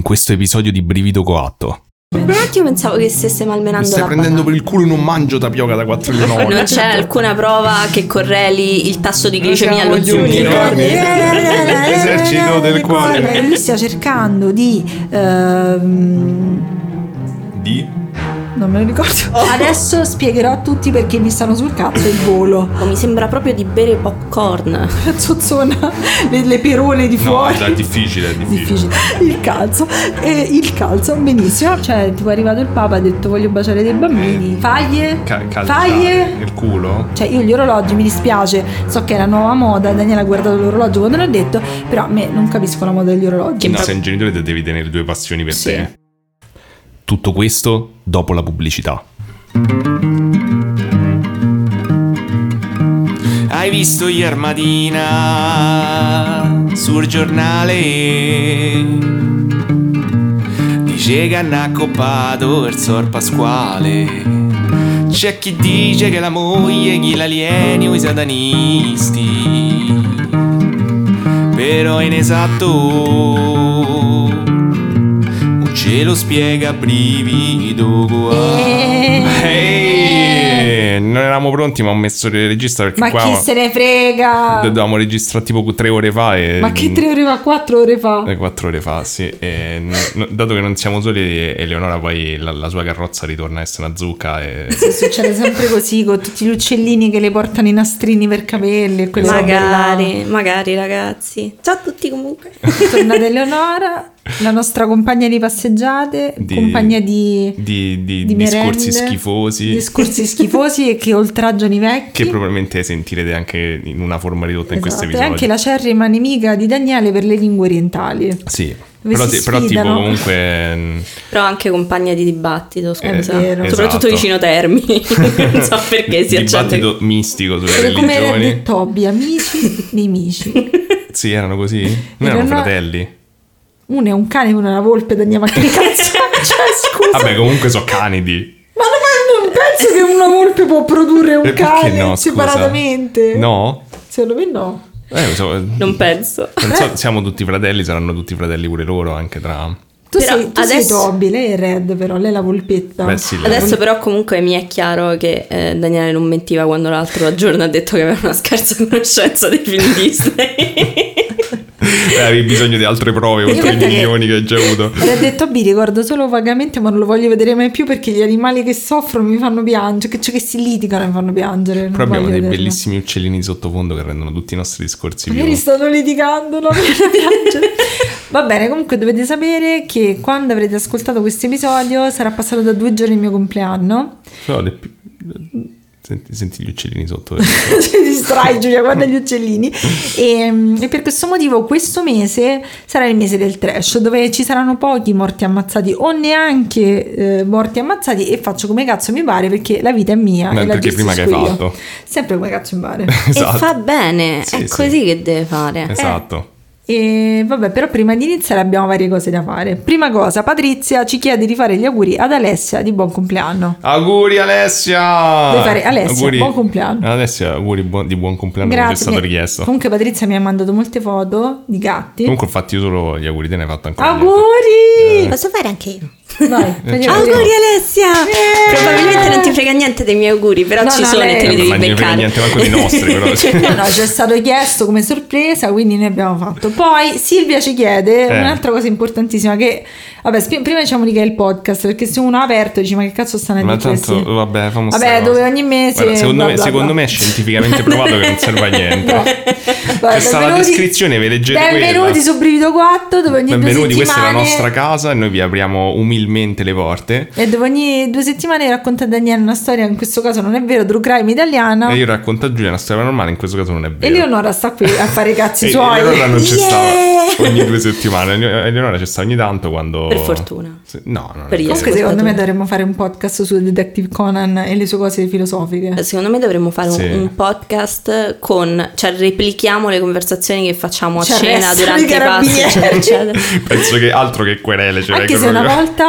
questo episodio di Brivido Coatto. Per un attimo pensavo che stesse malmenando Mi stai la prendendo banana. per il culo in un mangio tapioca da 4 milioni. Non c'è alcuna prova che correli il tasso di glicemia allo zucchero. L'esercito del cuore. Lui sta cercando di non me lo ricordo. Adesso spiegherò a tutti perché mi stanno sul cazzo il volo. Mi sembra proprio di bere popcorn. La zozzona, le perone di No, fuori. è difficile. Difficile. Il calzo, benissimo. Cioè, tipo è arrivato il Papa, ha detto voglio baciare dei bambini. Faglie, faglie. Il culo? Cioè, io gli orologi, mi dispiace, so che è la nuova moda. Daniele ha guardato l'orologio quando l'ho detto, però a me non capisco la moda degli orologi. No, sei un genitore te devi tenere due passioni per Sì. te. Tutto questo dopo la pubblicità. Hai visto ieri mattina sul giornale? Dice che hanno accoppato il Sor Pasquale. C'è chi dice che la moglie chi l'alieni o i satanisti. Però inesatto ce lo spiega Brivido non eravamo pronti, ma ho messo il registro perché Ma qua chi se ne frega? dovevamo registrare tipo 3 ore fa e Ma che 3 ore fa? 4 ore fa? 4 ore fa, sì. E dato che non siamo soli, Eleonora poi la sua carrozza ritorna a essere una zucca e Sì, succede sempre così con tutti gli uccellini che le portano i nastrini per capelli e quelle Magari ragazzi. Ciao a tutti comunque. Tornata Eleonora, la nostra compagna di passeggiate, compagnia di discorsi schifosi. Discorsi schifosi e che oltraggiano i vecchi. Che probabilmente sentirete anche in una forma ridotta in questo E episodio. anche la acerrima nemica di Daniele per le lingue orientali. Sì. Dove si Però tipo sfidano. comunque Però anche compagna di dibattito, scusa. vero. Soprattutto Esatto. vicino Termini. Non so perché si accende. dibattito mistico sulle Come era religioni. detto Toby, amici, nemici. Sì, erano così? Non erano fratelli? Uno è un cane e uno è una volpe, Daniele, ma che cazzo? Cioè, scusa. Vabbè, comunque so canidi. Ma non penso che una volpe può produrre un E perché cane no, scusa? separatamente. No? Secondo me no. Non penso. Non so, siamo tutti fratelli, saranno tutti fratelli pure loro, anche tra... Tu Però sei adesso- Toby, lei è Red, però lei è la volpetta. Beh sì, Adesso però comunque mi è chiaro che Daniele non mentiva quando l'altro giorno ha detto che aveva una scarsa conoscenza dei film Disney. avevi bisogno di altre prove oltre i milioni che hai già avuto. E ha detto Toby, ricordo solo vagamente, ma non lo voglio vedere mai più perché gli animali che soffrono mi fanno piangere, che si litigano e mi fanno piangere. Non Però abbiamo voglio dei vederlo. bellissimi uccellini di sottofondo che rendono tutti i nostri discorsi più... Magari stanno litigando, no? Mi viene da piangere. Va bene, comunque dovete sapere che quando avrete ascoltato questo episodio sarà passato da 2 giorni il mio compleanno. Però senti gli uccellini sotto. Ti distrai, Giulia, guarda gli uccellini. E per questo motivo questo mese sarà il mese del trash, dove ci saranno pochi morti ammazzati o neanche morti ammazzati, e faccio come cazzo mi pare perché la vita è mia. No, e la perché prima che hai gestisco io. fatto. Sempre come cazzo mi pare. Esatto. E fa bene, Sì, è sì. così che deve fare. Esatto. E vabbè, però prima di iniziare abbiamo varie cose da fare. Prima cosa, Patrizia ci chiede di fare gli auguri ad Alessia di buon compleanno. Auguri Alessia! Devi fare Alessia, Auguri. buon compleanno. Alessia, auguri di buon compleanno, come è stato richiesto. Comunque Patrizia mi ha mandato molte foto di gatti. Comunque ho fatto io solo gli auguri, te ne hai fatto ancora Auguri! Posso fare anche io? Vai, fagli Certo. Auguri Alessia! Probabilmente non ti frega niente dei miei auguri, però No, ci no, sono e te li lei- devi Ma non ne frega beccare. niente manco dei nostri, però. No, ci è stato chiesto come sorpresa, quindi ne abbiamo fatto. Poi Silvia ci chiede un'altra cosa importantissima che, vabbè, prima diciamo di che è il podcast, perché se uno ha aperto dici ma che cazzo stanno a Ma dire questi? tanto, vabbè, famo sta Vabbè, cosa. dove ogni mese Guarda, secondo, bla, bla, secondo bla. me è scientificamente provato che non serve a niente. No. C'è stata la descrizione, ve leggete Benvenuti quella. su Brivido 4, dove ogni Benvenuti, 2 questa è la settimane nostra casa e noi vi apriamo umilmente le porte. e dove ogni 2 settimane racconta Daniele una storia, in questo caso non è vero, true crime italiana. E io racconto a Giulia una storia normale, in questo caso non è E vero. Leonora sta qui a fare i cazzi E suoi. Eleonora non c'è stata ogni 2 settimane. Eleonora c'è sta ogni tanto quando... Per fortuna. No, no. Per io. Comunque secondo me dovremmo fare un podcast su Detective Conan e le sue cose filosofiche. Secondo me dovremmo fare Sì. un podcast cioè replichiamo le conversazioni che facciamo a Ci cena arrestano durante i i pasti, carabinieri. eccetera, eccetera. Penso che altro che querele. Cioè Anche che se una proprio- volta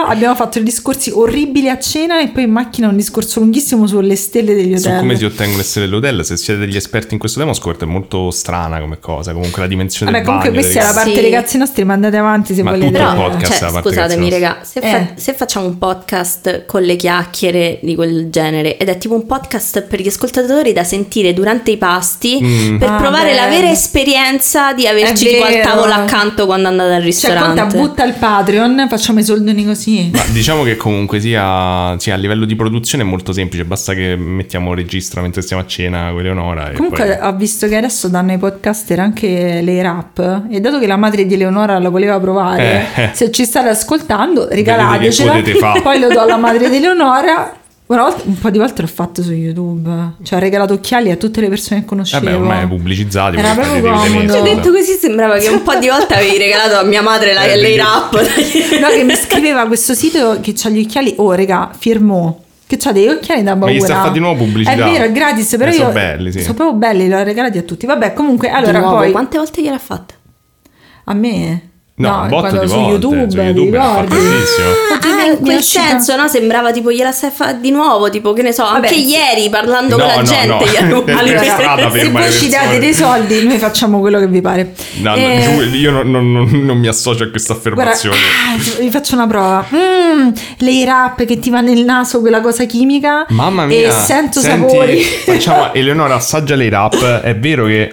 abbiamo fatto discorsi orribili a cena e poi in macchina un discorso lunghissimo sulle stelle degli hotel. Su come si ottengono le stelle dell'hotel. Se siete degli esperti in questo tema, ho scoperto è molto strana come cosa. Comunque la dimensione del bagno. Comunque questa è la parte dei cazzi nostri, ma andate avanti se volete. Tutto il podcast è la parte scusatemi cazzi raga, se facciamo un podcast con le chiacchiere di quel genere ed è tipo un podcast per gli ascoltatori da sentire durante i pasti per provare la vera esperienza di averci tipo al tavolo accanto quando andate al ristorante. Cioè, conta, butta il Patreon, facciamo i soldoni così. Ma diciamo che comunque sia a livello di produzione è molto semplice, basta che mettiamo registra mentre stiamo a cena con Eleonora. Comunque poi... ho visto che adesso danno ai podcaster anche le rap, e dato che la madre di Eleonora la voleva provare, se ci state ascoltando regalatecela, poi lo do alla madre di Eleonora. Un po' di volte l'ho fatto su YouTube, cioè ho regalato occhiali a tutte le persone che conoscevo. Vabbè, ormai è pubblicizzati. Era proprio comodo. Ho detto così, sembrava che un po' di volte avevi regalato a mia madre le rap. No, che mi scriveva questo sito che c'ha gli occhiali, regà, firmò, che c'ha dei occhiali da paura. Ma gli sta a fare di nuovo pubblicità. È vero, è gratis, però io sono belli, sì. Sono proprio belli, li ho regalati a tutti. Vabbè, comunque, allora poi... Quante volte gliel'ha fatta? A me? No, un botto di su volte, YouTube, su YouTube in quel senso, no? Sembrava tipo gliela sai fare di nuovo, tipo che ne so, anche ieri parlando con la gente. Allora, se voi ci date dei soldi, noi facciamo quello che vi pare. No, io non mi associo a questa affermazione. Guarda, vi faccio una prova. Le rap che ti va nel naso, quella cosa chimica. Mamma mia. E sento sapori. Facciamo, Eleonora assaggia le rap. È vero che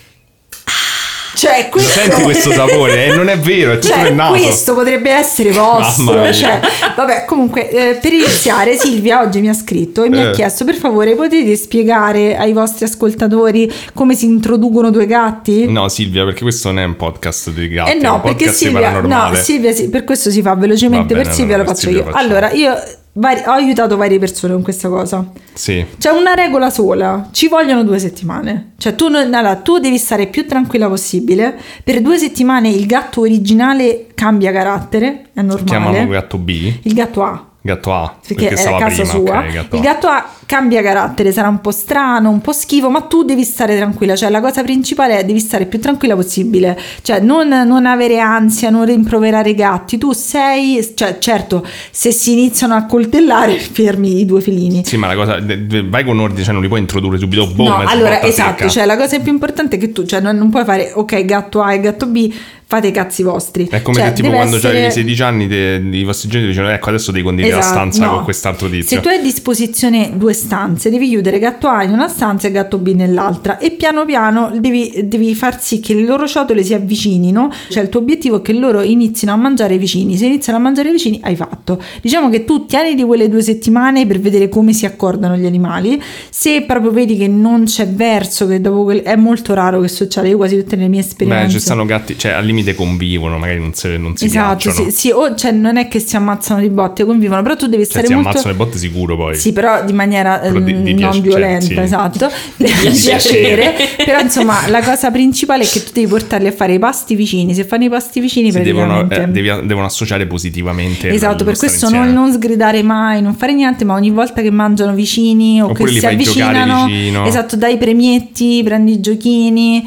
Cioè, senti questo sapore? Non è vero, è tutto nel naso. Questo potrebbe essere vostro. Cioè, vabbè, comunque, per iniziare, Silvia oggi mi ha scritto e mi ha chiesto: per favore, potete spiegare ai vostri ascoltatori come si introducono due gatti? No, Silvia, perché questo non è un podcast dei gatti, no, è un perché podcast Silvia, paranormale. No, Silvia, sì, per questo si fa velocemente. Bene, per Silvia lo faccio io. Allora, io ho aiutato varie persone con questa cosa. Sì. C'è una regola sola, ci vogliono 2 settimane. Cioè tu devi stare più tranquilla possibile. Per 2 settimane il gatto originale cambia carattere, è normale. Chiamano gatto B? Il gatto A. Gatto A, perché è a casa prima, sua. Okay, il gatto A cambia carattere, sarà un po' strano, un po' schifo, ma tu devi stare tranquilla. Cioè la cosa principale è devi stare più tranquilla possibile. Cioè non avere ansia, non rimproverare i gatti. Tu sei, cioè certo, se si iniziano a coltellare fermi i 2 felini. Sì, ma la cosa, vai con ordine, cioè non li puoi introdurre subito. No, allora esatto, cioè la cosa più importante è che tu, cioè non puoi fare ok gatto A e gatto B, fate i cazzi vostri. È come se tipo quando c'hai 16 anni i vostri genitori dicono ecco adesso devi condividere la stanza con quest'altro tizio. Se tu hai a disposizione 2 stanze devi chiudere gatto A in una stanza e gatto B nell'altra e piano piano devi far sì che le loro ciotole si avvicinino. Cioè il tuo obiettivo è che loro inizino a mangiare vicini. Se iniziano a mangiare vicini hai fatto. Diciamo che tu tieni di quelle 2 settimane per vedere come si accordano gli animali. Se proprio vedi che non c'è verso, che dopo è molto raro che succeda, io quasi tutte le mie esperienze. Beh, ci stanno gatti, cioè al limite convivono, magari non si esatto, piacciono. Sì, o cioè non è che si ammazzano di botte, convivono, però tu devi stare si molto... ammazzano di botte sicuro poi. Sì, però di maniera di non violenta, cioè, sì. esatto, di piacere. Però insomma la cosa principale è che tu devi portarli a fare i pasti vicini. Se fanno i pasti vicini praticamente devono associare positivamente. Esatto, per questo non sgridare mai, non fare niente, ma ogni volta che mangiano vicini o oppure che si avvicinano, esatto, dai premietti, prendi i giochini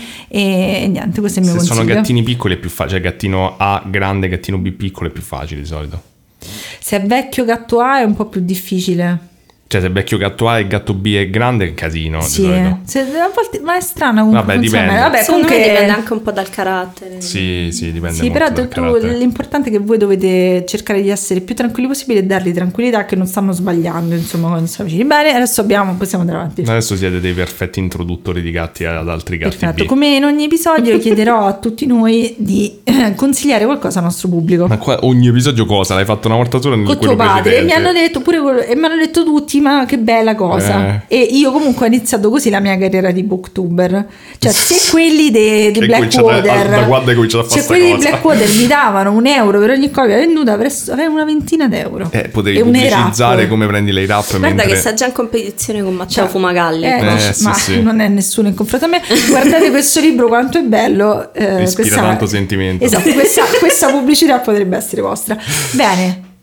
e niente, questo è il mio consiglio. Se sono gattini piccoli è più facile, cioè gattino A grande, gattino B piccolo è più facile di solito. Se è vecchio gatto A è un po' più difficile. Cioè se vecchio gatto A e gatto B è grande è un casino. Sì, a volte, ma è strano comunque. Vabbè, dipende. Vabbè, comunque dipende anche un po' dal carattere. Sì, dipende. Sì, però l'importante è che voi dovete cercare di essere più tranquilli possibile e dargli tranquillità che non stanno sbagliando, insomma, quando stanno vicini. Bene, adesso possiamo andare avanti. Adesso siete dei perfetti introduttori di gatti ad altri gatti. Perfetto, B. come in ogni episodio chiederò a tutti noi di consigliare qualcosa al nostro pubblico. Ma qua ogni episodio cosa? L'hai fatto una volta sola con tuo padre e mi hanno detto pure e mi hanno detto tutti ma che bella cosa. E io comunque ho iniziato così la mia carriera di booktuber. Cioè se quelli di Blackwater, da quando hai cominciato a fare quelli di Blackwater mi davano €1 per ogni copia venduta, avrei una ventina d'euro. Potevi pubblicizzare come prendi le rap. Guarda che sta già in competizione con Matteo Fumagalli. Sì. Non è nessuno in confronto a me. Guardate questo libro quanto è bello. Ispira tanto sentimento. Esatto, questa pubblicità potrebbe essere vostra. Bene.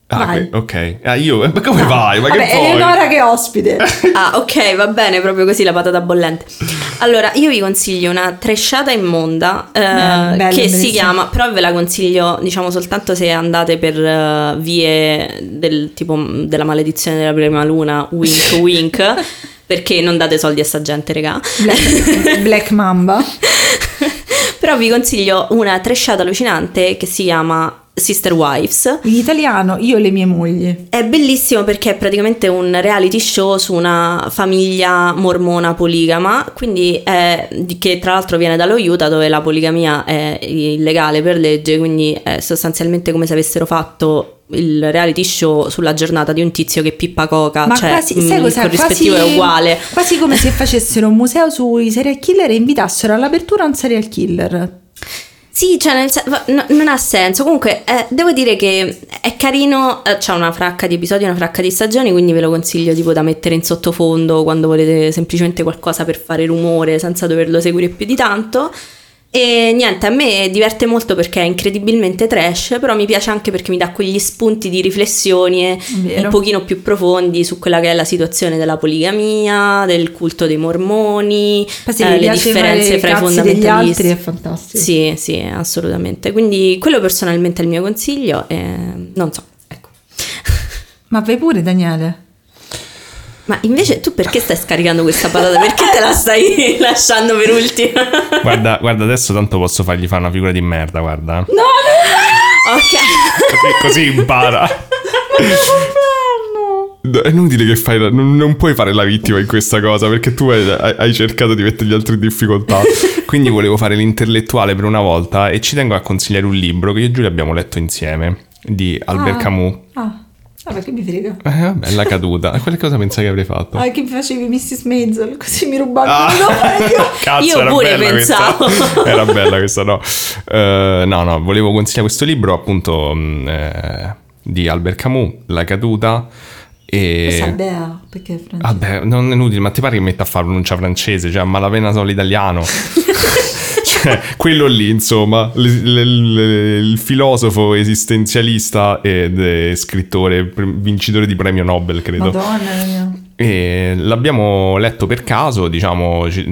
Ok. Io come vai? Ma vabbè, che vuoi? è Eleonora che è ospite. Ok, va bene, proprio così la patata bollente. Allora, io vi consiglio una trashata immonda che si chiama, però ve la consiglio diciamo soltanto se andate per vie del tipo della maledizione della prima luna, wink wink, perché non date soldi a sta gente, regà. Black Mamba. Però vi consiglio una trashata allucinante che si chiama Sister Wives. In italiano Io e le mie mogli. È bellissimo perché è praticamente un reality show su una famiglia mormona poligama, quindi che tra l'altro viene dallo Utah, dove la poligamia è illegale per legge, quindi è sostanzialmente come se avessero fatto il reality show sulla giornata di un tizio che pippa coca. Ma cioè quasi, sai cos'è? il corrispettivo è uguale, quasi come se facessero un museo sui serial killer e invitassero all'apertura un serial killer. Sì, cioè non ha senso. Comunque devo dire che è carino, c'ha una fracca di episodi, una fracca di stagioni, quindi ve lo consiglio tipo da mettere in sottofondo quando volete semplicemente qualcosa per fare rumore senza doverlo seguire più di tanto. E niente, a me diverte molto perché è incredibilmente trash, però mi piace anche perché mi dà quegli spunti di riflessione un pochino più profondi su quella che è la situazione della poligamia, del culto dei mormoni, le differenze fra i fondamentalisti. Degli altri è fantastico. Sì, assolutamente. Quindi quello personalmente è il mio consiglio e non so, ecco. Ma vai pure, Daniele. Ma invece tu perché stai scaricando questa patata? Perché te la stai lasciando per ultima? Guarda, adesso tanto posso fargli fare una figura di merda, guarda. No! Ok. Così impara. È inutile che fai non puoi fare la vittima in questa cosa, perché tu hai cercato di mettere gli altri in difficoltà. Quindi volevo fare l'intellettuale per una volta e ci tengo a consigliare un libro che io e Giulia abbiamo letto insieme, di Albert Camus. Vabbè, che mi frega. Vabbè, La caduta. Quelle cosa pensavi che avrei fatto? Che mi facevi Mrs. Maisel, così mi rubavi io. Cazzo, io era pure bella pensavo questa. Era bella questa, no. No, volevo consigliare questo libro appunto di Albert Camus, La caduta. Questa è perché è francese. Vabbè, non è inutile, ma ti pare che metta a fare pronuncia francese, cioè a malapena solo italiano. Quello lì, insomma, il filosofo esistenzialista ed scrittore vincitore di premio Nobel, credo. Madonna mia. E l'abbiamo letto per caso, diciamo, è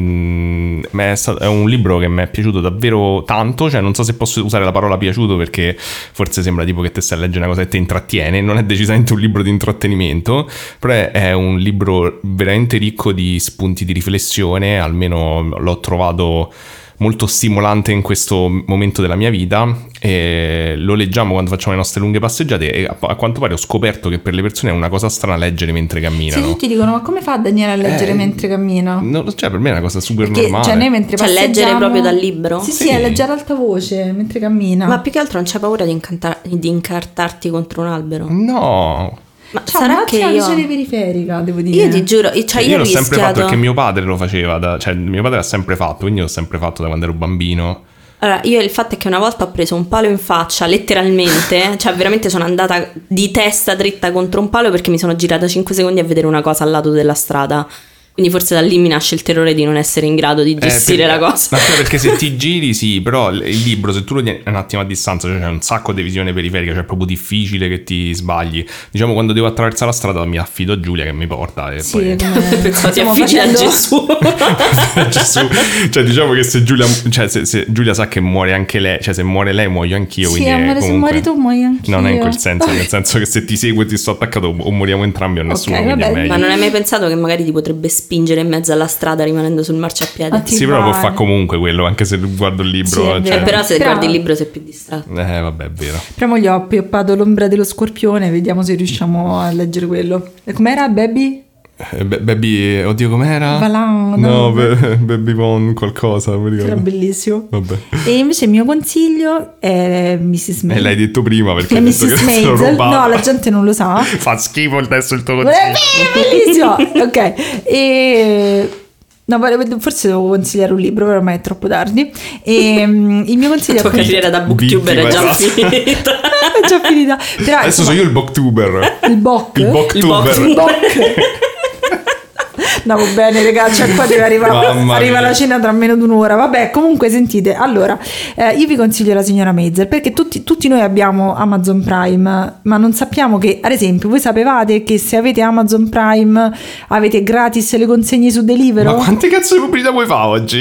un libro che mi è piaciuto davvero tanto, cioè non so se posso usare la parola piaciuto perché forse sembra tipo che te stai a leggere una cosa che ti intrattiene, non è decisamente un libro di intrattenimento, però è un libro veramente ricco di spunti di riflessione, almeno l'ho trovato molto stimolante in questo momento della mia vita, e lo leggiamo quando facciamo le nostre lunghe passeggiate e a quanto pare ho scoperto che per le persone è una cosa strana leggere mentre camminano. Sì, tutti dicono ma come fa Daniele a leggere mentre cammina? No, cioè per me è una cosa super perché, normale. Cioè noi mentre passeggiamo... leggere proprio dal libro? Sì, è leggere ad alta voce mentre cammina. Ma più che altro non c'è paura di incartarti contro un albero? No. Ma sarà che una io visione periferica, devo dire. Io ti giuro, cioè io ho l'ho sempre rischiato... fatto perché mio padre lo faceva, cioè mio padre l'ha sempre fatto, quindi l'ho sempre fatto da quando ero bambino. Allora, io il fatto è che una volta ho preso un palo in faccia, letteralmente, cioè veramente sono andata di testa dritta contro un palo perché mi sono girata 5 secondi a vedere una cosa al lato della strada. Quindi forse da lì mi nasce il terrore di non essere in grado di gestire la cosa. Ma perché se ti giri sì, però il libro se tu lo tieni un attimo a distanza, cioè c'è un sacco di visione periferica, cioè è proprio difficile che ti sbagli. Diciamo quando devo attraversare la strada mi affido a Giulia che mi porta e sì, poi... Pensavo ti affidi a Gesù. Gesù. Cioè diciamo che se Giulia, cioè se Giulia sa che muore anche lei, cioè se muore lei muoio anch'io. Sì, quindi amore, comunque... se muori tu muori anch'io. Non è in quel senso, nel senso che se ti seguo e ti sto attaccato o moriamo entrambi o nessuno, okay, quindi è meglio. Ma non hai mai pensato che magari ti potrebbe spingere in mezzo alla strada rimanendo sul marciapiede? Sì, però può fare comunque quello, anche se guardo il libro. Sì, cioè... Però se guardi il libro sei più distratto. Vabbè, è vero. Però gli ho appioppato l'ombra dello scorpione, vediamo se riusciamo a leggere quello. E com'era, Baby? Baby, oddio com'era? Valano. No, Baby Von qualcosa, mi ricordo. Era bellissimo. Vabbè. E invece il mio consiglio è Mrs. Maisel. L'hai detto prima perché è hai detto Mrs. che Maisel. No, la gente non lo sa. Fa schifo adesso il tuo consiglio. Bellissimo. Ok. E... no, forse devo consigliare un libro, però ormai è troppo tardi. E il mio consiglio la tua carriera da booktuber è già finita. È già finita. Però, adesso sono io il booktuber. Il book? Il booktuber. Il book. andavo bene, ragazzi, qua deve arriva la cena tra meno di un'ora. Vabbè, comunque sentite, allora io vi consiglio La signora Maisel, perché tutti noi abbiamo Amazon Prime, ma non sappiamo che, ad esempio, voi sapevate che se avete Amazon Prime avete gratis le consegne su Deliveroo? Ma quante cazzo di pubblicità vuoi fare oggi?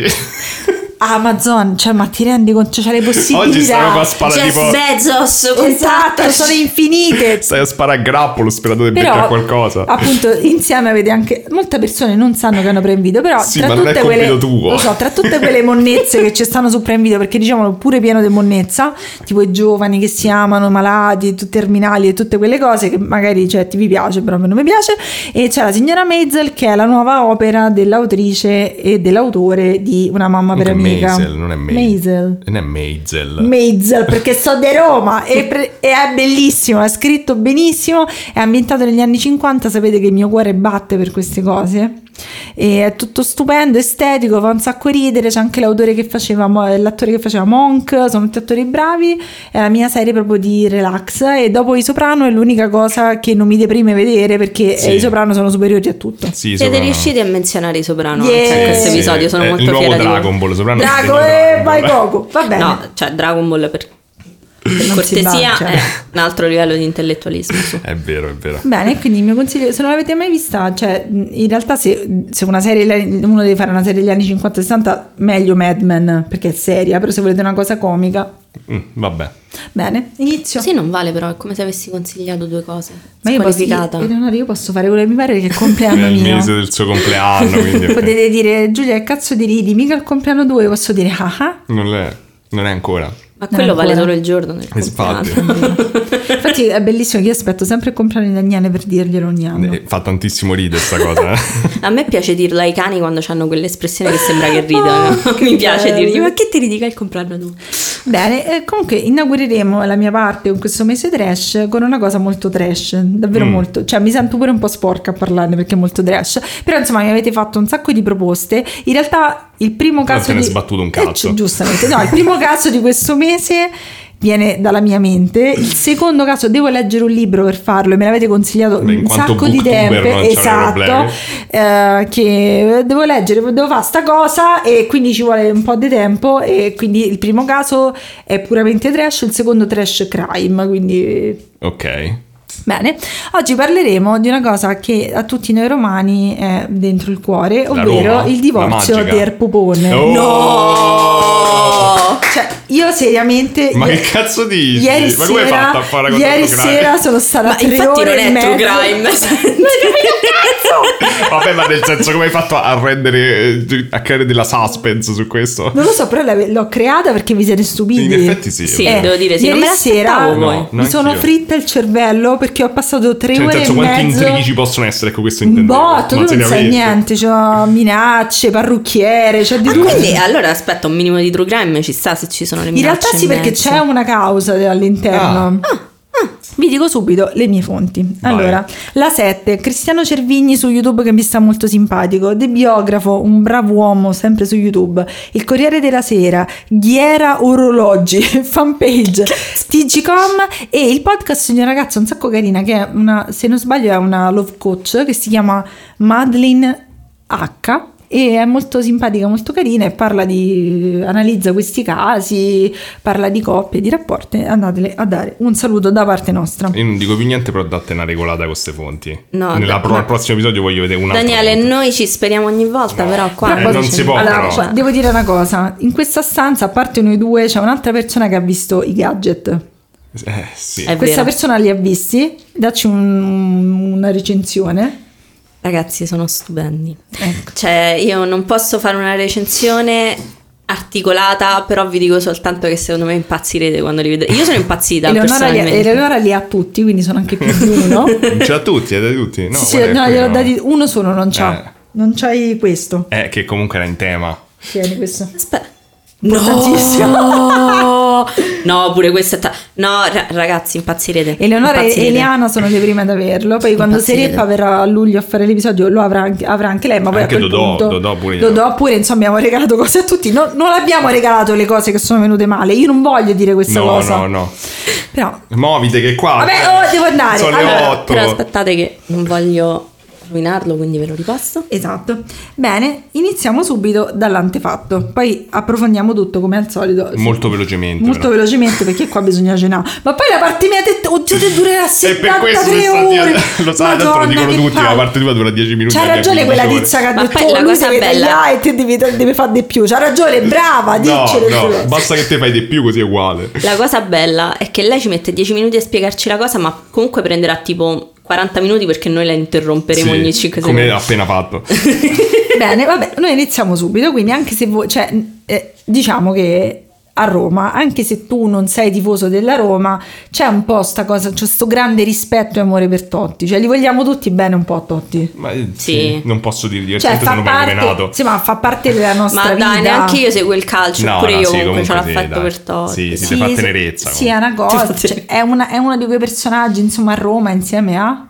Amazon, cioè, ma ti rendi conto, c'è le possibilità. Oggi stiamo qua a sparare Jeff Bezos, esatto, sono infinite. Stai a sparare a grappolo sperando di beccare qualcosa. Appunto, insieme avete anche, molte persone non sanno che hanno Prime Video, però sì, tra ma tutte non è quelle, tuo. lo so, tra tutte quelle monnezze che ci stanno su Prime Video, perché diciamo pure pieno di monnezza, tipo i giovani che si amano, malati, terminali e tutte quelle cose che magari, cioè, ti vi piace, però a me non mi piace. E c'è La signora Maisel, che è la nuova opera dell'autrice e dell'autore di Una mamma per amica. Maisel, non è Maisel. Non è Maisel. Maisel, perché so di Roma e è bellissimo, è scritto benissimo, è ambientato negli anni 50, sapete che il mio cuore batte per queste cose. E è tutto stupendo, estetico, fa un sacco ridere, c'è anche l'attore che faceva Monk, sono tutti attori bravi, è la mia serie proprio di relax, e dopo I Soprano è l'unica cosa che non mi deprime vedere, perché sì. I Soprano sono superiori a tutto. Sì, siete riusciti a menzionare I Soprano anche in questo episodio, sono molto fiera di voi. Dragon Ball, Soprano Drago e vai Goku, va bene. No, cioè Dragon Ball per cortesia è un altro livello di intellettualismo su. È vero. Bene, quindi il mio consiglio, se non l'avete mai vista, cioè in realtà se una serie, uno deve fare una serie degli anni 50-60, meglio Mad Men, perché è seria, però se volete una cosa comica, vabbè. Bene, inizio. Sì, non vale, però è come se avessi consigliato due cose. Ma io posso fare quello che mi pare, che è il compleanno è il mio. mese del suo compleanno, quindi potete dire Giulia, che cazzo di ridi, mica il compleanno tuo, io posso dire non è ancora. Ma quello vale solo il giorno del infatti. Infatti è bellissimo che io aspetto sempre il compleanno di Daniele per dirglielo ogni anno. Fa tantissimo ridere sta cosa. A me piace dirlo ai cani quando hanno quell'espressione che sembra che ridano. Mi piace dirgli, ma che ti ridi che è il compleanno tu? Bene, comunque inaugureremo la mia parte con questo mese trash con una cosa molto trash, davvero molto, cioè mi sento pure un po' sporca a parlarne perché è molto trash, però insomma mi avete fatto un sacco di proposte. In realtà il primo caso te ne è sbattuto un cazzo. Giustamente, no, il primo caso di questo mese viene dalla mia mente. Il secondo caso, devo leggere un libro per farlo e me l'avete consigliato un sacco di tempo, esatto, che devo leggere, devo fare sta cosa e quindi ci vuole un po' di tempo, e quindi il primo caso è puramente trash, il secondo trash crime, quindi ok. Bene, oggi parleremo di una cosa che a tutti noi romani è dentro il cuore, ovvero il divorzio del pupone. No! Cioè, io seriamente... Ma che cazzo dici? Ieri ma come hai fatto a fare cosa? Ieri sera sono stata 3 ore e mezza. Ma infatti non è true crime. Vabbè, ma nel senso, come hai fatto a rendere, a creare della suspense su questo? Non lo so, però l'ho creata perché vi siete stupiti. In effetti sì. Sì, devo dire, sì. Ieri non me sera mi sono fritta il cervello perché ho passato 3 ore e mezzo. Quanti intrighi ci possono essere? Ecco, questo intendo. Tu non sai niente, c'ho minacce, parrucchiere, c'è di tutto. Quindi allora aspetta, un minimo di true crime ci sta se ci sono le minacce. In realtà sì, perché c'è una causa all'interno. Vi dico subito le mie fonti. Allora, la 7, Cristiano Cervigni su YouTube che mi sta molto simpatico, The Biografo, un bravo uomo sempre su YouTube, il Corriere della Sera, Ghiera Orologi, fanpage, TGcom e il podcast di una ragazza un sacco carina che è una, se non sbaglio è una love coach che si chiama Madeline H. E è molto simpatica, molto carina e analizza questi casi, parla di coppie, di rapporti. Andatele a dare un saluto da parte nostra. Io non dico più niente, però date una regolata con queste fonti. No, al prossimo episodio voglio vedere un'altra Daniele, fonte. Noi ci speriamo ogni volta, però qua non si può. Allora, però. Devo dire una cosa, in questa stanza, a parte noi due, c'è un'altra persona che ha visto i gadget. Sì. Questa persona li ha visti, dacci una recensione. Ragazzi, sono stupendi. Ecco. Cioè, io non posso fare una recensione articolata, però vi dico soltanto che secondo me impazzirete quando li vedete. Io sono impazzita personalmente. Eleonora li ha tutti, quindi sono anche più di uno. Non ce l'ha tutti, siete tutti? No, sì, no, gliel'ho dati uno solo, non c'ha. Non c'hai questo. Che comunque era in tema. Tieni questo. Aspetta. No, pure questo è no, ragazzi, impazzirete. Eleonora e Eliana sono le prime ad averlo. Poi quando Sereppa verrà a luglio a fare l'episodio lo avrà anche lei. Ma poi anche a quel Dodò pure insomma abbiamo regalato cose a tutti. Non abbiamo regalato le cose che sono venute male. Io non voglio dire questa cosa. No. Però muovite che qua. Vabbè, devo andare. Sono le 8. Però aspettate che non voglio rovinarlo, quindi ve lo ripasso. Esatto. Bene, iniziamo subito dall'antefatto, poi approfondiamo tutto come al solito. Molto velocemente. Molto velocemente, perché qua bisogna cenare. Ma poi la parte mia te durerà 73 ore. Lo sai, tanto lo dicono tutti, la parte tua dura 10 minuti. C'ha ragione quella tizia che ha detto poi la lui cosa deve bella tagliare e te devi fare di più. C'ha ragione, brava, diccelo. No, basta che te fai di più, così è uguale. La cosa bella è che lei ci mette 10 minuti a spiegarci la cosa, ma comunque prenderà tipo 40 minuti perché noi la interromperemo ogni 5 secondi. Come appena fatto. Bene, vabbè, noi iniziamo subito, quindi anche se voi, cioè, diciamo che a Roma, anche se tu non sei tifoso della Roma, c'è un po' sta cosa, c'è sto grande rispetto e amore per Totti, cioè li vogliamo tutti bene un po' a Totti. Ma sì, non posso dire cioè, sono nominato. Sì, ma fa parte della nostra vita. Ma dai, neanche io seguo il calcio, no, pure io sì, comunque ce l'ho sì, fatto dai. per Totti. Sì, ti fa tenerezza. Sì, è una cosa, cioè, è uno di quei personaggi, insomma, a Roma insieme a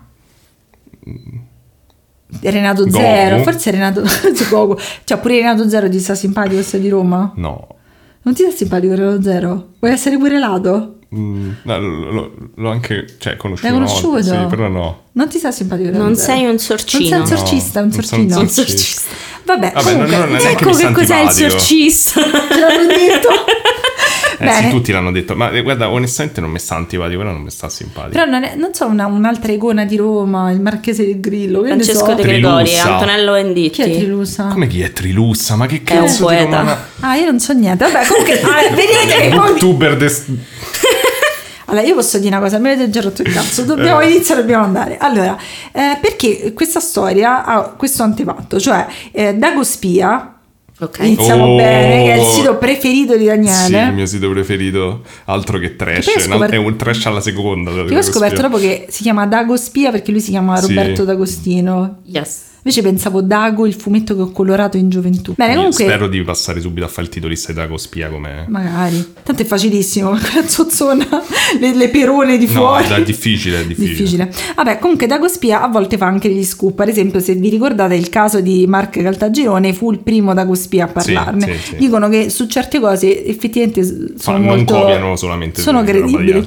Renato Goku. Zero, forse Renato Goku. Cioè pure Renato Zero ti sta simpatico, sei di Roma? No. Non ti sta simpatico Renato Zero? Vuoi essere querelato? No, l'ho anche conosciuto. L'hai conosciuto? Sì, però no. Non ti sta simpatico Renato Non Zero? sei un sorcino. Non sei un sorcista, un sorcino. Non sono un sorcista. Vabbè, non è neanche Ecco che cos'è il sorcista. ce l'hanno detto. Sì, tutti l'hanno detto. Ma guarda, onestamente non mi sta antipatico, però non mi sta simpatico. Però non so, un'altra icona di Roma, il Marchese del Grillo. Francesco De Gregori, Antonello Venditti. Chi è Trilussa? Come chi è Trilussa? Ma che cazzo è un di poeta. Ah, io non so niente. Vabbè, comunque vedete che poi youtuber allora, io posso dire una cosa, mi avete già rotto il cazzo, dobbiamo iniziare, dobbiamo andare. Allora, perché questa storia ha questo antefatto, cioè Dago Spia, Okay. iniziamo bene, che è il sito preferito di Daniele. Sì, il mio sito preferito, altro che trash, è un trash alla seconda. Che ho scoperto dopo che si chiama Dago Spia perché lui si chiama Roberto D'Agostino. Yes. Invece pensavo Dago, il fumetto che ho colorato in gioventù. Bene, comunque spero di passare subito a fare il titolista di Dago Spia come... Magari. Tanto è facilissimo, quella zozzona, le perone di fuori. No, è difficile. Vabbè, comunque Dago Spia a volte fa anche gli scoop. Ad esempio, se vi ricordate il caso di Mark Caltagirone, fu il primo Dago Spia a parlarne. Sì. Dicono che su certe cose effettivamente sono molto... Non copiano solamente. Sono credibili.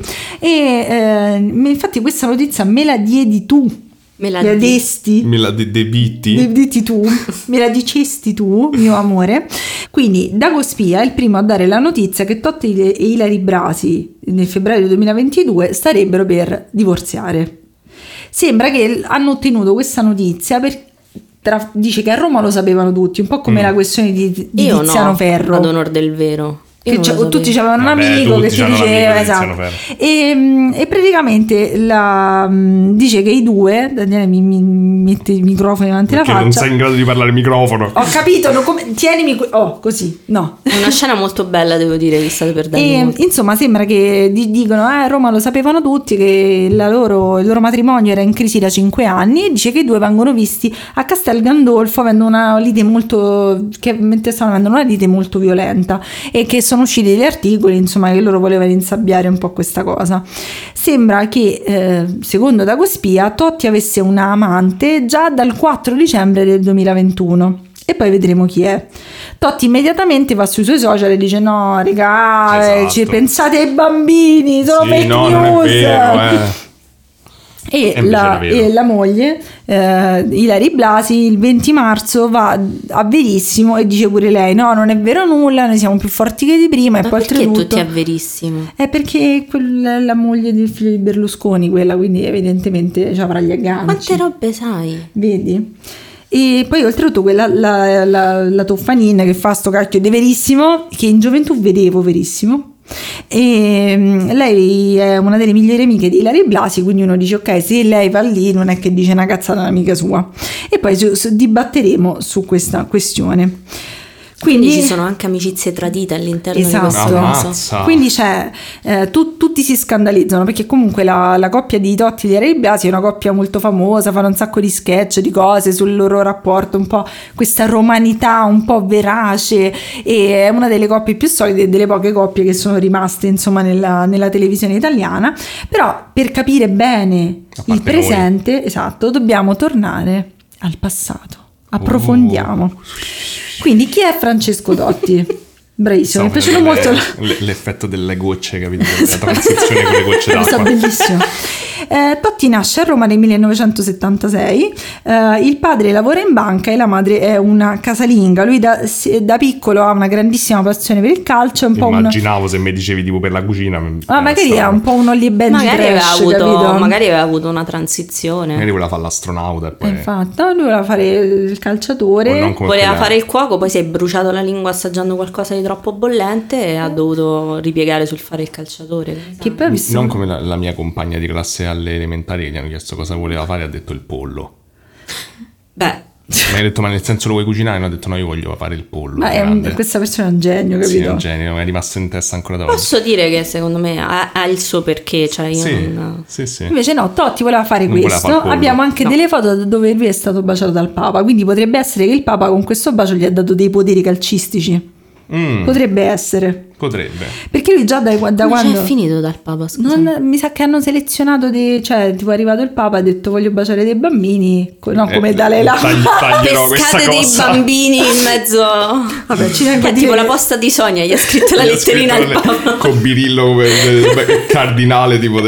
E infatti questa notizia me la diedi tu. Me la desti? Me la diti tu? Me la dicesti tu, mio amore? Quindi Dago Spia è il primo a dare la notizia che Totti e Ilary Blasi nel febbraio 2022 starebbero per divorziare. Sembra che hanno ottenuto questa notizia dice che a Roma lo sapevano tutti, un po' come la questione di Tiziano Ferro. Ad onor del vero. Tutti avevano un amico che ti diceva, esatto. E praticamente dice che i due, Daniele mi mette il microfono davanti alla faccia. Non sei in grado di parlare al microfono. Ho capito, tienimi così, no. È una scena molto bella, devo dire, vista per Daniele. Insomma, sembra che dicono a Roma lo sapevano tutti che il loro matrimonio era in crisi da 5 anni, e dice che i due vengono visti a Castel Gandolfo avendo una lite mentre stavano avendo una lite molto violenta, e che sono usciti degli articoli, insomma, che loro volevano insabbiare un po' questa cosa. Sembra che secondo Dago Spia Totti avesse una amante già dal 4 dicembre del 2021, e poi vedremo chi è. Totti immediatamente va sui suoi social e dice no raga, pensate ai bambini, sono fake news. Non è vero, E la moglie Ilary Blasi il 20 marzo va a Verissimo e dice pure lei no, non è vero nulla, noi siamo più forti che di prima. Ma e poi perché tutti a Verissimo? È perché la moglie del figlio di Berlusconi, quella, quindi evidentemente ci avrà gli agganci. Quante robe sai? Vedi? E poi oltretutto quella la Toffanin che fa sto cacchio di Verissimo, che in gioventù vedevo Verissimo, e lei è una delle migliori amiche di Ilary Blasi, quindi uno dice ok, se lei va lì non è che dice una cazzata un'amica sua. E poi dibatteremo su questa questione. Quindi ci sono anche amicizie tradite all'interno di questo caso. Quindi c'è tutti si scandalizzano perché comunque la coppia di Totti e di Ilary Blasi è una coppia molto famosa, fanno un sacco di sketch, di cose sul loro rapporto, un po' questa romanità un po' verace, e è una delle coppie più solide, delle poche coppie che sono rimaste insomma nella televisione italiana. Però per capire bene il presente, noi, esatto, dobbiamo tornare al passato. Approfondiamo. Quindi chi è Francesco Totti? Bravissimo, mi è piaciuto molto l'effetto delle gocce, capito? La transizione con le gocce d'acqua. È bellissimo. Totti nasce a Roma nel 1976, il padre lavora in banca e la madre è una casalinga. Lui da piccolo ha una grandissima passione per il calcio, un po' immaginavo se mi dicevi tipo per la cucina, magari è un po' un Ollie Benji trash, magari aveva avuto una transizione, magari voleva fare l'astronauta e poi infatti lui voleva fare il calciatore, voleva fare il cuoco, poi si è bruciato la lingua assaggiando qualcosa di troppo bollente e ha dovuto ripiegare sul fare il calciatore, che poi non come la mia compagna di classe alle elementari che gli hanno chiesto cosa voleva fare, ha detto il pollo. Beh, mi ha detto ma nel senso lo vuoi cucinare? E no, ho detto no, io voglio fare il pollo. Ma questa persona è un genio, capito? Sì, è un genio, mi è rimasto in testa ancora da oggi. Posso dire che secondo me ha il suo perché, cioè io sì. Invece no, Totti voleva fare questo. Abbiamo anche delle foto dove lui è stato baciato dal Papa, quindi potrebbe essere che il Papa con questo bacio gli ha dato dei poteri calcistici. Potrebbe essere. Potrebbe. Perché lui già da quando è finito dal Papa, mi sa che hanno selezionato cioè tipo è arrivato il Papa, ha detto voglio baciare dei bambini, no, come Dalai Lama. Pescate dei bambini in mezzo. Vabbè, ci tengo a dire tipo la posta di Sonia gli ha scritto la letterina al Papa con Birillo cardinale tipo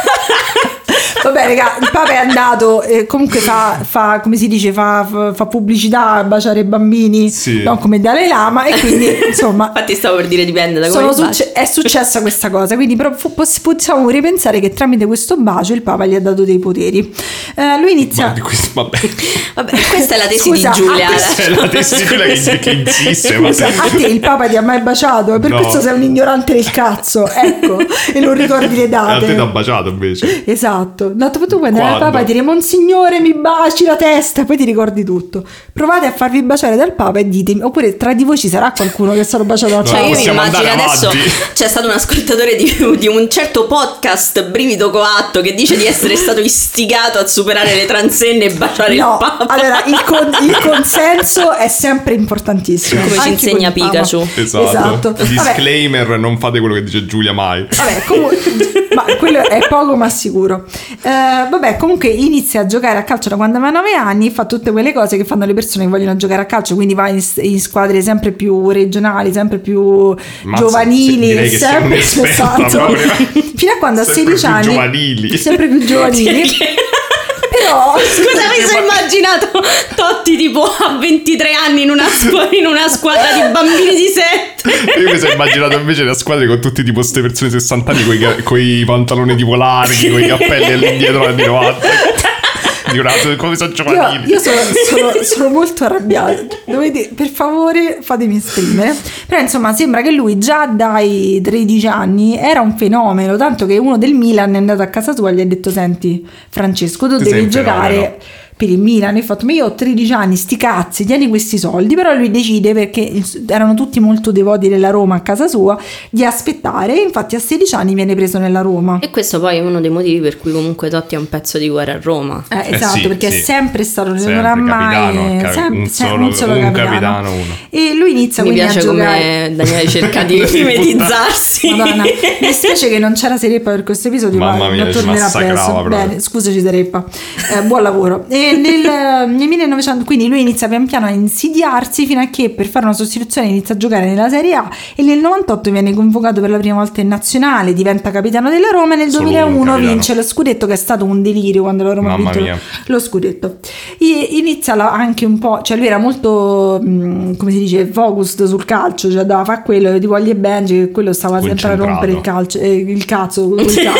Vabbè, raga, il Papa è andato, comunque fa come si dice, fa pubblicità a baciare bambini, non come Dalai Lama, e quindi insomma. Infatti stavo per dire dipende da come è successa questa cosa, quindi però possiamo ripensare che tramite questo bacio il Papa gli ha dato dei poteri. Lui inizia. Vabbè, questa è la tesi di Giulia. Questa è la tesi di Giulia che insiste. Scusa, a te il Papa ti ha mai baciato? Per questo sei un ignorante del cazzo, ecco, e non ricordi le date. A te ti ha baciato invece. Esatto. No, tu puoi andare al Papa e dire Monsignore mi baci la testa, e poi ti ricordi tutto. Provate a farvi baciare dal Papa e ditemi, oppure tra di voi ci sarà qualcuno che è stato baciato dal Papa. Cioè io mi immagino adesso c'è stato un ascoltatore di un certo podcast Brivido Coatto che dice di essere stato istigato a superare le transenne e baciare il Papa. Allora il consenso è sempre importantissimo, come ci insegna Pikachu. Esatto. Disclaimer, non fate quello che dice Giulia mai. Vabbè, comunque, ma quello è poco ma sicuro. Vabbè, comunque inizia a giocare a calcio da quando aveva 9 anni, fa tutte quelle cose che fanno le persone che vogliono giocare a calcio, quindi va in squadre sempre più regionali, sempre più giovanili, sempre più fino a quando a 16 anni giovanili. Sempre più giovanili. Però scusa, mi sono immaginato Totti tipo a 23 anni in una squadra di bambini di 7. Io mi sono immaginato invece le squadre con tutti tipo queste persone 60 anni con i pantaloni tipo larghi, con i cappelli all'indietro anni 90. Come sono giovanili. Io sono molto arrabbiata. Per favore fatemi esprimere. Però insomma sembra che lui già dai 13 anni era un fenomeno, tanto che uno del Milan è andato a casa sua e gli ha detto senti Francesco, tu devi giocare per il Milan. E ho fatto ma io ho 13 anni, sti cazzi, tieni questi soldi. Però lui decide, perché erano tutti molto devoti della Roma a casa sua, di aspettare, e infatti a 16 anni viene preso nella Roma. E questo poi è uno dei motivi per cui comunque Totti è un pezzo di cuore a Roma. Esatto, perché è sempre stato, non avrà mai un solo capitano uno. E lui inizia mi quindi piace a giocare. come Daniele cerca di mimetizzarsi. Madonna, mi spiace che non c'era Sereppa per questo episodio, mamma mia, non tornerà presto. Bene, scusaci Sereppa, buon lavoro. E nel 1900 quindi lui inizia pian piano a insidiarsi, fino a che per fare una sostituzione inizia a giocare nella Serie A, e nel 98 viene convocato per la prima volta in nazionale, diventa capitano della Roma, e nel 2001 vince lo scudetto, che è stato un delirio quando la Roma ha vinto lo scudetto. Inizia anche un po', cioè lui era molto come si dice, focused sul calcio, cioè andava a fare quello di Ollie Benji, che quello stava sempre a rompere il calcio, il cazzo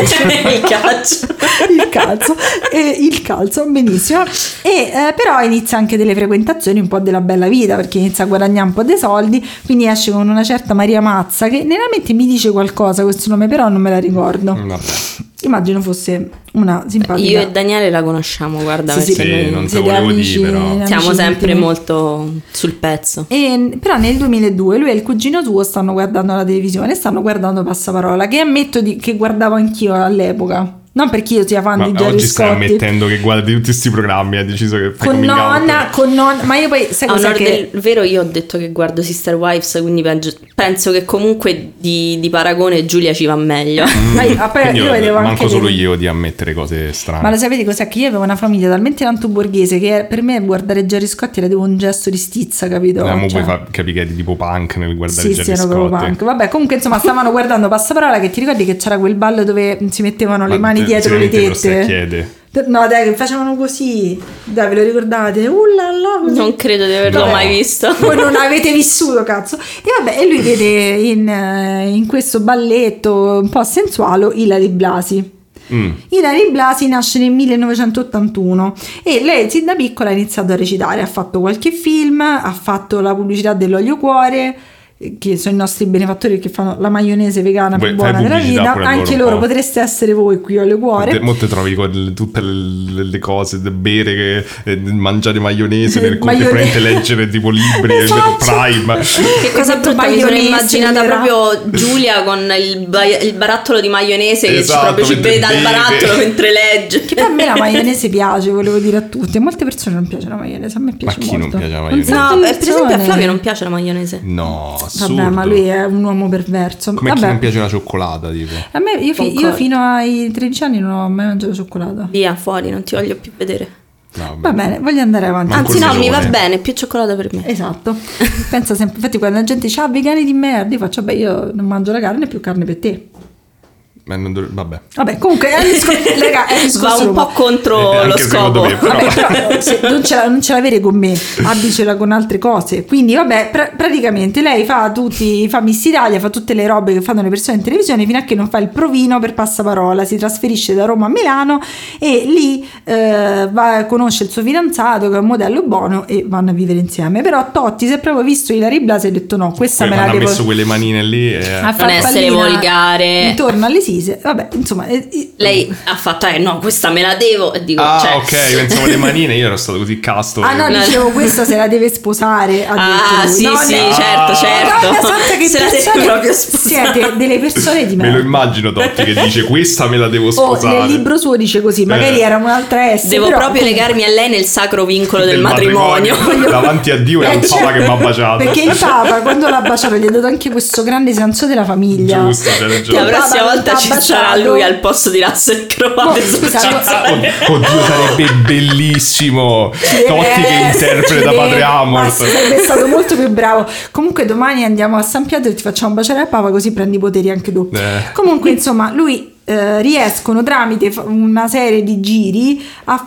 il calcio, benissimo. E però inizia anche delle frequentazioni un po' della bella vita, perché inizia a guadagnare un po' dei soldi, quindi esce con una certa Maria Mazza, che nella mente mi dice qualcosa questo nome, però non me la ricordo. Immagino fosse una simpatica. Io e Daniele la conosciamo, guarda, non te volevo dire, però siamo sempre molto sul pezzo. Però nel 2002 lui e il cugino suo stanno guardando la televisione, stanno guardando Passaparola, che ammetto che guardavo anch'io all'epoca. Non perché io sia fan di Gerry oggi Scotti. stai ammettendo che guardi tutti questi programmi, hai deciso che fai con nonna, ma io poi sai cosa che del vero, io ho detto che guardo Sister Wives, quindi penso che comunque di paragone Giulia ci va meglio. Io vedevo anche manco solo io di ammettere cose strane. Ma lo sapete cos'è? Che io avevo una famiglia talmente tanto borghese che per me guardare Gerry Scotti era tipo un gesto di stizza, capito? Poi capi che eri tipo punk nel guardare Gerry Scotti. Punk. Vabbè, comunque insomma stavano guardando Passaparola, che ti ricordi che c'era quel ballo dove si mettevano le mani dietro le Sicuramente tette. No dai, che facevano così, dai, ve lo ricordate? Così. Non credo di averlo mai visto. Voi non avete vissuto, cazzo. E vabbè, e lui vede in questo balletto un po' sensuale Ilary Blasi. Ilary Blasi nasce nel 1981 e lei sin da piccola ha iniziato a recitare, ha fatto qualche film, ha fatto la pubblicità dell'olio cuore, che sono i nostri benefattori che fanno la maionese vegana più buona della vita. Anche loro potreste essere voi qui olio cuore. Molte trovi tutte le cose da bere, mangiare maionese per contemporaneamente leggere tipo libri Prime. Che cosa brutta, mi sono immaginata proprio Giulia con il barattolo di maionese che proprio ci vede dal barattolo mentre legge. Che a me la maionese piace, volevo dire a tutti. A molte persone non piace la maionese, a me piace molto. Ma chi non piace la maionese? No, per esempio a Flavio non piace la maionese. No, vabbè, ma lui è un uomo perverso. Come chi non piace la cioccolata, tipo. A me, io fino ai 13 anni non ho mai mangiato cioccolata. Via, fuori, non ti voglio più vedere. No, va bene, voglio andare avanti. Anzi no, mi va bene, più cioccolata per me. Esatto. Pensa sempre, infatti quando la gente dice vegani di merda, io faccio io non mangio la carne, più carne per te. Vabbè, comunque va un po' contro lo scopo. Me, però. non ce l'avere con me, abicela con altre cose. Quindi vabbè, praticamente lei fa Miss Italia, fa tutte le robe che fanno le persone in televisione fino a che non fa il provino per passaparola. Si trasferisce da Roma a Milano e lì conosce il suo fidanzato che è un modello buono e vanno a vivere insieme. Però Totti si è proprio visto Ilary Blasi e ha detto no, questa me la devo. Ha messo quelle manine lì a non essere volgare intorno alle sise. Vabbè, insomma, lei ha fatto no, questa me la devo e dico ok, pensavo le manine, io ero stato così casto. Dicevo questa se la deve sposare, sì, certo che se la deve proprio sposare. Siete delle persone di merda. Me lo immagino Totti che dice questa me la devo sposare. Nel libro suo dice così, magari era un'altra S. Devo proprio legarmi a lei nel sacro vincolo del matrimonio. Davanti a Dio e al Papa che mi ha baciato. Perché il Papa quando l'ha baciato gli ha dato anche questo grande senso della famiglia. Giusto, c'è ragione. La prossima volta ci sarà lui al posto di Russell Crowe. Oddio, sarebbe bellissimo. Totti che interpreta Padre Amor. Sarebbe stato molto più bravo. Comunque domani andiamo a San Pietro e ti facciamo baciare al Papa, così prendi i poteri anche tu. Comunque insomma lui riescono tramite una serie di giri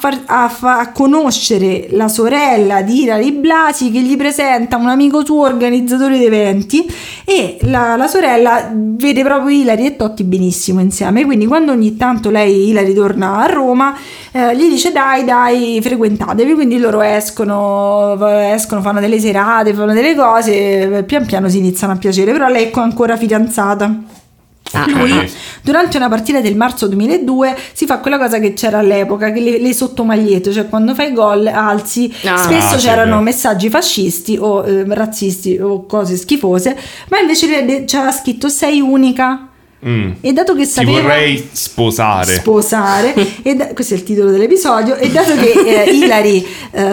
a conoscere la sorella di Ilary Blasi, che gli presenta un amico suo organizzatore di eventi, e la sorella vede proprio Ilary e Totti benissimo insieme. Quindi quando ogni tanto Ilary torna a Roma gli dice dai frequentatevi, quindi loro escono, fanno delle serate, fanno delle cose, pian piano si iniziano a piacere, però lei è ancora fidanzata. Lui durante una partita del marzo 2002 si fa quella cosa che c'era all'epoca, che le sottomagliette, cioè quando fai gol alzi, spesso c'erano messaggi fascisti o razzisti o cose schifose, ma invece c'era scritto sei unica. E dato che sapeva, ti vorrei sposare questo è il titolo dell'episodio, e dato che Ilary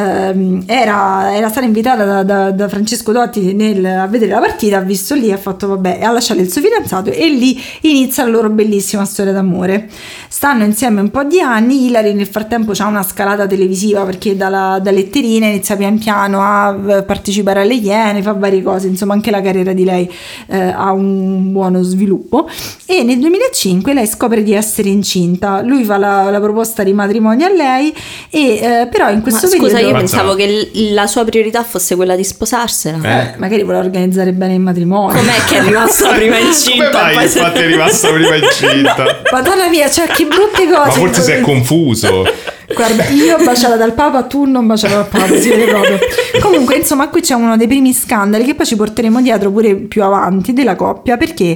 era stata invitata da Francesco Totti a vedere la partita, ha visto lì, ha fatto vabbè, ha lasciato il suo fidanzato e lì inizia la loro bellissima storia d'amore. Stanno insieme un po' di anni. Ilary nel frattempo ha una scalata televisiva, perché da letterina inizia pian piano a partecipare alle Iene, fa varie cose, insomma anche la carriera di lei ha un buono sviluppo. E nel 2005 lei scopre di essere incinta. Lui fa la proposta di matrimonio a lei, e però in questo periodo... Scusa, io pensavo che la sua priorità fosse quella di sposarsela. Magari voleva organizzare bene il matrimonio. Com'è che è rimasta prima incinta? Come mai infatti è rimasta prima incinta? Madonna mia, cioè che brutte cose. Ma forse si è confuso. Guarda, io baciata dal Papa, tu non baciata dal Papa, si vede proprio. Comunque, insomma, qui c'è uno dei primi scandali che poi ci porteremo dietro pure più avanti della coppia, perché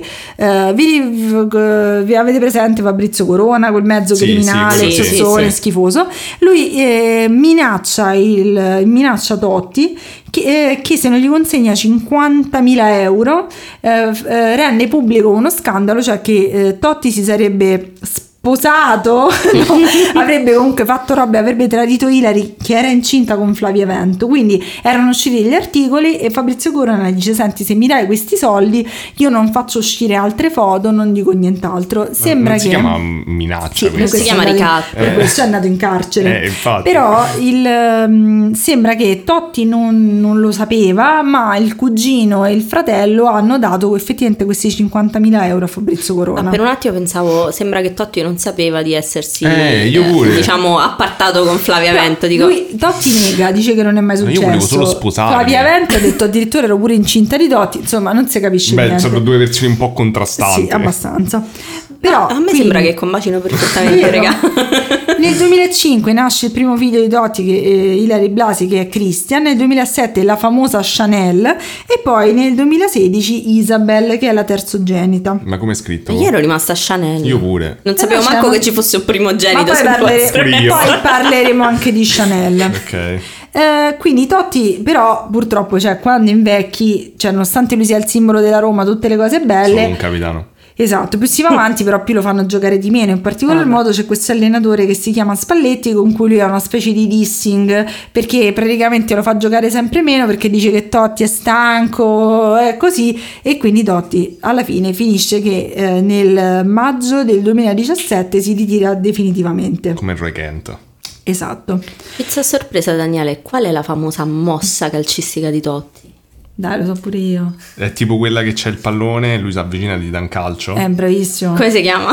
vi avete presente Fabrizio Corona, quel mezzo criminale, sozzone, schifoso. Lui minaccia Totti che se non gli consegna 50.000 euro rende pubblico uno scandalo, cioè che Totti si sarebbe sposato, avrebbe comunque fatto robe, avrebbe tradito Ilary, che era incinta con Flavia Vento. Quindi erano usciti gli articoli e Fabrizio Corona dice: senti, se mi dai questi soldi io non faccio uscire altre foto, non dico nient'altro. Sembra non che si chiama minaccia, si chiama ricatto, per questo è andato in carcere. Infatti. Però sembra che Totti non lo sapeva, ma il cugino e il fratello hanno dato effettivamente questi 50.000 euro a Fabrizio Corona. Per un attimo pensavo, sembra che Totti non non sapeva di essersi io pure. diciamo appartato con Flavia Vento. Dico, Lui Totti nega, dice che non è mai successo. Io volevo solo sposarmi. Flavia Vento ha detto addirittura ero pure incinta di Totti, insomma non si capisce niente. Sono due versioni un po' contrastanti. Sì, abbastanza. Però a me sembra che combacino perfettamente, raga. Nel 2005 nasce il primo figlio di Totti, Ilary Blasi, che è Christian. Nel 2007 la famosa Chanel. E poi nel 2016 Isabel, che è la terzogenita. Ma come è scritto? Io ero rimasta Chanel. Io pure. Non sapevo no, manco Chanel. che ci fosse un primogenito. Ma poi parleremo anche di Chanel. Ok. Quindi Totti però purtroppo, cioè, quando invecchi, cioè, nonostante lui sia il simbolo della Roma, tutte le cose belle, Sono un capitano. esatto, più si va avanti però più lo fanno giocare di meno. In particolar modo c'è questo allenatore che si chiama Spalletti, con cui lui ha una specie di dissing, perché praticamente lo fa giocare sempre meno, perché dice che Totti è stanco, è così, e quindi Totti alla fine finisce che nel maggio del 2017 si ritira definitivamente. Come Roy Kent. Esatto. Pizza sorpresa, Daniele, qual è la famosa mossa calcistica di Totti? Dai, lo so pure io. È tipo quella che c'è il pallone e lui si avvicina e gli dà un calcio. Bravissimo. Come si chiama?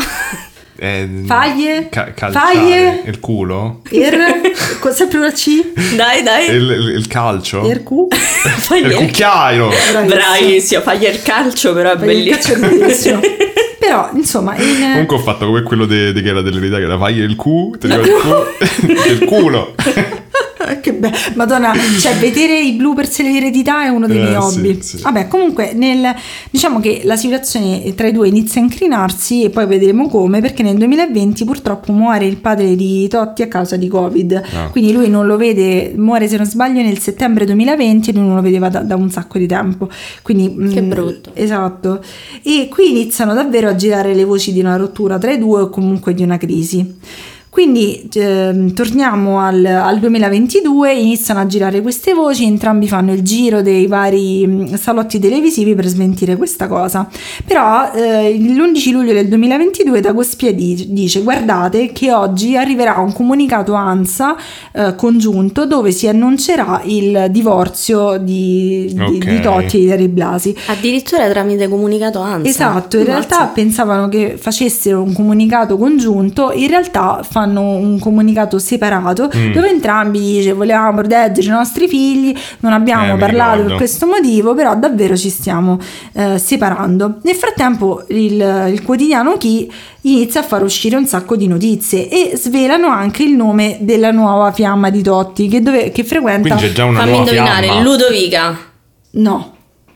Faglie? Calciare. Faglie? Il culo? Sempre una C? Dai. Il calcio? Il Q? Il cucchiaio. Bravissimo, fagli il calcio, però è bellissimo. Però insomma comunque ho fatto come quello che era dell'eredità, che era fagli il Q, ti ricordi il culo. Che bello, Madonna, cioè vedere i bloopers dell'eredità è uno dei miei hobby. Sì. Vabbè, comunque diciamo che la situazione tra i due inizia a incrinarsi, e poi vedremo come, perché nel 2020 purtroppo muore il padre di Totti a causa di Covid. Quindi lui non lo vede, muore se non sbaglio nel settembre 2020, e lui non lo vedeva da un sacco di tempo. Quindi che brutto. Esatto. E qui iniziano davvero a girare le voci di una rottura tra i due, o comunque di una crisi. Quindi torniamo al 2022, iniziano a girare queste voci, entrambi fanno il giro dei vari salotti televisivi per smentire questa cosa. Però l'11 luglio del 2022 Dagospia dice: guardate che oggi arriverà un comunicato ANSA congiunto dove si annuncerà il divorzio di Totti e di Ilary Blasi. Addirittura tramite comunicato ANSA. Esatto, in realtà pensavano che facessero un comunicato congiunto, in realtà fanno un comunicato separato dove entrambi dice: vogliamo proteggere i nostri figli, non abbiamo parlato per questo motivo, però davvero ci stiamo separando. Nel frattempo il quotidiano Chi inizia a far uscire un sacco di notizie, e svelano anche il nome della nuova fiamma di Totti che frequenta. Quindi c'è già una Fammi nuova indovinare, fiamma. Ludovica. No.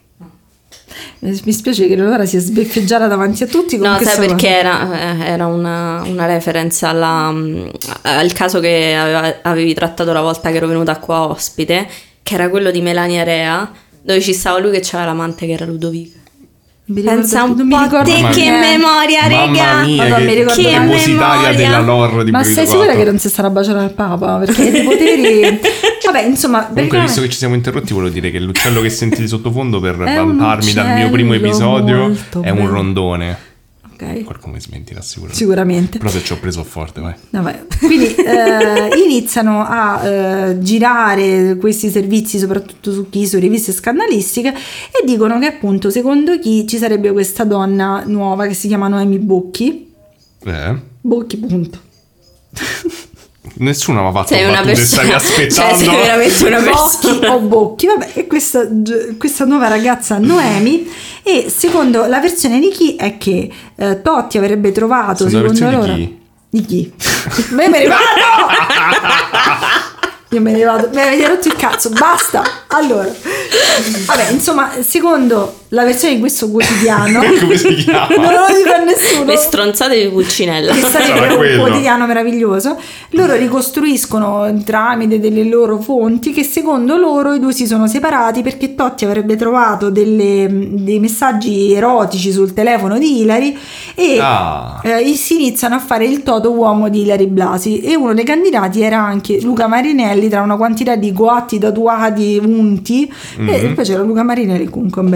Mi spiace che allora sia sbeffeggiata davanti a tutti. No, sai perché era una reference al caso che avevi trattato la volta che ero venuta qua ospite, che era quello di Melania Rea, dove ci stava lui che c'aveva l'amante che era Ludovica. Pensa un po' te che memoria, Mamma regà. mia, Madonna, che depositaria della lore di Ma Burrito sei sicura 4? che non si sarà baciata al Papa? Perché i poteri. Vabbè, insomma. Comunque, visto che ci siamo interrotti, volevo dire che l'uccello che sentite sottofondo per È un vantarmi dal mio primo uccello episodio molto è un bello. rondone. Ok. Qualcuno mi smentirà Sicuramente. Però se ci ho preso forte, vai. Vabbè. Quindi iniziano a girare questi servizi, soprattutto su Chi, su riviste scandalistiche, e dicono che appunto secondo Chi ci sarebbe questa donna nuova che si chiama Noemi Bocchi. Bocchi, punto. Nessuno mi ha fatto Sei una battute, persona, stavi aspettando. Cioè, sei veramente una Bocchi persona. o Bocchi, vabbè, e questa nuova ragazza Noemi, e secondo la versione di Chi è che Totti avrebbe trovato, Secondo la secondo versione loro di Chi? Me ne vado! Io me ne vado, mi avete rotto il cazzo, basta. Allora, vabbè, insomma, secondo la versione di questo quotidiano, Come si chiama? non lo dico a nessuno, Le stronzate di Pulcinella. che sarebbe Sarà un quello. quotidiano meraviglioso, loro ricostruiscono tramite delle loro fonti che secondo loro i due si sono separati perché Totti avrebbe trovato dei messaggi erotici sul telefono di Ilary, e si iniziano a fare il toto uomo di Ilary Blasi, e uno dei candidati era anche Luca Marinelli, tra una quantità di goatti, tatuati, unti, e poi c'era Luca Marinelli, comunque un bell'uomo.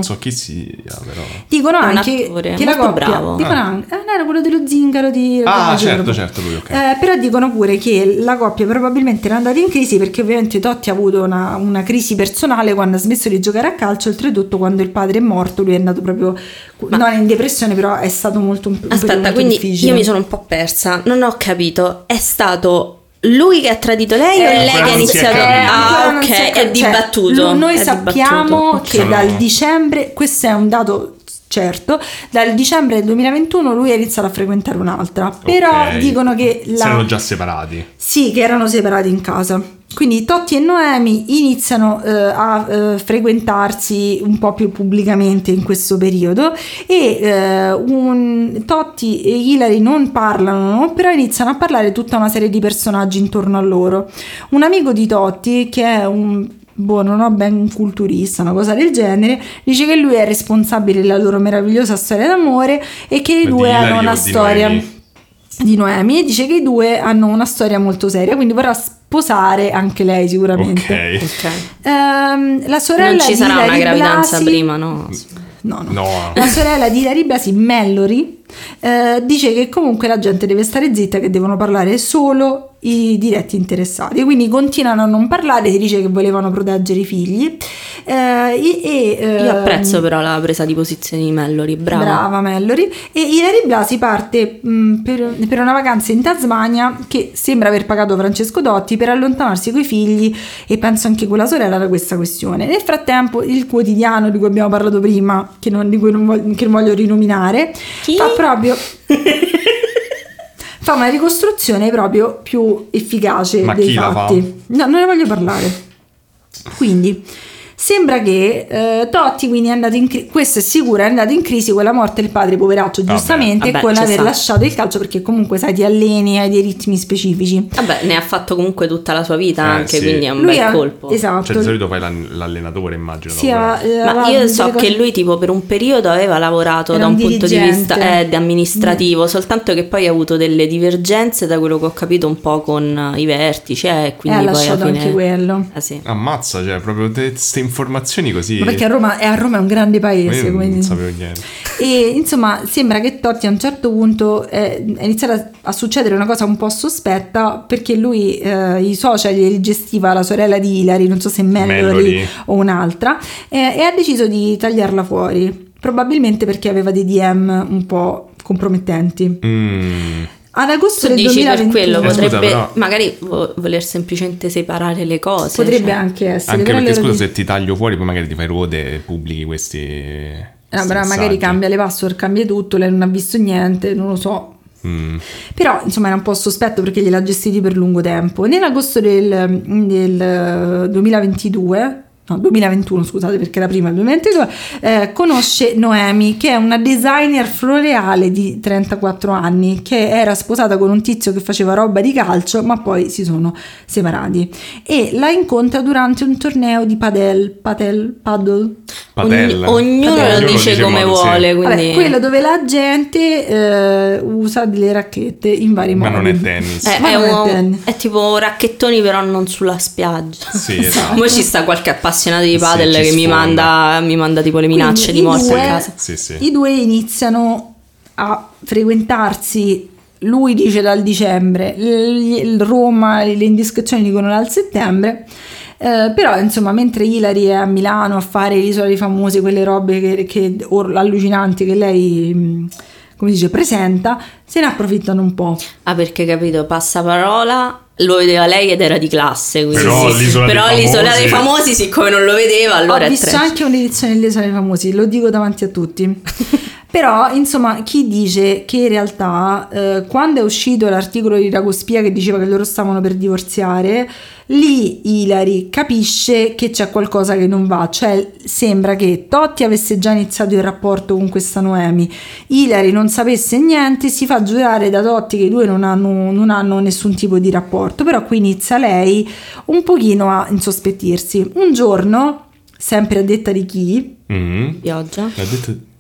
so chi sia, però. Dicono È un anche attore, che la molto coppia bravo. dicono anche, era quello dello zingaro di certo, lui, ok. Però dicono pure che la coppia probabilmente era andata in crisi perché ovviamente Totti ha avuto una crisi personale quando ha smesso di giocare a calcio, oltretutto quando il padre è morto lui è andato proprio non in depressione, però è stato molto un periodo Aspetta, molto quindi difficile. io mi sono un po' persa, non ho capito, è stato lui che ha tradito lei o lei che ha non si è iniziato? capito. Ah, Non ok, si è è dibattuto. Noi è sappiamo dibattuto. che Sono- dal dicembre, questo è un dato certo, dal dicembre del 2021 lui ha iniziato a frequentare un'altra, però Ok. dicono che Si erano già separati. sì, che erano separati in casa. Quindi Totti e Noemi iniziano a frequentarsi un po' più pubblicamente in questo periodo e Totti e Hilary non parlano, però iniziano a parlare tutta una serie di personaggi intorno a loro. Un amico di Totti, che è non ho ben un culturista, una cosa del genere, dice che lui è responsabile della loro meravigliosa storia d'amore e che i Ma due di Hilary hanno o una di storia Noemi? di Noemi, e dice che i due hanno una storia molto seria, quindi vorrà sposare anche lei sicuramente. Ok. Ok. La sorella Non ci di sarà una Hilary gravidanza Blasi- prima, no? No. No. La sorella di Hilary Blasi, Mallory, dice che comunque la gente deve stare zitta, che devono parlare solo i diretti interessati, quindi continuano a non parlare. Si dice che volevano proteggere i figli. Io apprezzo però la presa di posizione di Mallory, brava. Mallory. E Hilary Blasi parte per una vacanza in Tasmania, che sembra aver pagato Francesco Totti per allontanarsi coi figli e penso anche con la sorella da questa questione. Nel frattempo il quotidiano di cui abbiamo parlato prima, che non voglio rinominare, Chi? fa proprio fa una ricostruzione proprio più efficace Ma dei chi la fatti. fa? No, non ne voglio parlare. Quindi sembra che Totti quindi è andato in crisi, questo è sicuro, è andato in crisi con la morte del padre, poveraccio, giustamente, Vabbè, con ci aver sta. lasciato il calcio, perché comunque sai ti alleni, hai dei ritmi specifici. Vabbè, ne ha fatto comunque tutta la sua vita anche, sì. quindi è un Lui bel colpo. esatto. Cioè di solito fai l'allenatore, immagino. Sì, dopo. Ma io so che lui tipo per un periodo aveva lavorato Era da un un punto di dirigente. vista amministrativo, soltanto che poi ha avuto delle divergenze, da quello che ho capito, un po' con i vertici, e E quindi ha poi lasciato alla fine... anche quello. Sì. Ammazza, cioè proprio queste informazioni così. Ma perché a Roma è un grande Ma paese, io quindi non sapevo niente. E insomma sembra che Totti a un certo punto è iniziata a succedere una cosa un po' sospetta, perché lui i social li gestiva la sorella di Hilary, non so se Mallory o un'altra, e ha deciso di tagliarla fuori, probabilmente perché aveva dei DM un po' compromettenti. Ad agosto Tu del dici per 2021 quello scusa, potrebbe però- magari voler semplicemente separare le cose. potrebbe cioè. anche essere, Anche però perché loro scusa, se ti taglio fuori poi magari ti fai ruote e pubblichi questi però magari messaggi. cambia le password, cambia tutto, lei non ha visto niente, non lo so. Però insomma era un po' sospetto perché gliel'ha gestiti per lungo tempo. Nell'agosto del 2022, no 2021 scusate, perché era prima del 2022, conosce Noemi, che è una designer floreale di 34 anni che era sposata con un tizio che faceva roba di calcio, ma poi si sono separati, e la incontra durante un torneo di paddle. Padella. Ognuno Padella. lo dice Ognuno come dice modo, vuole, sì. quindi... Vabbè, quello dove la gente usa delle racchette in vari Ma modi. non è tennis. Ma non è tennis. È tipo racchettoni però non sulla spiaggia. Sì, esatto. Poi ci sta qualche appassionato di Sì, padel ci che mi sfonda. manda tipo le minacce Quindi di morte i due- a casa. Sì. I due iniziano a frequentarsi, lui dice dal dicembre, il Roma, le indiscrezioni dicono dal settembre. Però insomma, mentre Hilary è a Milano a fare l'Isola dei Famosi, quelle robe allucinanti che lei come si dice presenta, se ne approfittano un po'. Ah, perché capito, passaparola lo vedeva lei ed era di classe, quindi Però sì. l'Isola dei Però Famosi- l'Isola dei Famosi, siccome non lo vedeva, allora Ho è visto trash. anche un'edizione dell'Isola dei Famosi, lo dico davanti a tutti. Però insomma, chi dice che in realtà quando è uscito l'articolo di Ragospia che diceva che loro stavano per divorziare, lì Hilary capisce che c'è qualcosa che non va, cioè sembra che Totti avesse già iniziato il rapporto con questa Noemi, Hilary non sapesse niente, si fa giurare da Totti che i due non hanno nessun tipo di rapporto, però qui inizia lei un pochino a insospettirsi. Un giorno, sempre a detta di chi, Pioggia. L'ha detto...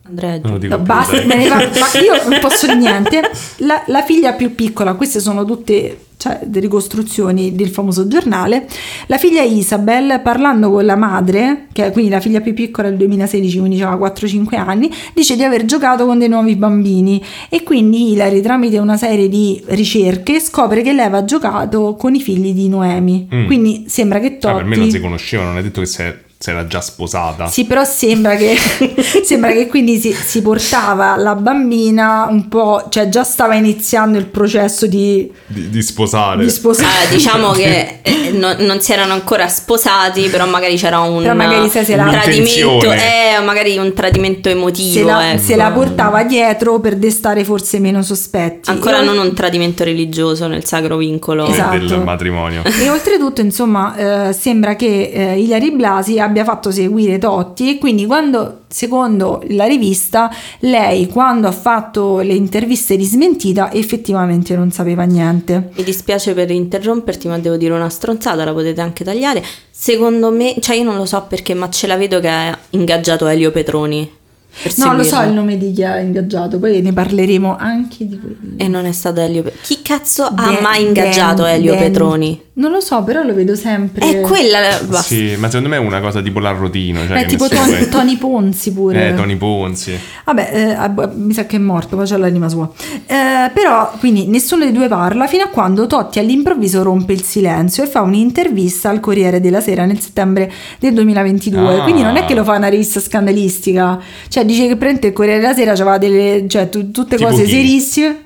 Andrea, Non lo dico più, Basta, dai. me ne va, ma io non posso dire niente. La figlia più piccola, queste sono tutte delle ricostruzioni del famoso giornale. La figlia Isabel, parlando con la madre, che è quindi la figlia più piccola del 2016, quindi aveva 4-5 anni, dice di aver giocato con dei nuovi bambini, e quindi Hilary, tramite una serie di ricerche, scopre che lei aveva giocato con i figli di Noemi. Quindi sembra che Totti... Per me non si conoscevano, non è detto che si era già sposata. Sì, però sembra che quindi si portava la bambina un po', cioè già stava iniziando il processo di sposare. diciamo che non si erano ancora sposati, però magari c'era un tradimento, magari un tradimento emotivo. Se la portava dietro per destare forse meno sospetti. Ancora non un tradimento religioso nel sacro vincolo del matrimonio. E oltretutto, insomma, sembra che Hilary Blasi abbia fatto seguire Totti, e quindi secondo la rivista, lei quando ha fatto le interviste di smentita effettivamente non sapeva niente. Mi dispiace per interromperti, ma devo dire una stronzata, la potete anche tagliare. Secondo me, cioè io non lo so perché, ma ce la vedo che ha ingaggiato Elio Petroni. No, lo so il nome di chi ha ingaggiato, poi ne parleremo anche di quello. E non è stato Elio Petroni. Chi cazzo ha mai ingaggiato Elio Petroni? Non lo so, però lo vedo sempre. È quella. Sì, ma secondo me è una cosa tipo l'Arrotino. Cioè tipo Tony Ponzi pure. Tony Ponzi. Vabbè, mi sa che è morto, poi c'è l'anima sua. Però, quindi nessuno dei due parla fino a quando Totti all'improvviso rompe il silenzio e fa un'intervista al Corriere della Sera nel settembre del 2022. Quindi non è che lo fa una rivista scandalistica. Cioè, dice che prende il Corriere della Sera, c'aveva tutte tipo cose chi? serissime.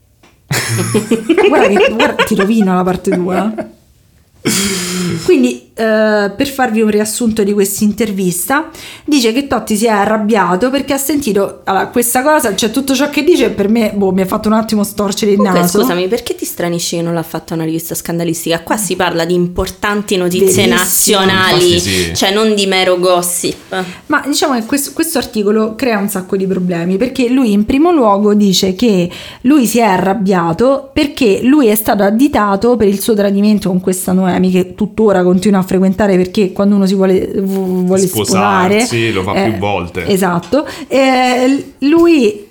guarda, ti rovino la parte 2. Quindi per farvi un riassunto di questa intervista, dice che Totti si è arrabbiato perché ha sentito questa cosa, cioè tutto ciò che dice per me mi ha fatto un attimo storcere il naso. Scusami, perché ti stranisci che non l'ha fatta una rivista scandalistica? Qua si parla di importanti notizie nazionali. Infatti, sì. Cioè non di mero gossip. Ma diciamo che questo articolo crea un sacco di problemi, perché lui in primo luogo dice che lui si è arrabbiato perché lui è stato additato per il suo tradimento con questa Noemi, che tuttora continua a frequentare, perché quando uno si vuole sposare lo fa più volte. Esatto. Lui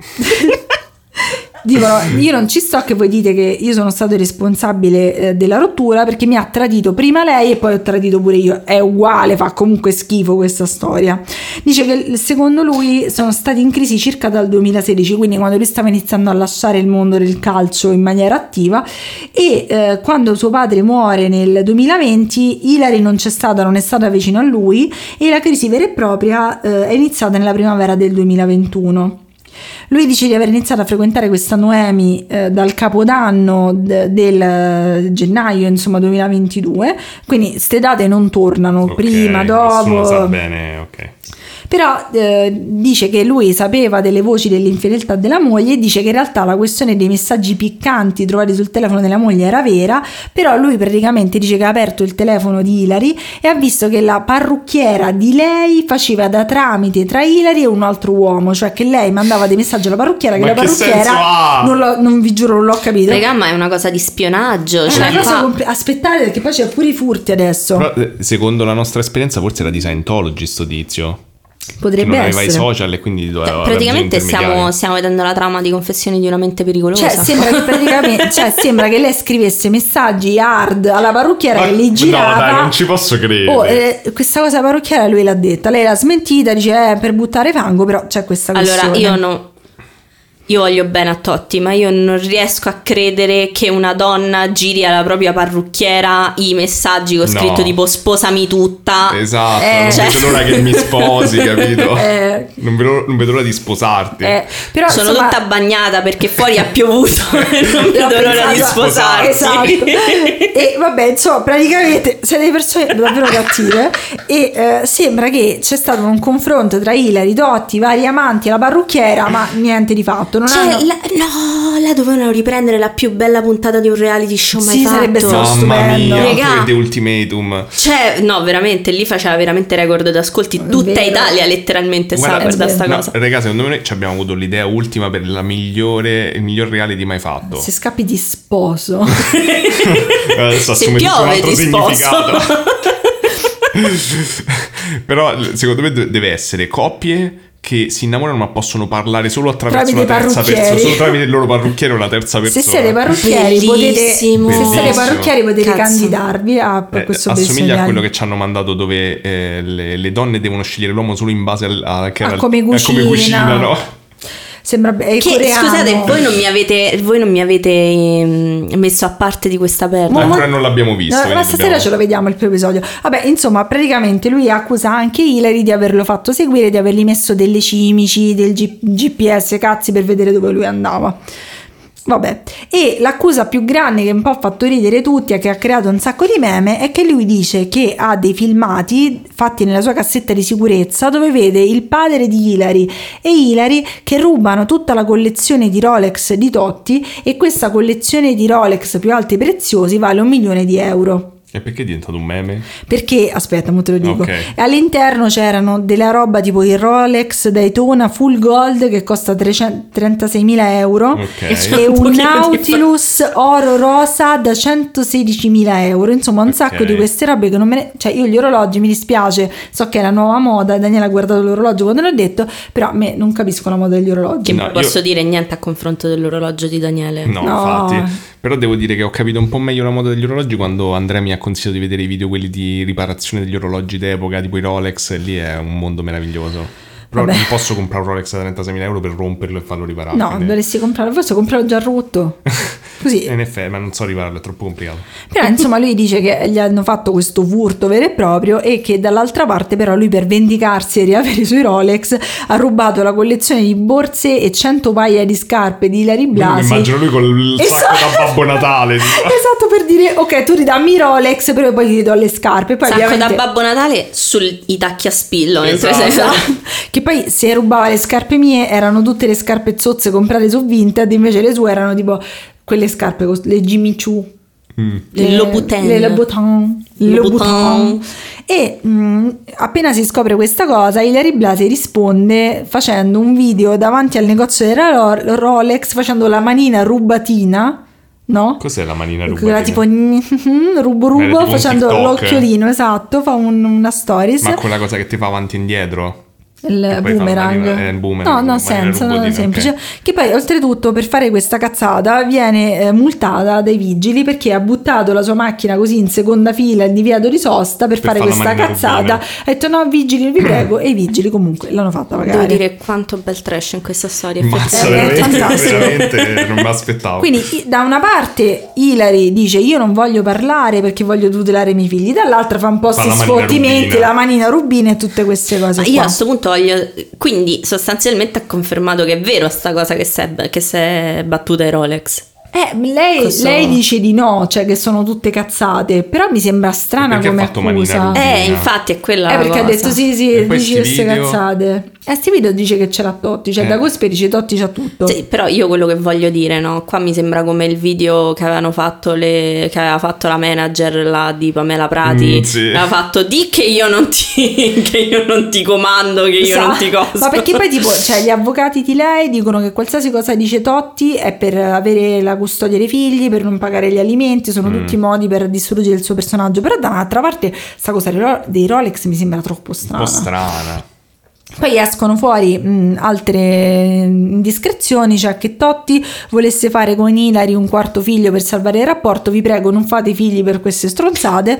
dicono: io non ci sto che voi dite che io sono stato responsabile della rottura, perché mi ha tradito prima lei e poi ho tradito pure io. È uguale, fa comunque schifo questa storia. Dice che secondo lui sono stati in crisi circa dal 2016, quindi quando lui stava iniziando a lasciare il mondo del calcio in maniera attiva, e quando suo padre muore nel 2020 Hilary non è stata vicino a lui, e la crisi vera e propria è iniziata nella primavera del 2021. Lui dice di aver iniziato a frequentare questa Noemi dal capodanno del gennaio, insomma, 2022, quindi ste date non tornano, prima, dopo. Nessuno sa bene, ok. Però dice che lui sapeva delle voci dell'infedeltà della moglie, e dice che in realtà la questione dei messaggi piccanti trovati sul telefono della moglie era vera, però lui praticamente dice che ha aperto il telefono di Hilary e ha visto che la parrucchiera di lei faceva da tramite tra Hilary e un altro uomo, cioè che lei mandava dei messaggi alla parrucchiera, che la parrucchiera non vi giuro, non l'ho capito. Raga, ma è una cosa di spionaggio, è una cosa aspettate, perché poi c'è pure i furti adesso. Però, secondo la nostra esperienza forse era di Scientology sto tizio. Potrebbe non essere. aveva i social e quindi doveva praticamente stiamo vedendo la trama di Confessioni di una mente pericolosa. Cioè sembra che praticamente sembra che lei scrivesse messaggi hard alla parrucchiera che li girava. No dai, non ci posso credere. Questa cosa la parrucchiera lui l'ha detta, lei l'ha smentita, dice per buttare fango, però c'è questa questione. Allora io voglio bene a Totti, ma io non riesco a credere che una donna giri alla propria parrucchiera i messaggi con scritto tipo sposami tutta. Esatto, non vedo l'ora che mi sposi, capito? Non vedo l'ora di sposarti. Però sono tutta bagnata perché fuori ha piovuto e non vedo l'ora di sposarti. Esatto. E vabbè, insomma, praticamente siete delle persone davvero cattive, e sembra che c'è stato un confronto tra Hilary, Totti, vari amanti alla parrucchiera, ma niente di fatto. La dovevano riprendere la più bella puntata di un reality show mai fatto. Sarebbe stato Mamma stupendo. mia, The Ultimatum. Cioè, no, veramente, lì faceva veramente record d'ascolti. Tutta Italia letteralmente stava guardando sta cosa. Raga, secondo me ci abbiamo avuto l'idea ultima per il miglior reality mai fatto. Se scappi di sposo. Adesso assume tutto un altro significato. Però secondo me deve essere coppie che si innamorano ma possono parlare solo attraverso Tramite una terza parrucchieri. persona, solo tramite il loro parrucchiere o una terza persona. Se siete parrucchieri Bellissimo. potete Cazzo. candidarvi a questo bellissimo assomiglia a reality. quello che ci hanno mandato dove le donne devono scegliere l'uomo solo in base a come cucina. no? Sembra è Che, coreano. scusate, voi non mi avete messo a parte di questa perla. Ancora non l'abbiamo visto. No, quindi ma stasera dobbiamo- ce lo vediamo il primo episodio. Vabbè, insomma, praticamente lui accusa anche Hilary di averlo fatto seguire, di avergli messo delle cimici, del GPS, cazzi, per vedere dove lui andava. Vabbè, e l'accusa più grande che un po' ha fatto ridere tutti e che ha creato un sacco di meme è che lui dice che ha dei filmati fatti nella sua cassetta di sicurezza dove vede il padre di Hilary e Hilary che rubano tutta la collezione di Rolex di Totti, e questa collezione di Rolex più alti e preziosi vale 1 milione di euro. E perché è diventato un meme? Perché, aspetta, mo te lo dico. Ok. All'interno c'erano della roba tipo il Rolex Daytona Full Gold che costa 36.000 euro Ok. e Un un pochino di Nautilus oro rosa da 116.000 euro. Insomma, un sacco di queste robe che non me ne... Cioè, io gli orologi, mi dispiace, so che è la nuova moda, Daniele ha guardato l'orologio quando l'ho detto, però a me non capisco la moda degli orologi. Che No, non posso io- dire niente a confronto dell'orologio di Daniele. No, No. infatti. Però devo dire che ho capito un po' meglio la moda degli orologi quando Andrea mi ha consigliato di vedere i video quelli di riparazione degli orologi d'epoca, tipo i Rolex, e lì è un mondo meraviglioso. Però Vabbè. non posso comprare un Rolex da 36.000 euro per romperlo e farlo riparare. No, quindi- dovresti comprarlo, forse comprarlo già rotto. Così. In effetti, ma non so ripararlo, è troppo complicato. Però insomma lui dice che gli hanno fatto questo furto vero e proprio e che dall'altra parte però lui, per vendicarsi e riavere i suoi Rolex, ha rubato la collezione di borse e 100 paia di scarpe di Ilary Mi Blasi. immagino lui col Esatto. sacco da Babbo Natale. tipo. Esatto, per dire ok, tu ridammi i Rolex però poi ti do le scarpe. Poi Sacco ovviamente... da Babbo Natale sui tacchi a spillo mentre sei Esatto. Che poi se rubava le scarpe mie erano tutte le scarpe zozze comprate su Vinted, invece le sue erano tipo quelle scarpe, le Jimmy Choo. Le Louboutin. Le Louboutin. Louboutin. E appena si scopre questa cosa, Ilary Blasi risponde facendo un video davanti al negozio della Rolex, facendo la manina rubatina, no? Cos'è la manina Quella rubatina? tipo rubo Era tipo un facendo TikTok. l'occhiolino, esatto, fa una stories. Ma quella cosa che ti fa avanti e indietro? Il Che poi fa boomerang. la manina- il boomerang, No, no, la senza, manina no, rubatina, semplice. ok. Che poi oltretutto per fare questa cazzata viene multata dai vigili perché ha buttato la sua macchina così in seconda fila in divieto di sosta per fare fare la questa manina cazzata. rubina. Ha detto no, vigili, vi prego, e i vigili comunque l'hanno fatta pagare. Devo dire quanto bel trash in questa storia. Mazza, effettivamente. fantastico. veramente non mi aspettavo. Quindi da una parte Hilary dice io non voglio parlare perché voglio tutelare i miei figli, dall'altra fa un po' Fa sti la manina sfottimenti, rubina. la manina rubina e tutte queste cose Ma io qua. a questo punto voglio. Quindi sostanzialmente ha confermato che è vero sta cosa che si è battuta ai Rolex. Lei dice di no, cioè che sono tutte cazzate, però mi sembra strana Perché ha come fatto manina accusa. rubina? Infatti è quella la Perché ha cosa. detto sì, E poi dici sti queste video? cazzate. Sti video dice che ce l'ha Totti, cioè da Cospe dice Totti c'ha tutto. Sì, però io quello che voglio dire, no? Qua mi sembra come il video che avevano fatto che aveva fatto la manager là di Pamela Prati. Sì. Aveva fatto di che io non ti che io non ti comando, che io non ti coso. Ma perché poi tipo, cioè gli avvocati di lei dicono che qualsiasi cosa dice Totti è per avere la custodia dei figli, per non pagare gli alimenti, sono tutti modi per distruggere il suo personaggio. Però da un'altra parte sta cosa dei Rolex mi sembra troppo Un strana. po' strana. Poi escono fuori altre indiscrezioni, cioè che Totti volesse fare con Hilary un quarto figlio per salvare il rapporto. Vi prego, non fate figli per queste stronzate.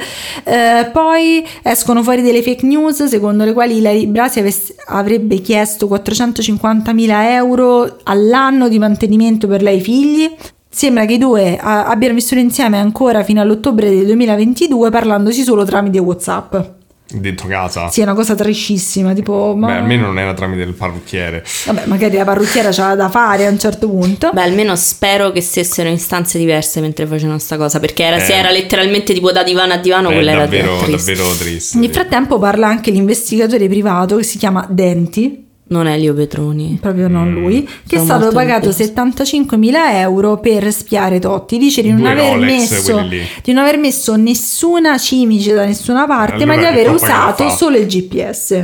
Poi escono fuori delle fake news secondo le quali Ilary Blasi avrebbe chiesto 450.000 euro all'anno di mantenimento per lei figli. Sembra che i due abbiano vissuto insieme ancora fino all'ottobre del 2022 parlandosi solo tramite WhatsApp. Dentro casa. Sì, è una cosa trashissima, tipo... Beh, almeno non era tramite il parrucchiere. Vabbè, magari la parrucchiera c'era da fare a un certo punto. Beh, almeno spero che stessero in stanze diverse mentre facevano sta cosa, perché se era letteralmente tipo da divano a divano, quella era davvero, triste. davvero triste. Nel frattempo parla anche l'investigatore privato che si chiama Denti, Non è Elio Petroni. proprio non lui, che è Sono stato molto pagato impresse. 75.000 euro per spiare Totti. Dice di non, Due aver Rolex, messo, quelli lì. di non aver messo nessuna cimice da nessuna parte, Allora ma di che aver colpa che usato ha fatto? solo il GPS.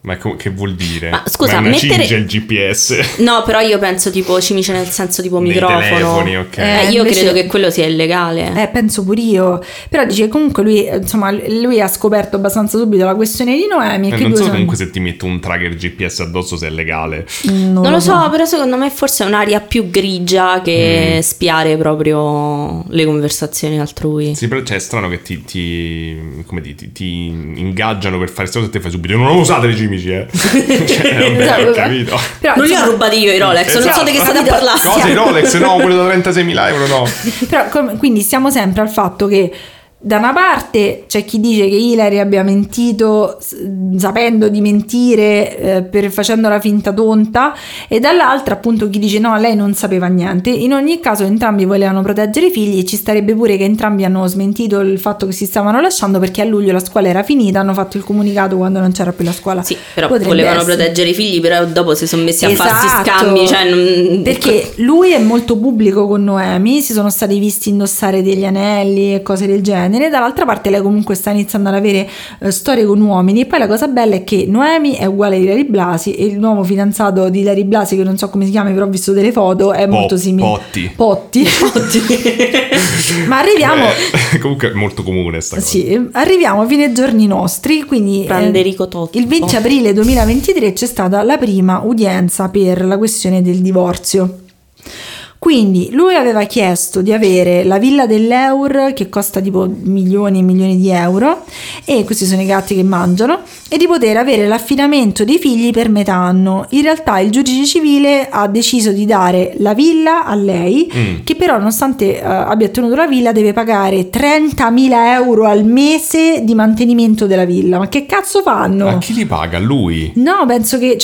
Ma che vuol dire? Ma scusa, ma mettere il GPS. No, però io penso tipo cimice nel senso tipo Nei microfono. telefoni, ok. Io invece- credo che quello sia illegale. Penso pure io. Però dice comunque lui ha scoperto abbastanza subito la questione di Noemi. E che Non due so sono- comunque se ti metto un tracker GPS addosso se è legale. Non lo so, però secondo me forse è un'aria più grigia che spiare proprio le conversazioni altrui. Sì, però è strano che ti ingaggiano per fare queste cose e te fai subito. Non usate le cimici, Cioè, vabbè, Esatto, ho capito. Però, Non li ho insomma, rubati io i Rolex, non so di che state parlando. Cosa i Rolex? No, quello da 36.000 euro no. però quindi stiamo sempre al fatto che da una parte c'è chi dice che Hillary abbia mentito sapendo di mentire, facendo la finta tonta, e dall'altra appunto chi dice no, lei non sapeva niente. In ogni caso entrambi volevano proteggere i figli, e ci starebbe pure che entrambi hanno smentito il fatto che si stavano lasciando, perché a luglio la scuola era finita, hanno fatto il comunicato quando non c'era più la scuola. Sì, però Potrebbe volevano essere. proteggere i figli, però dopo si sono messi a farsi Esatto. scambi, cioè perché lui è molto pubblico con Noemi, si sono stati visti indossare degli anelli e cose del genere. Dall'altra parte lei comunque sta iniziando ad avere storie con uomini, e poi la cosa bella è che Noemi è uguale a Ilary Blasi, e il nuovo fidanzato di Ilary Blasi, che non so come si chiama, però ho visto delle foto, è molto simile. Potti. Ma arriviamo Comunque è molto comune sta cosa. sì, arriviamo a fine giorni nostri, quindi Pranderico Totti. il 20 aprile 2023 c'è stata la prima udienza per la questione del divorzio. Quindi lui aveva chiesto di avere la villa dell'Eur, che costa tipo milioni e milioni di euro, e questi sono i gatti che mangiano, e di poter avere l'affidamento dei figli per metà anno. In realtà il giudice civile ha deciso di dare la villa a lei, che però nonostante abbia ottenuto la villa deve pagare 30.000 euro al mese di mantenimento della villa. Ma che cazzo fanno? Ma chi li paga? Lui? No, penso che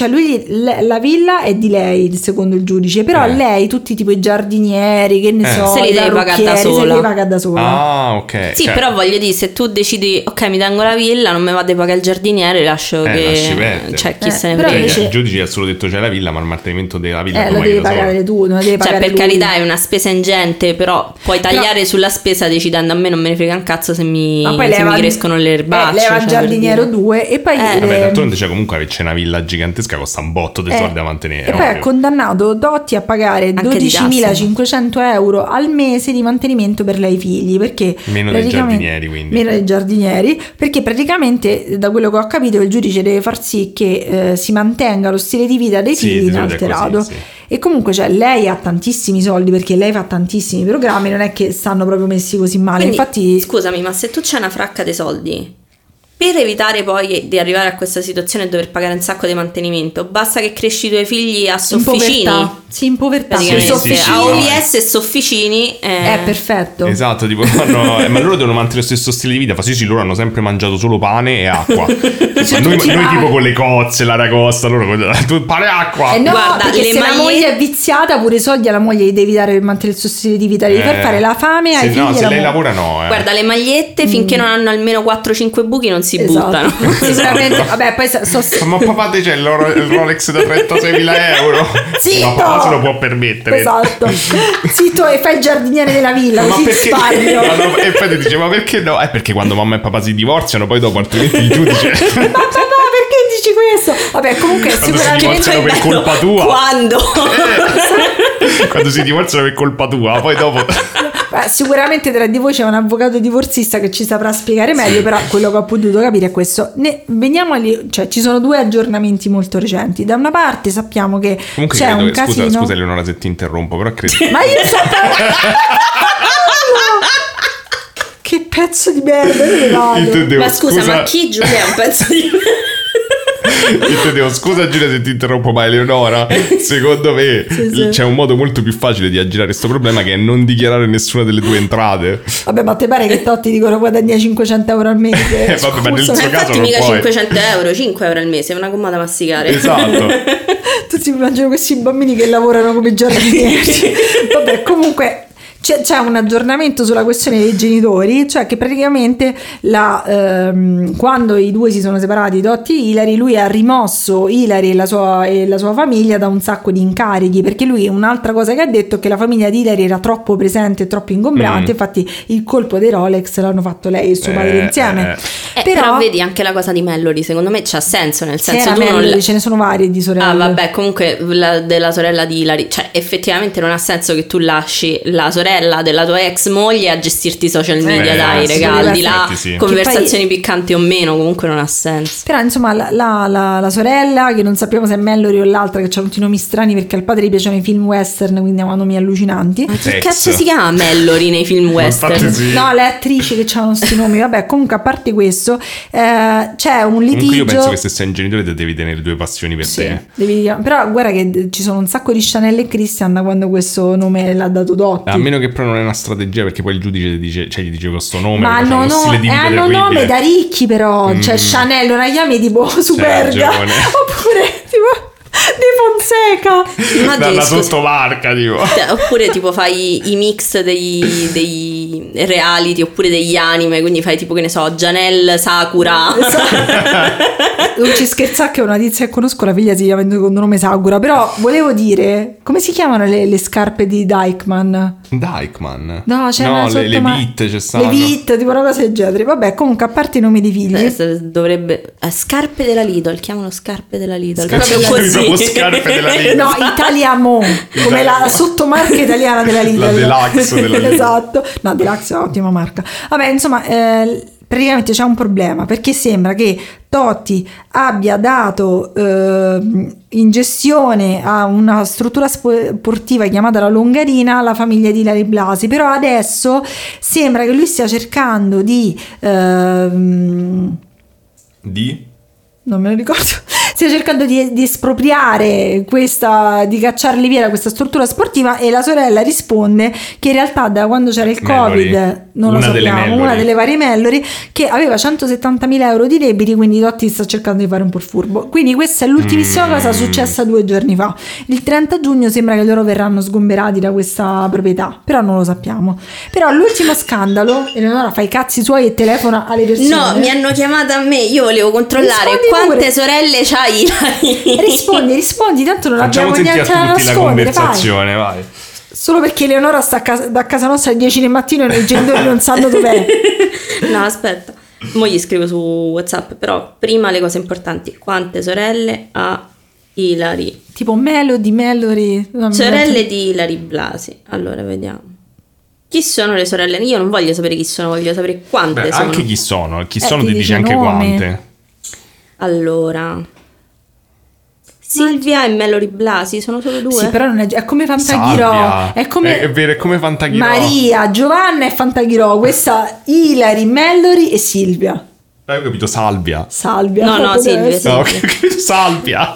la villa è di lei, secondo il giudice, però a lei tutti tipo i giardinieri, che ne so, Se li i deve pagare da parrucchieri, se sola. li paga da sola. Ah, ok. Sì, Cioè, però voglio dire, se tu decidi, ok, mi tengo la villa, non mi vado a pagare il giardiniere, lascio lasci che... perdere. Cioè, chi se ne però frega. invece- il giudice ha solo detto c'è la villa, ma il mantenimento della villa Lo paghi devi da sola. pagare tu, non lo devi Cioè, pagare per lui. carità è una spesa ingente, però puoi tagliare sulla spesa decidendo a me non me ne frega un cazzo se mi, Ma poi se mi leva- crescono le erbacce. leva cioè, il per giardiniero dire. 2 e poi Vabbè, d'altronde c'è comunque c'è una villa gigantesca, costa un botto di soldi da mantenere. e poi è ovvio. condannato Dotti a pagare Anche di 12.500 euro al mese di mantenimento per lei figli, perché Meno dei praticamente- giardinieri, quindi. meno dei giardinieri, perché praticamente da quello che ho capito il giudice deve far sì che si mantenga lo stile di vita dei Sì, figli di solito è inalterato. così, sì. E comunque cioè, lei ha tantissimi soldi, perché lei fa tantissimi programmi, non è che stanno proprio messi così male. Quindi, Infatti scusami, ma se tu c'hai una fracca dei soldi, per evitare poi di arrivare a questa situazione e dover pagare un sacco di mantenimento, basta che cresci i tuoi figli a in sofficini. povertà, sì, in povertà, Praticamente, sui sofficini. a OVS e sofficini. È perfetto. Esatto, tipo, ma loro devono mantenere lo stesso stile di vita. Fa sì, loro hanno sempre mangiato solo pane e acqua. Ma noi tipo con le cozze, l'aragosta, loro tu pane e acqua. No, Guarda, perché le se la magliette- moglie è viziata, pure i soldi alla moglie li devi dare per mantenere il suo stile di vita, devi far fare la fame ai se, figli. no, e se alla lei moglie. lavora no. Guarda, le magliette finché non hanno almeno 4-5 buchi non si Esatto. buttano. Sicuramente, vabbè, poi Ma papà te c'è il Rolex da 36.000 euro. Zitto! Ma papà se lo può permettere. Esatto. Zitto, e fai il giardiniere della villa, Ma così perché? risparmio. E poi ti dice ma perché no? È perché quando mamma e papà si divorziano poi dopo altrimenti il giudice Ma papà, perché dici questo? Vabbè, comunque Quando si sicuramente divorziano per colpa tua. Quando? Quando si divorziano per colpa tua. Poi dopo sicuramente tra di voi c'è un avvocato divorzista che ci saprà spiegare meglio, però quello che ho potuto capire è questo. Veniamo cioè ci sono due aggiornamenti molto recenti. Da una parte sappiamo che comunque c'è credo un che casino. scusa Eleonora se ti interrompo, però credo Ma io so che pezzo di merda, dove vado? intendevo, Ma scusa, ma chi Giulia è un pezzo di intendevo, scusa Giulia se ti interrompo, ma Eleonora, secondo me sì. c'è un modo molto più facile di aggirare questo problema, che è non dichiarare nessuna delle tue entrate. Vabbè, ma te pare che Totti dicono guadagna 500 euro al mese? Vabbè, ma nel Scusa. suo caso Infatti non mica puoi. 500 euro, 5 euro al mese, è una gomma da masticare. Esatto. Tutti immagino questi bambini che lavorano come giardinieri. Vabbè, comunque c'è un aggiornamento sulla questione dei genitori, cioè che praticamente quando i due si sono separati, Totti e Hilary, lui ha rimosso Hilary e la sua famiglia da un sacco di incarichi, perché lui, un'altra cosa che ha detto è che la famiglia di Hilary era troppo presente e troppo ingombrante, infatti il colpo dei Rolex l'hanno fatto lei e il suo padre insieme. Però vedi anche la cosa di Mallory, secondo me c'ha senso, nel senso tu Mallory, ce ne sono varie di sorelle. Vabbè, comunque della sorella di Hilary, cioè effettivamente non ha senso che tu lasci la sorella della tua ex moglie a gestirti i social media, dai regali, di là conversazioni piccanti o meno, comunque non ha senso. Però insomma la sorella, che non sappiamo se è Mallory o l'altra, che c'ha tutti i nomi strani perché al padre gli piacciono i film western, quindi hanno nomi allucinanti. Ma che cazzo si chiama Mallory nei film western? Sì. No, le attrici che hanno questi nomi. Vabbè, comunque a parte questo c'è un litigio. Comunque io penso che se sei un genitore devi tenere due passioni per te. Però guarda che ci sono un sacco di Chanel e Christian da quando questo nome l'ha dato Totti. A meno che però non è una strategia, perché poi il giudice gli dice questo nome. Ma hanno nome da ricchi, però cioè Chanel non la chiami tipo Superga oppure tipo Di Fonseca, dalla sottomarca tipo. Oppure tipo fai i mix dei reality oppure degli anime, quindi fai tipo, che ne so, Janelle Sakura. Non ci scherza, che una tizia che conosco, la figlia si chiama con nome Sakura. Però volevo dire, come si chiamano le scarpe di Dykman? No, c'è le Beat, c'è stato. Le Beat, tipo una cosa del genere. Vabbè, comunque a parte i nomi dei figli, dovrebbe scarpe della Lidl, chiamano scarpe della Lidl. Proprio scarpe della Lidl. No, Italiamo, come la sottomarca italiana della Lidl. La Deluxe della Lidl. Esatto. No, Deluxe è un'ottima marca. Vabbè, insomma, praticamente c'è un problema, perché sembra che Totti abbia dato in gestione a una struttura sportiva chiamata la Longarina alla famiglia di Ilary Blasi, però adesso sembra che lui stia cercando di non me lo ricordo, stia cercando di espropriare di cacciarli via da questa struttura sportiva, e la sorella risponde che in realtà da quando c'era il Covid, non lo sappiamo, una delle varie Mallory, che aveva 170.000 euro di debiti, quindi Totti sta cercando di fare un po' il furbo. Quindi questa è l'ultimissima cosa successa 2 giorni fa. Il 30 giugno sembra che loro verranno sgomberati da questa proprietà, però non lo sappiamo. Però l'ultimo scandalo, Eleonora fa i cazzi suoi e telefona alle persone. No, mi hanno chiamata a me, io volevo controllare quante sorelle c'hai. Rispondi, tanto non abbiamo niente da nascondere. La conversazione, vai. Solo perché Eleonora sta da casa nostra alle 10 del mattino e i genitori non sanno dov'è. No, aspetta, mo gli scrivo su WhatsApp. Però prima le cose importanti: quante sorelle ha Hilary? Tipo Mallory. Sorelle di Ilary Blasi. Allora vediamo. Chi sono le sorelle? Io non voglio sapere chi sono, voglio sapere quante sono. Anche chi sono ti dice anche quante. Allora, Silvia e Mallory Blasi sono solo 2. Sì, però non è come Fantaghirò. È vero, è come Fantaghirò. Maria, Giovanna e Fantaghirò. Questa Hilary, Mallory e Silvia. Ho capito Salvia. No, Silvia. No, ho capito Salvia.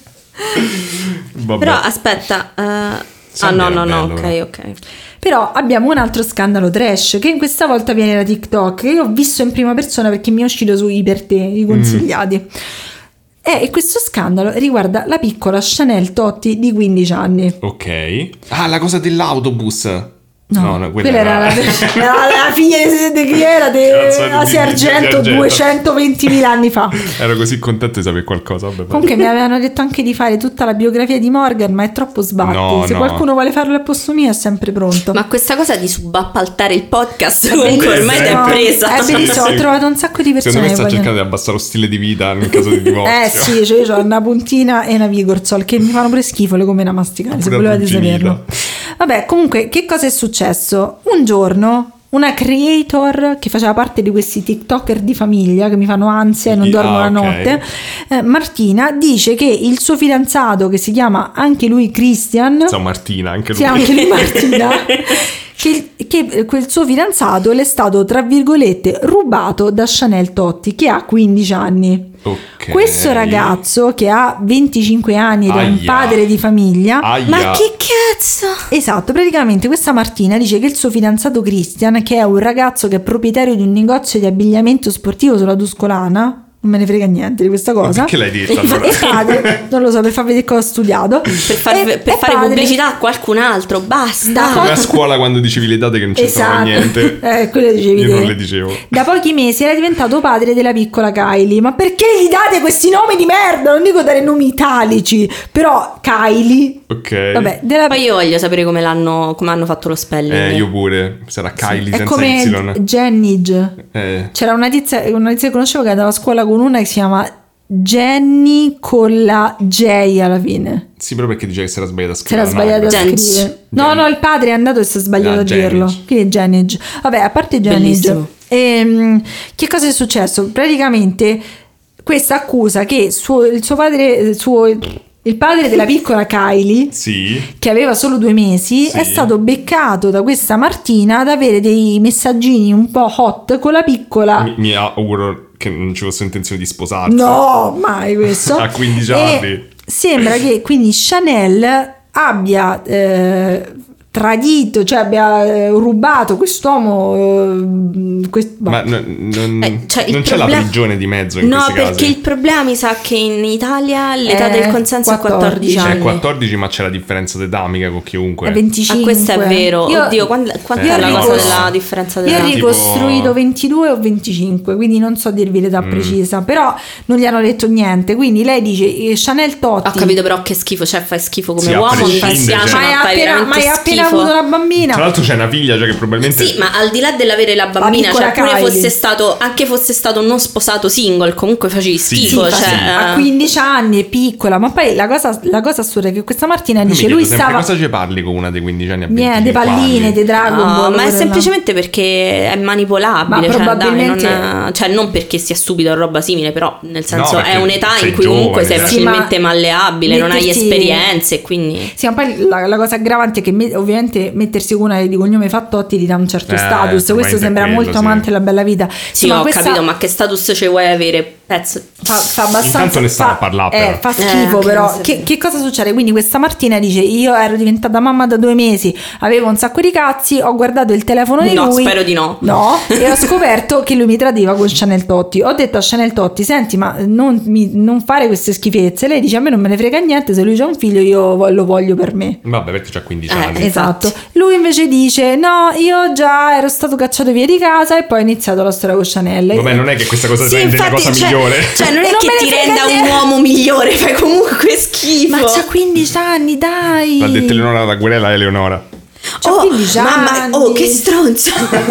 Però aspetta, no, ok. Però abbiamo un altro scandalo trash, che questa volta viene da TikTok, che io ho visto in prima persona perché mi è uscito su Per te, i consigliati. E questo scandalo riguarda la piccola Chanel Totti di 15 anni. Ok. La cosa dell'autobus. No, quella era la figlia di chi era? Asia Argento 220.000 anni fa. Ero così contento di sapere qualcosa. Comunque mi avevano detto anche di fare tutta la biografia di Morgan, ma è troppo sbatti. Se qualcuno vuole farlo al posto mio è sempre pronto. Ma questa cosa di subappaltare il podcast comunque ormai ti è presa. È bellissimo, ho trovato un sacco di persone. Secondo me sta cercando di abbassare lo stile di vita nel caso di divorzio. Sì, cioè io ho una puntina e una Vigorsol che mi fanno pure schifo le gomme da masticare, se volevate saperlo. Vabbè, comunque, che cosa è successo? Un giorno una creator che faceva parte di questi TikToker di famiglia che mi fanno ansia e non dormo la notte, Martina, dice che il suo fidanzato, che si chiama anche lui Christian, Martina, anche lui. Sì, anche lui Martina. Che quel suo fidanzato le è stato, tra virgolette, rubato da Chanel Totti, che ha 15 anni. Okay. Questo ragazzo, che ha 25 anni ed è un padre di famiglia, ma che cazzo? Esatto, praticamente questa Martina dice che il suo fidanzato Christian, che è un ragazzo che è proprietario di un negozio di abbigliamento sportivo sulla Tuscolana, non me ne frega niente di questa cosa. Perché l'hai detto allora? E padre, non lo so, per far vedere cosa ho studiato. Per fare padre, pubblicità a qualcun altro, basta. Come a scuola quando dicevi le date che non c'entrava niente. Quello dicevi Io te. non le dicevo. Da pochi mesi era diventato padre della piccola Kylie. Ma perché gli date questi nomi di merda? Non dico dare nomi italici, però Kylie. Ok. Vabbè, Poi io voglio sapere come hanno fatto lo spelling. Io pure. Sarà Kylie è senza come Y. Jennage. C'era una tizia che conoscevo che andava a scuola con una che si chiama Jenny con la J alla fine. Sì, però perché dice che si era sbagliata a Si era scrivere. sbagliato a scrivere. No, il padre è andato e si è sbagliato a dirlo. Quindi Jennage. Vabbè, a parte Jennage. Che cosa è successo? Praticamente questa accusa che il padre della piccola Kylie, che aveva solo 2 mesi, è stato beccato da questa Martina ad avere dei messaggini un po' hot con la piccola. Mi auguro che non ci fosse intenzione di sposarsi. No, mai questo. A 15 anni. Sembra che quindi Chanel abbia tradito, cioè abbia rubato quest'uomo. Ma non il c'è la prigione di mezzo in questi casi? No, perché il problema mi sa che in Italia l'età del consenso è 14 anni. C'è 14, ma c'è la differenza d'età mica con chiunque. È 25. Questo è vero. Oddio, quanto è la cosa della differenza d'età? Io ho ricostruito 22 o 25, quindi non so dirvi l'età precisa, però non gli hanno detto niente. Quindi lei dice Chanel Totti. Ho capito, però che schifo, cioè fai schifo come Sì, uomo, mi prescindere, dispiace, ma hai appena avuto una bambina. Tra l'altro c'è una figlia, cioè che probabilmente Sì, ma al di là dell'avere la bambina, cioè pure fosse stato non sposato single, comunque facevi schifo, a 15 anni è piccola. Ma poi la cosa assurda è che questa Martina dice lui stava. Cosa ci parli con una dei 15 anni a 25 niente, palline, dei Dragon Ball, ma è semplicemente perché è manipolabile, ma probabilmente non perché sia stupido o roba simile, però nel senso è perché un'età sei in cui comunque giovane, sei facilmente malleabile, non hai esperienze, quindi sì, ma poi la cosa aggravante è che ovviamente mettersi con una di cognome Fattotti ti dà un certo status. Questo sembra molto amante della bella vita. Sì, ho capito, ma che status ci vuoi avere? Fa abbastanza. Intanto ne stanno a parlare, fa schifo, però. Che cosa succede? Quindi questa Martina dice: io ero diventata mamma da 2 mesi, avevo un sacco di cazzi, ho guardato il telefono di lui. No, spero di no. No, e ho scoperto che lui mi tradiva con Chanel Totti. Ho detto a Chanel Totti: senti, ma non fare queste schifezze. Lei dice: a me non me ne frega niente, se lui c'ha un figlio io lo voglio per me. Vabbè, perché c'ha 15 anni. Esatto. Lui invece dice: no, io già ero stato cacciato via di casa e poi ho iniziato la storia con Chanel. Vabbè, non è che questa cosa rende una cosa migliore. Cioè non è che ti renda un uomo migliore, fai comunque schifo. Ma c'ha 15 anni, dai. L'ha detto Eleonora da Guerella, Eleonora. C'ha 15 anni. Oh, che stronzo.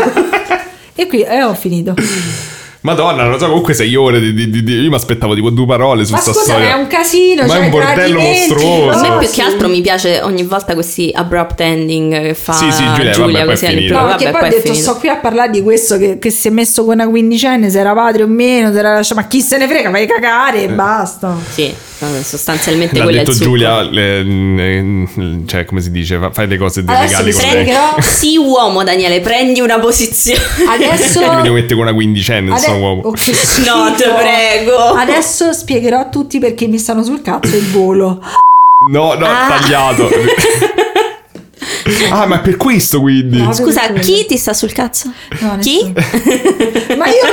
E qui ho finito. Madonna, non lo so, comunque 6 ore io mi aspettavo tipo 2 parole su sta storia. Ma è un casino, ma è un bordello mostruoso. A me più che altro mi piace ogni volta questi abrupt ending che fa Giulia vabbè, così no, vabbè, perché poi ha detto sto qui a parlare di questo che si è messo con una 15enne, se era padre o meno, se era ma chi se ne frega, vai cagare e basta. Sì, sostanzialmente l'ha quello detto è il Giulia, cioè come si dice, fai le cose legali con lei. Sì, uomo, Daniele, prendi una posizione. Adesso mi devo mettere con una 15enne, non sono uomo. No, te prego. Adesso spiegherò a tutti perché mi stanno sul cazzo il volo. No, tagliato. Ma è per questo quindi. No, scusa, chi ti sta sul cazzo? No, chi? Ma io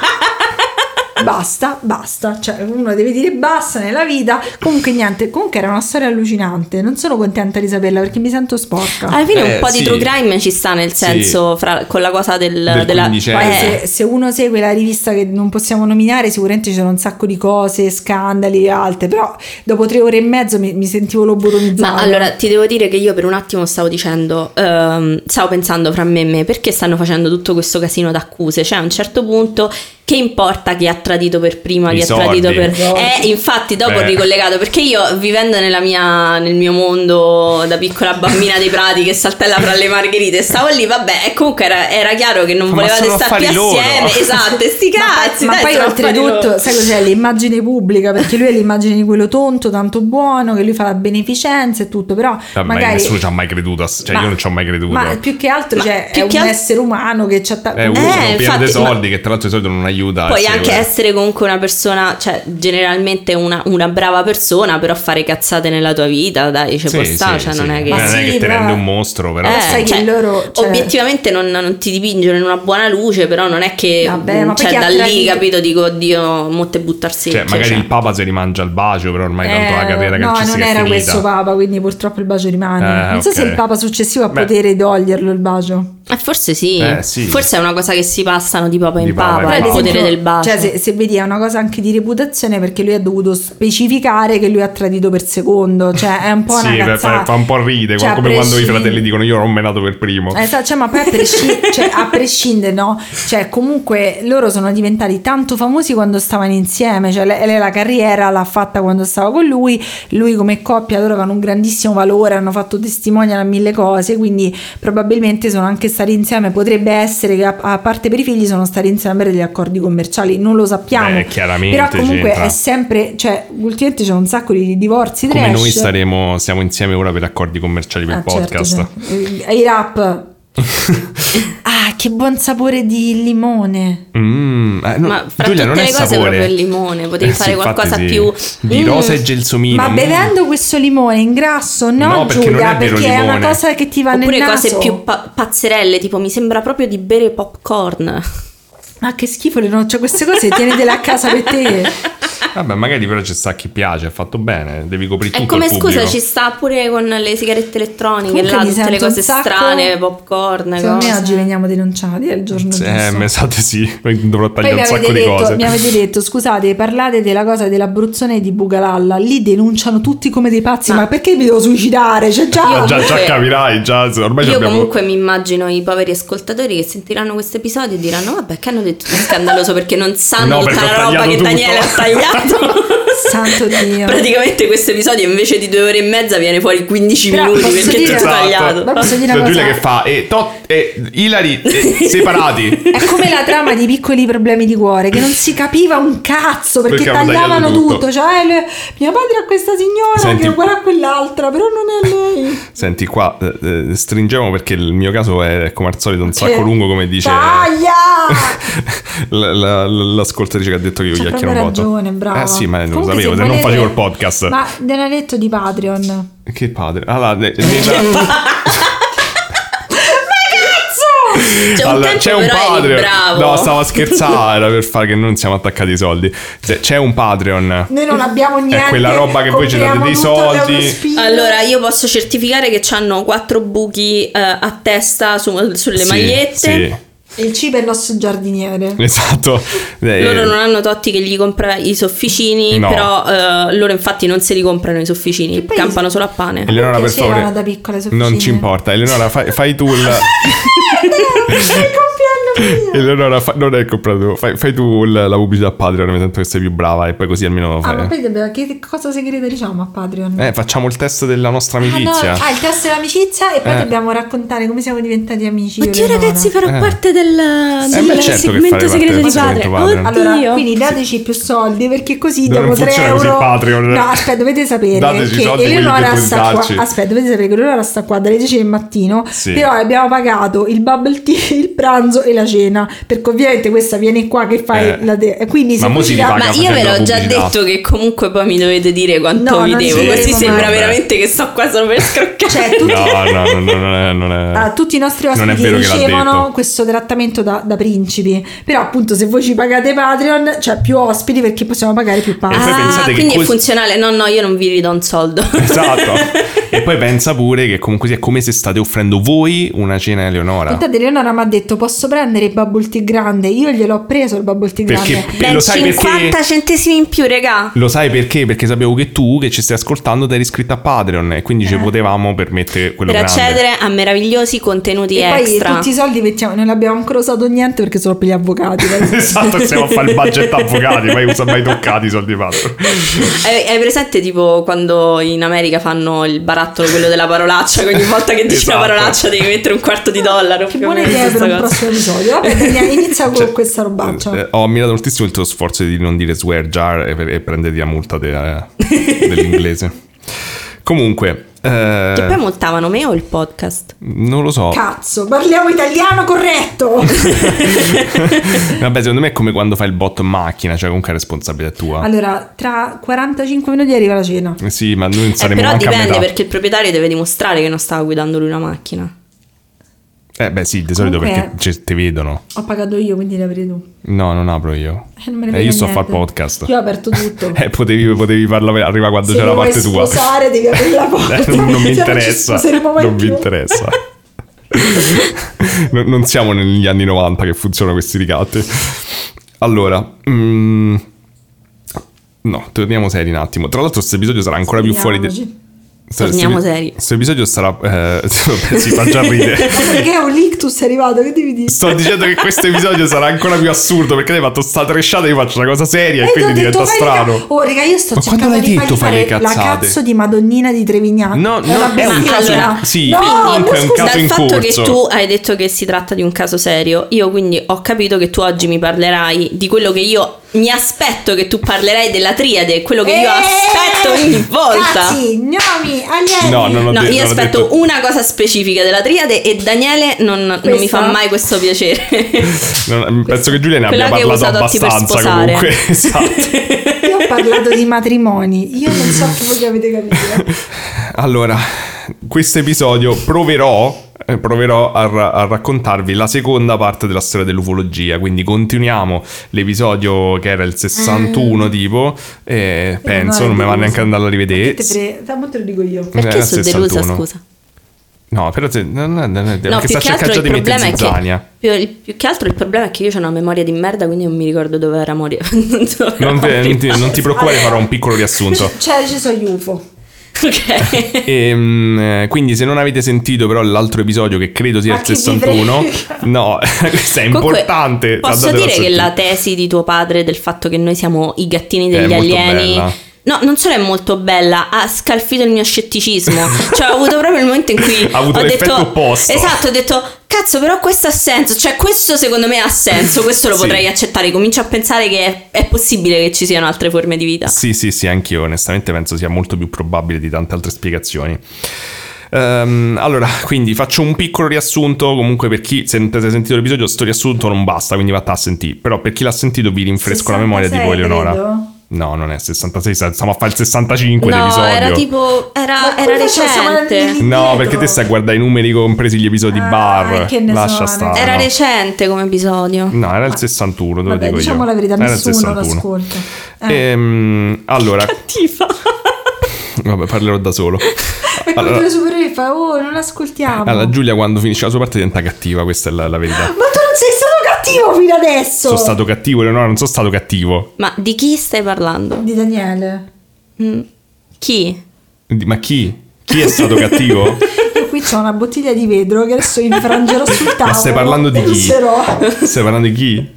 basta, cioè uno deve dire basta nella vita. Comunque niente, comunque era una storia allucinante, non sono contenta di saperla perché mi sento sporca. Alla fine un po' di true crime ci sta, nel senso con la cosa della se uno segue la rivista che non possiamo nominare sicuramente ci sono un sacco di cose, scandali e altre, però dopo 3 ore e mezzo mi sentivo lobotomizzato. Ma allora ti devo dire che io per un attimo stavo pensando fra me e me, perché stanno facendo tutto questo casino d'accuse, cioè a un certo punto che importa chi ha tradito per prima, chi ha tradito per... infatti dopo ho ricollegato, perché io vivendo nel mio mondo da piccola bambina dei prati che saltella fra le margherite, stavo lì, vabbè, e comunque era chiaro che non volevate stare più assieme. Esatto, e sti cazzi. Ma poi oltretutto, sai cos'è? L'immagine pubblica, perché lui è l'immagine di quello tonto, tanto buono, che lui fa la beneficenza e tutto, però magari... nessuno ci ha mai creduto, cioè io non ci ho mai creduto. Ma più che altro è un essere umano che c'ha... uno pieno dei soldi, che tra l'altro i soldi non ha aiuta. Puoi anche essere comunque una persona, cioè generalmente una brava persona, però fare cazzate nella tua vita, dai, ci può stare, cioè non è che... non è che ti rende un mostro, però sai che loro, obiettivamente non ti dipingono in una buona luce, però non è che ma da lì, capito, dico oddio, mo te buttarsi, cioè magari il Papa si rimangia il bacio, però ormai tanto la carriera calcistica non è era finita. questo Papa, quindi purtroppo il bacio rimane. Non so se il Papa successivo ha potere toglierlo il bacio. Forse sì. Forse è una cosa che si passano di papa in papa, il potere del bacio. Cioè se vedi è una cosa anche di reputazione, perché lui ha dovuto specificare che lui ha tradito per secondo, cioè è un po' una cazzata. Fa un po' ride, cioè, come quando i fratelli dicono io l'ho menato per primo. Cioè, ma poi a prescindere, no? Cioè comunque loro sono diventati tanto famosi quando stavano insieme, cioè lei la carriera l'ha fatta quando stava con lui come coppia, loro avevano un grandissimo valore, hanno fatto testimonial a 1000 cose, quindi probabilmente sono anche stare insieme. Potrebbe essere che a parte per i figli sono stati insieme per degli accordi commerciali, non lo sappiamo. Chiaramente, però comunque c'entra. è sempre, cioè ultimamente c'è un sacco di divorzi trash. Come noi siamo insieme ora per accordi commerciali per il podcast. Certo. I rap. Che buon sapore di limone. Ma fra Giulia, tutte non è le cose sapore. Proprio il limone, potevi fare qualcosa più di rosa e gelsomino. Ma bevendo questo limone in grasso, no perché Giulia, non è vero perché è limone. una cosa che ti va oppure nel naso. cose più pazzerelle, tipo mi sembra proprio di bere popcorn. Ma che schifo, cioè queste cose tienitele a casa per te. Vabbè, magari però ci sta chi piace, è fatto bene, devi coprire tutto come il pubblico. scusa, ci sta pure con le sigarette elettroniche, Comunque là mi tutte le sento cose un sacco- strane, popcorn, Secondo cose. me oggi veniamo denunciati, è il giorno giusto. Mi sa di sì, dovrò Poi tagliare un sacco di cose. mi avete detto, scusate, parlate della cosa dell'Abruzzone e di Bugalalla, lì denunciano tutti come dei pazzi, ma perché mi devo suicidare? Cioè, già Già capirai, ormai io abbiamo... comunque mi immagino i poveri ascoltatori che sentiranno questo episodio e diranno vabbè, che hanno detto di scandaloso perché non sanno tutta perché la ho roba che tagliato Daniele ha tutto. tagliato. Santo Dio. Praticamente questo episodio invece di 2 ore e mezza viene fuori 15 Però minuti posso perché è dire- tutto Esatto. tagliato. Ma posso dire Cioè, una Giulia cosa? che fa Ilari separati. È come la trama di Piccoli problemi di cuore, che non si capiva un cazzo perché Perché hanno tagliavano tagliato tutto. tutto. Cioè, mio padre ha questa signora Senti- che è uguale a quell'altra, però non è lei. Senti qua, stringiamo perché il mio caso è come al solito un sacco lungo, come dice Taglia! l'ascoltatrice che ha detto che io C'ha chiacchiero un proprio po'. ragione, bravo. Sì, ma non lo Comunque, sapevo, se se non volete- facevo il podcast. Ma non hai detto di Patreon? Che padre. Allora, C'è un tempo c'è un però eri Patreon. bravo. No, stavo a scherzare, era per fare che non siamo attaccati ai soldi. C'è un Patreon. Noi non abbiamo niente. È quella roba che voi ci date dei compriamo tutto da soldi. uno spillo. Allora, io posso certificare che hanno 4 buchi a testa sulle Sì, magliette. sì. Il cibo è il nostro giardiniere. Esatto. Loro non hanno Totti che gli compra i sofficini, No. però loro infatti non se li comprano i sofficini, poi- campano solo a pane. Eleonora, per Piacevano favore, da piccole sofficine. non ci importa. Eleonora, fai tu il... Compleanno mio. Eleonora, non è comprato. Fai tu la pubblicità a Patreon, mi sento che sei più brava e poi così almeno lo Ah, ma fai. poi che cosa segreta diciamo a Patreon? Facciamo il test della nostra amicizia. Il test dell'amicizia e poi dobbiamo raccontare come siamo diventati amici. io e Oddio Eleonora. ragazzi, farò parte del beh, certo che segmento farei segreto parte di del segmento padre. Patreon. Allora, Oddio. quindi dateci più soldi perché così Non dopo 3 funziona così euro. Patreon. No, aspetta, dovete sapere Dateci i che soldi, quelli Eleonora che sta potete qua. darci. Aspetta, dovete sapere che Eleonora sta qua dalle 10 del mattino. Sì. Però abbiamo pagato il bubble tea, il pranzo e la cena. Perché ovviamente questa viene qua che fai quindi Ma se mo voi si ci ripaga. Ma io facendo ve la l'ho già pubblicità. detto che comunque poi mi dovete dire quanto No, vi non devo, ci così diremo sembra mai. veramente che sto qua solo per scroccare. cioè tutti, Non è... tutti i nostri Non è ospiti vero che l'ha ricevono detto. questo trattamento da principi. Però appunto se voi ci pagate Patreon c'è più ospiti perché possiamo pagare più poi pasta. pensate che Quindi è cos- funzionale. No, io non vi ridò un soldo. Esatto. E poi pensa pure che comunque sia come se state offrendo voi una cena a Eleonora. Guardate, Eleonora mi ha detto posso prendere il bubble tea grande. Io gliel'ho preso il bubble tea Perché grande. Ben lo sai 50 perché? centesimi in più, regà. Lo sai perché? Perché sapevo che tu che ci stai ascoltando ti eri iscritta a Patreon e quindi ci potevamo permettere quello Per grande. accedere a meravigliosi contenuti E poi extra. tutti i soldi mettiamo, non abbiamo ancora usato niente perché sono per gli avvocati. Esatto, stiamo a fare il budget avvocati, mai toccati i soldi Patreon. Hai presente tipo quando in America fanno il barattolo, quello della parolaccia, che ogni volta che dici Esatto. una parolaccia devi mettere $1 Che buona idea per un prossimo episodio. Vabbè, Daniele, inizia con questa robaccia. Ho ammirato moltissimo il tuo sforzo di non dire swear jar e prenderti la multa dell'inglese. Comunque, Che poi multavano me o il podcast? Non lo so. Cazzo, parliamo italiano corretto. Vabbè, secondo me è come quando fai il botto in macchina, cioè comunque è responsabilità tua. Allora, tra 45 minuti arriva la cena. Sì, ma noi saremo però anche a dipende, metà. perché il proprietario deve dimostrare che non stava guidando lui una macchina. Beh sì, di solito Comunque, perché te vedono. Ho pagato io, quindi le apri tu. No, non apro io. Non me ne frega Io sto a niente. fare podcast. Io ho aperto tutto. Potevi farla arriva quando Se c'è la vuoi parte tua. sposare devi aprire la porta. Non mi Se no ci interessa. sposeremo mai Non mi più. interessa. Non siamo negli anni 90 che funzionano questi ricatti. Allora, no, torniamo seri un attimo. Tra l'altro questo episodio sarà ancora più fuori Vediamoci. Torniamo seri. Questo episodio sarà si fa già ridere. Ma perché è un ictus è arrivato? Che devi dire? Sto dicendo che questo episodio sarà ancora più assurdo perché hai fatto sta tresciata e io faccio una cosa seria e ti quindi ho detto, diventa vai, strano. raga. Oh, raga, io sto Ma quando cercando l'hai di detto fargli fai le fare la cazzate? cazzo di Madonnina di Trevignano. No, una è un caso. allora, Sì, no, comunque è un scusa, caso Dal in fatto corso. che tu hai detto che si tratta di un caso serio, io quindi ho capito che tu oggi mi parlerai di quello che io mi aspetto che tu parlerai della triade, quello che io aspetto ogni volta. Cazzi, gnomi, alieni. No, non ho No, detto- io non ho aspetto detto- una cosa specifica della triade e Daniele non mi fa mai questo piacere. penso che Giulia ne Quella abbia che parlato usa Dotti per abbastanza sposare. comunque. Esatto. Io ho parlato di matrimoni. Io non so che voi avete capito. Allora, questo episodio proverò a raccontarvi la seconda parte della storia dell'ufologia, quindi continuiamo l'episodio che era il 61 tipo, penso, non me va neanche andare a rivedere. Te lo dico io. Perché Era sono delusa, 61. scusa? No, però perché No, più sta che altro cercando il di mettere problema è zizzania. che più che altro il problema è che io ho una memoria di merda, quindi non mi ricordo dove era Moria. Non ti preoccupare, farò un piccolo riassunto. Cioè, ci sono gli UFO. Ok. Quindi se non avete sentito però l'altro episodio, che credo sia Ma il chi vi 61, frega? no, questo è Comunque, importante. posso andatelo a dire che sentire. la tesi di tuo padre del fatto che noi siamo i gattini degli molto alieni, bella. no, non solo è molto bella, ha scalfito il mio scetticismo. Cioè ho avuto proprio il momento in cui Ha avuto ho l'effetto detto opposto. Esatto, ho detto cazzo, però questo ha senso, cioè questo secondo me ha senso, questo lo Sì. potrei accettare. Comincio a pensare che è possibile che ci siano altre forme di vita. Sì, anch'io onestamente penso sia molto più probabile di tante altre spiegazioni. Allora, quindi faccio un piccolo riassunto. Comunque, per chi se non avete sentito l'episodio, sto riassunto non basta, quindi vattene a sentire. Però per chi l'ha sentito vi rinfresco la memoria, tipo 66, Eleonora. credo. No, non è 66, stiamo a fare il 65 No, l'episodio. era tipo era Ma cosa siamo recente. andati No, indietro? perché te stai a guardare i numeri compresi gli episodi bar. che ne Lascia so, stare. Era no. recente come episodio. No, era il 61, te lo Vabbè, dico diciamo io. la verità, Era il nessuno 61. l'ascolta. Allora, Cattiva. vabbè, parlerò da solo. E quando Allora- le superiori fa, oh, non ascoltiamo. Allora, Giulia quando finisce la sua parte diventa cattiva, questa è la verità. Ma tu non sei stato cattivo fino adesso. Sono stato cattivo, Eleonora, non sono stato cattivo. Ma di chi stai parlando? Di Daniele. Chi? Ma chi? Chi è stato cattivo? Io qui c'ho una bottiglia di vetro che adesso infrangerò sul tavolo. Ma stai parlando di e chi? userò. Stai parlando di chi?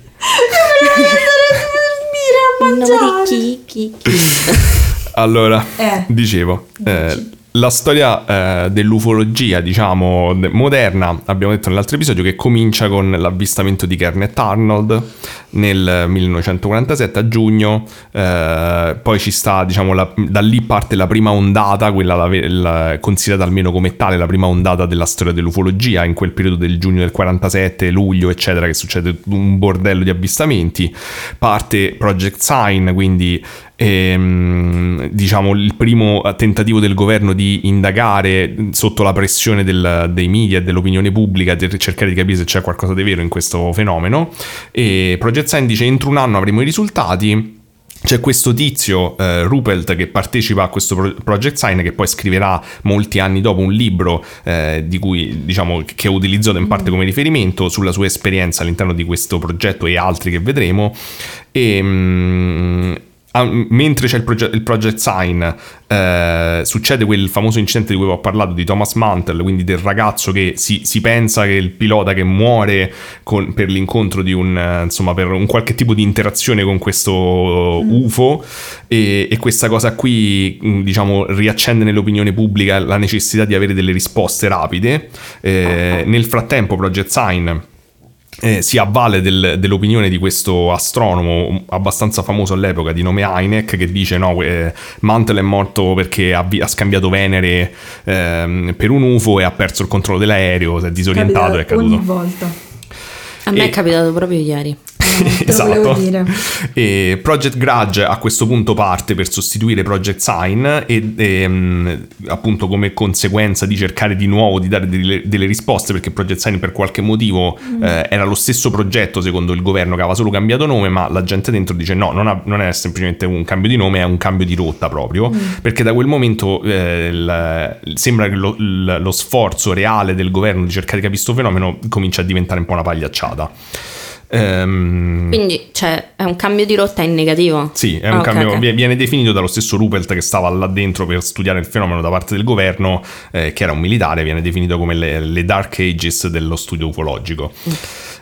a mangiare. Chi? Allora, Eh. dicevo, la storia dell'ufologia, diciamo, moderna, abbiamo detto nell'altro episodio, che comincia con l'avvistamento di Kenneth Arnold nel 1947 a giugno, poi ci sta, diciamo, da lì parte la prima ondata, quella considerata almeno come tale la prima ondata della storia dell'ufologia, in quel periodo del giugno del 47, luglio, eccetera, che succede un bordello di avvistamenti. Parte Project Sign, quindi diciamo il primo tentativo del governo di indagare sotto la pressione dei media e dell'opinione pubblica, per cercare di capire se c'è qualcosa di vero in questo fenomeno. E Project Sign dice entro un anno avremo i risultati. C'è questo tizio, Ruppelt, che partecipa a questo Project Sign, che poi scriverà molti anni dopo un libro di cui, diciamo, che ho utilizzato in parte come riferimento sulla sua esperienza all'interno di questo progetto e altri che vedremo. Mentre c'è il Project Sign, succede quel famoso incidente di cui ho parlato, di Thomas Mantle, quindi del ragazzo che si pensa che il pilota che muore per l'incontro di per un qualche tipo di interazione con questo UFO, e questa cosa qui, diciamo, riaccende nell'opinione pubblica la necessità di avere delle risposte rapide. Nel frattempo Project Sign si avvale dell'opinione di questo astronomo abbastanza famoso all'epoca di nome Hynek, che dice no, Mantle è morto perché ha scambiato Venere per un UFO e ha perso il controllo dell'aereo, si è disorientato e è caduto. Ogni volta. A me è capitato proprio ieri. Esatto. E Project Grudge a questo punto parte per sostituire Project Sign e appunto come conseguenza di cercare di nuovo di dare delle risposte, perché Project Sign per qualche motivo era lo stesso progetto secondo il governo, che aveva solo cambiato nome, ma la gente dentro dice no, non è semplicemente un cambio di nome, è un cambio di rotta proprio, perché da quel momento sembra che lo sforzo reale del governo di cercare di capire questo fenomeno comincia a diventare un po' una pagliacciata. Quindi è un cambio di rotta in negativo? Sì, è un cambio. Okay. Viene definito dallo stesso Ruppelt, che stava là dentro per studiare il fenomeno da parte del governo, che era un militare, viene definito come le Dark Ages dello studio ufologico. Okay.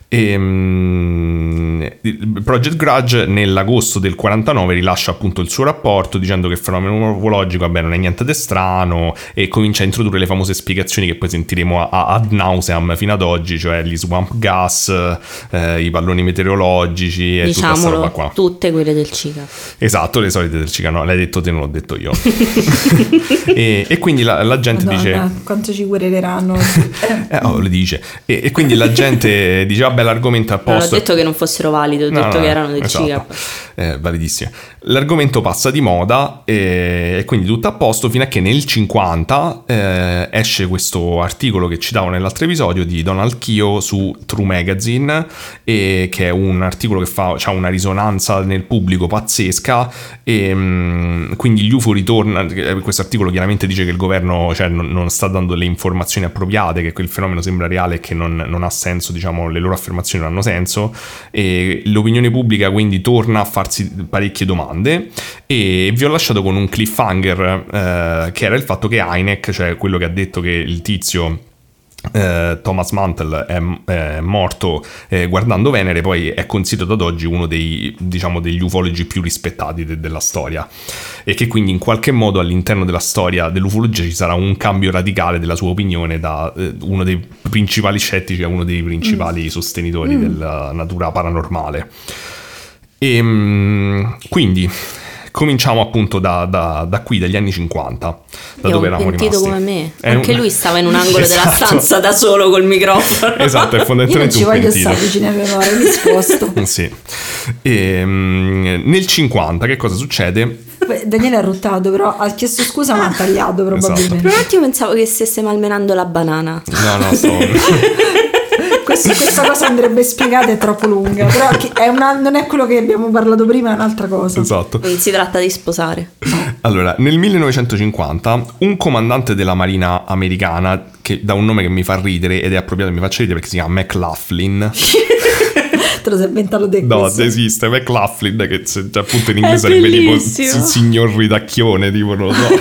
Project Grudge nell'agosto del 49 rilascia appunto il suo rapporto dicendo che il fenomeno ufologico non è niente di strano, e comincia a introdurre le famose spiegazioni che poi sentiremo ad nauseam fino ad oggi, cioè gli swamp gas, i palloni meteorologici e tutta questa roba qua. Tutte quelle del CICA. Esatto, le solite del CICA, no, l'hai detto te, non l'ho detto io. e quindi la gente dice quanto ci quereleranno. Lo dice. E quindi la gente dice vabbè, l'argomento è a posto. Non ho detto che non fossero validi, ho detto che erano del CICA. Validissimo. L'argomento passa di moda e quindi tutto a posto, fino a che nel 50 esce questo articolo che citavo nell'altro episodio di Donald Keogh su True Magazine, che è un articolo che ha una risonanza nel pubblico pazzesca, e quindi gli UFO ritorna. Questo articolo chiaramente dice che il governo non sta dando le informazioni appropriate, che quel fenomeno sembra reale e che non ha senso, diciamo, le loro affermazioni non hanno senso, e l'opinione pubblica quindi torna a farsi parecchie domande. E vi ho lasciato con un cliffhanger che era il fatto che Hynek, cioè quello che ha detto che il tizio Thomas Mantle è morto guardando Venere, poi è considerato ad oggi uno degli ufologi più rispettati della storia, e che quindi in qualche modo all'interno della storia dell'ufologia ci sarà un cambio radicale della sua opinione, da uno dei principali scettici a uno dei principali sostenitori della natura paranormale. E quindi cominciamo appunto da qui, dagli anni 50, da dove eravamo rimasti. Come me. Anche lui stava in un angolo della stanza da solo col microfono. Esatto, è fondamentalmente io non ci voglio stare vicino alle memorie, mi sposto. Sì. Nel 50 che cosa succede? Daniele ha ruttato, però ha chiesto scusa ma ha tagliato probabilmente. Per un attimo pensavo che stesse malmenando la banana. No, sto... Questa cosa andrebbe spiegata, è troppo lunga, però non è quello che abbiamo parlato prima, è un'altra cosa. Esatto. Quindi si tratta di sposare. Allora, nel 1950 un comandante della Marina americana, che dà un nome che mi fa ridere ed è appropriato, mi faccia ridere perché si chiama McLaughlin. Te lo sei inventato te? No, esiste McLaughlin, che appunto in inglese sarebbe tipo signor Ridacchione, tipo, non lo so.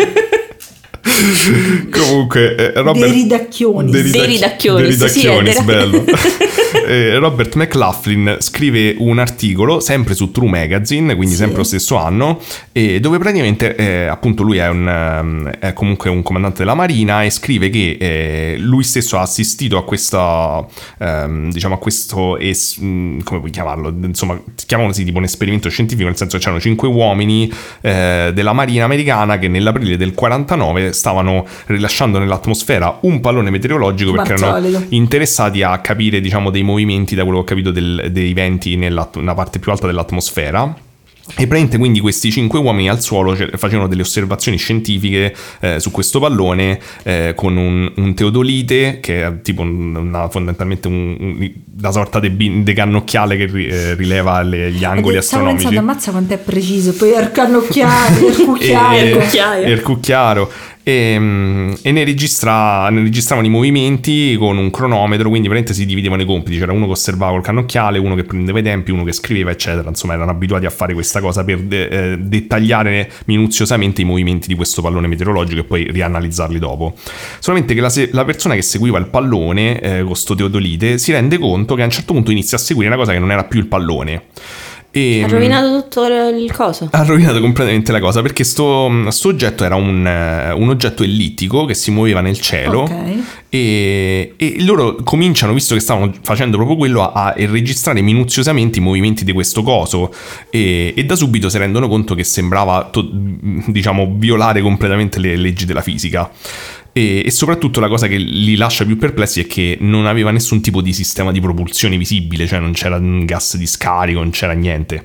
Comunque Ridacchioni, bello. Robert McLaughlin scrive un articolo sempre su True Magazine, quindi sempre lo stesso anno, dove praticamente appunto lui è comunque un comandante della Marina, e scrive che lui stesso ha assistito a questa diciamo a questo come puoi chiamarlo, insomma chiamano tipo un esperimento scientifico, nel senso che c'erano 5 uomini della Marina americana che nell'aprile del 49 stavano rilasciando nell'atmosfera un pallone meteorologico perché erano interessati a capire, diciamo, dei movimenti, da quello che ho capito, dei venti nella parte più alta dell'atmosfera. E praticamente quindi questi 5 uomini al suolo facevano delle osservazioni scientifiche su questo pallone con un teodolite, che è tipo fondamentalmente una sorta di cannocchiale che rileva gli angoli astronomici. Stavo pensando, ammazza quanto è preciso, poi il cannocchiale, il cucchiaro. E ne registravano i movimenti con un cronometro, quindi praticamente si dividevano i compiti, c'era uno che osservava col cannocchiale, uno che prendeva i tempi, uno che scriveva, eccetera. Insomma, erano abituati a fare questa cosa per dettagliare minuziosamente i movimenti di questo pallone meteorologico e poi rianalizzarli dopo. Solamente che la persona che seguiva il pallone con sto teodolite si rende conto che a un certo punto inizia a seguire una cosa che non era più il pallone. Ha rovinato tutto il coso. Ha rovinato completamente la cosa, perché sto oggetto era un oggetto ellittico che si muoveva nel cielo. Ok. E loro cominciano, visto che stavano facendo proprio quello, a registrare minuziosamente i movimenti di questo coso e da subito si rendono conto che sembrava diciamo violare completamente le leggi della fisica. E soprattutto la cosa che li lascia più perplessi è che non aveva nessun tipo di sistema di propulsione visibile, cioè non c'era un gas di scarico, non c'era niente.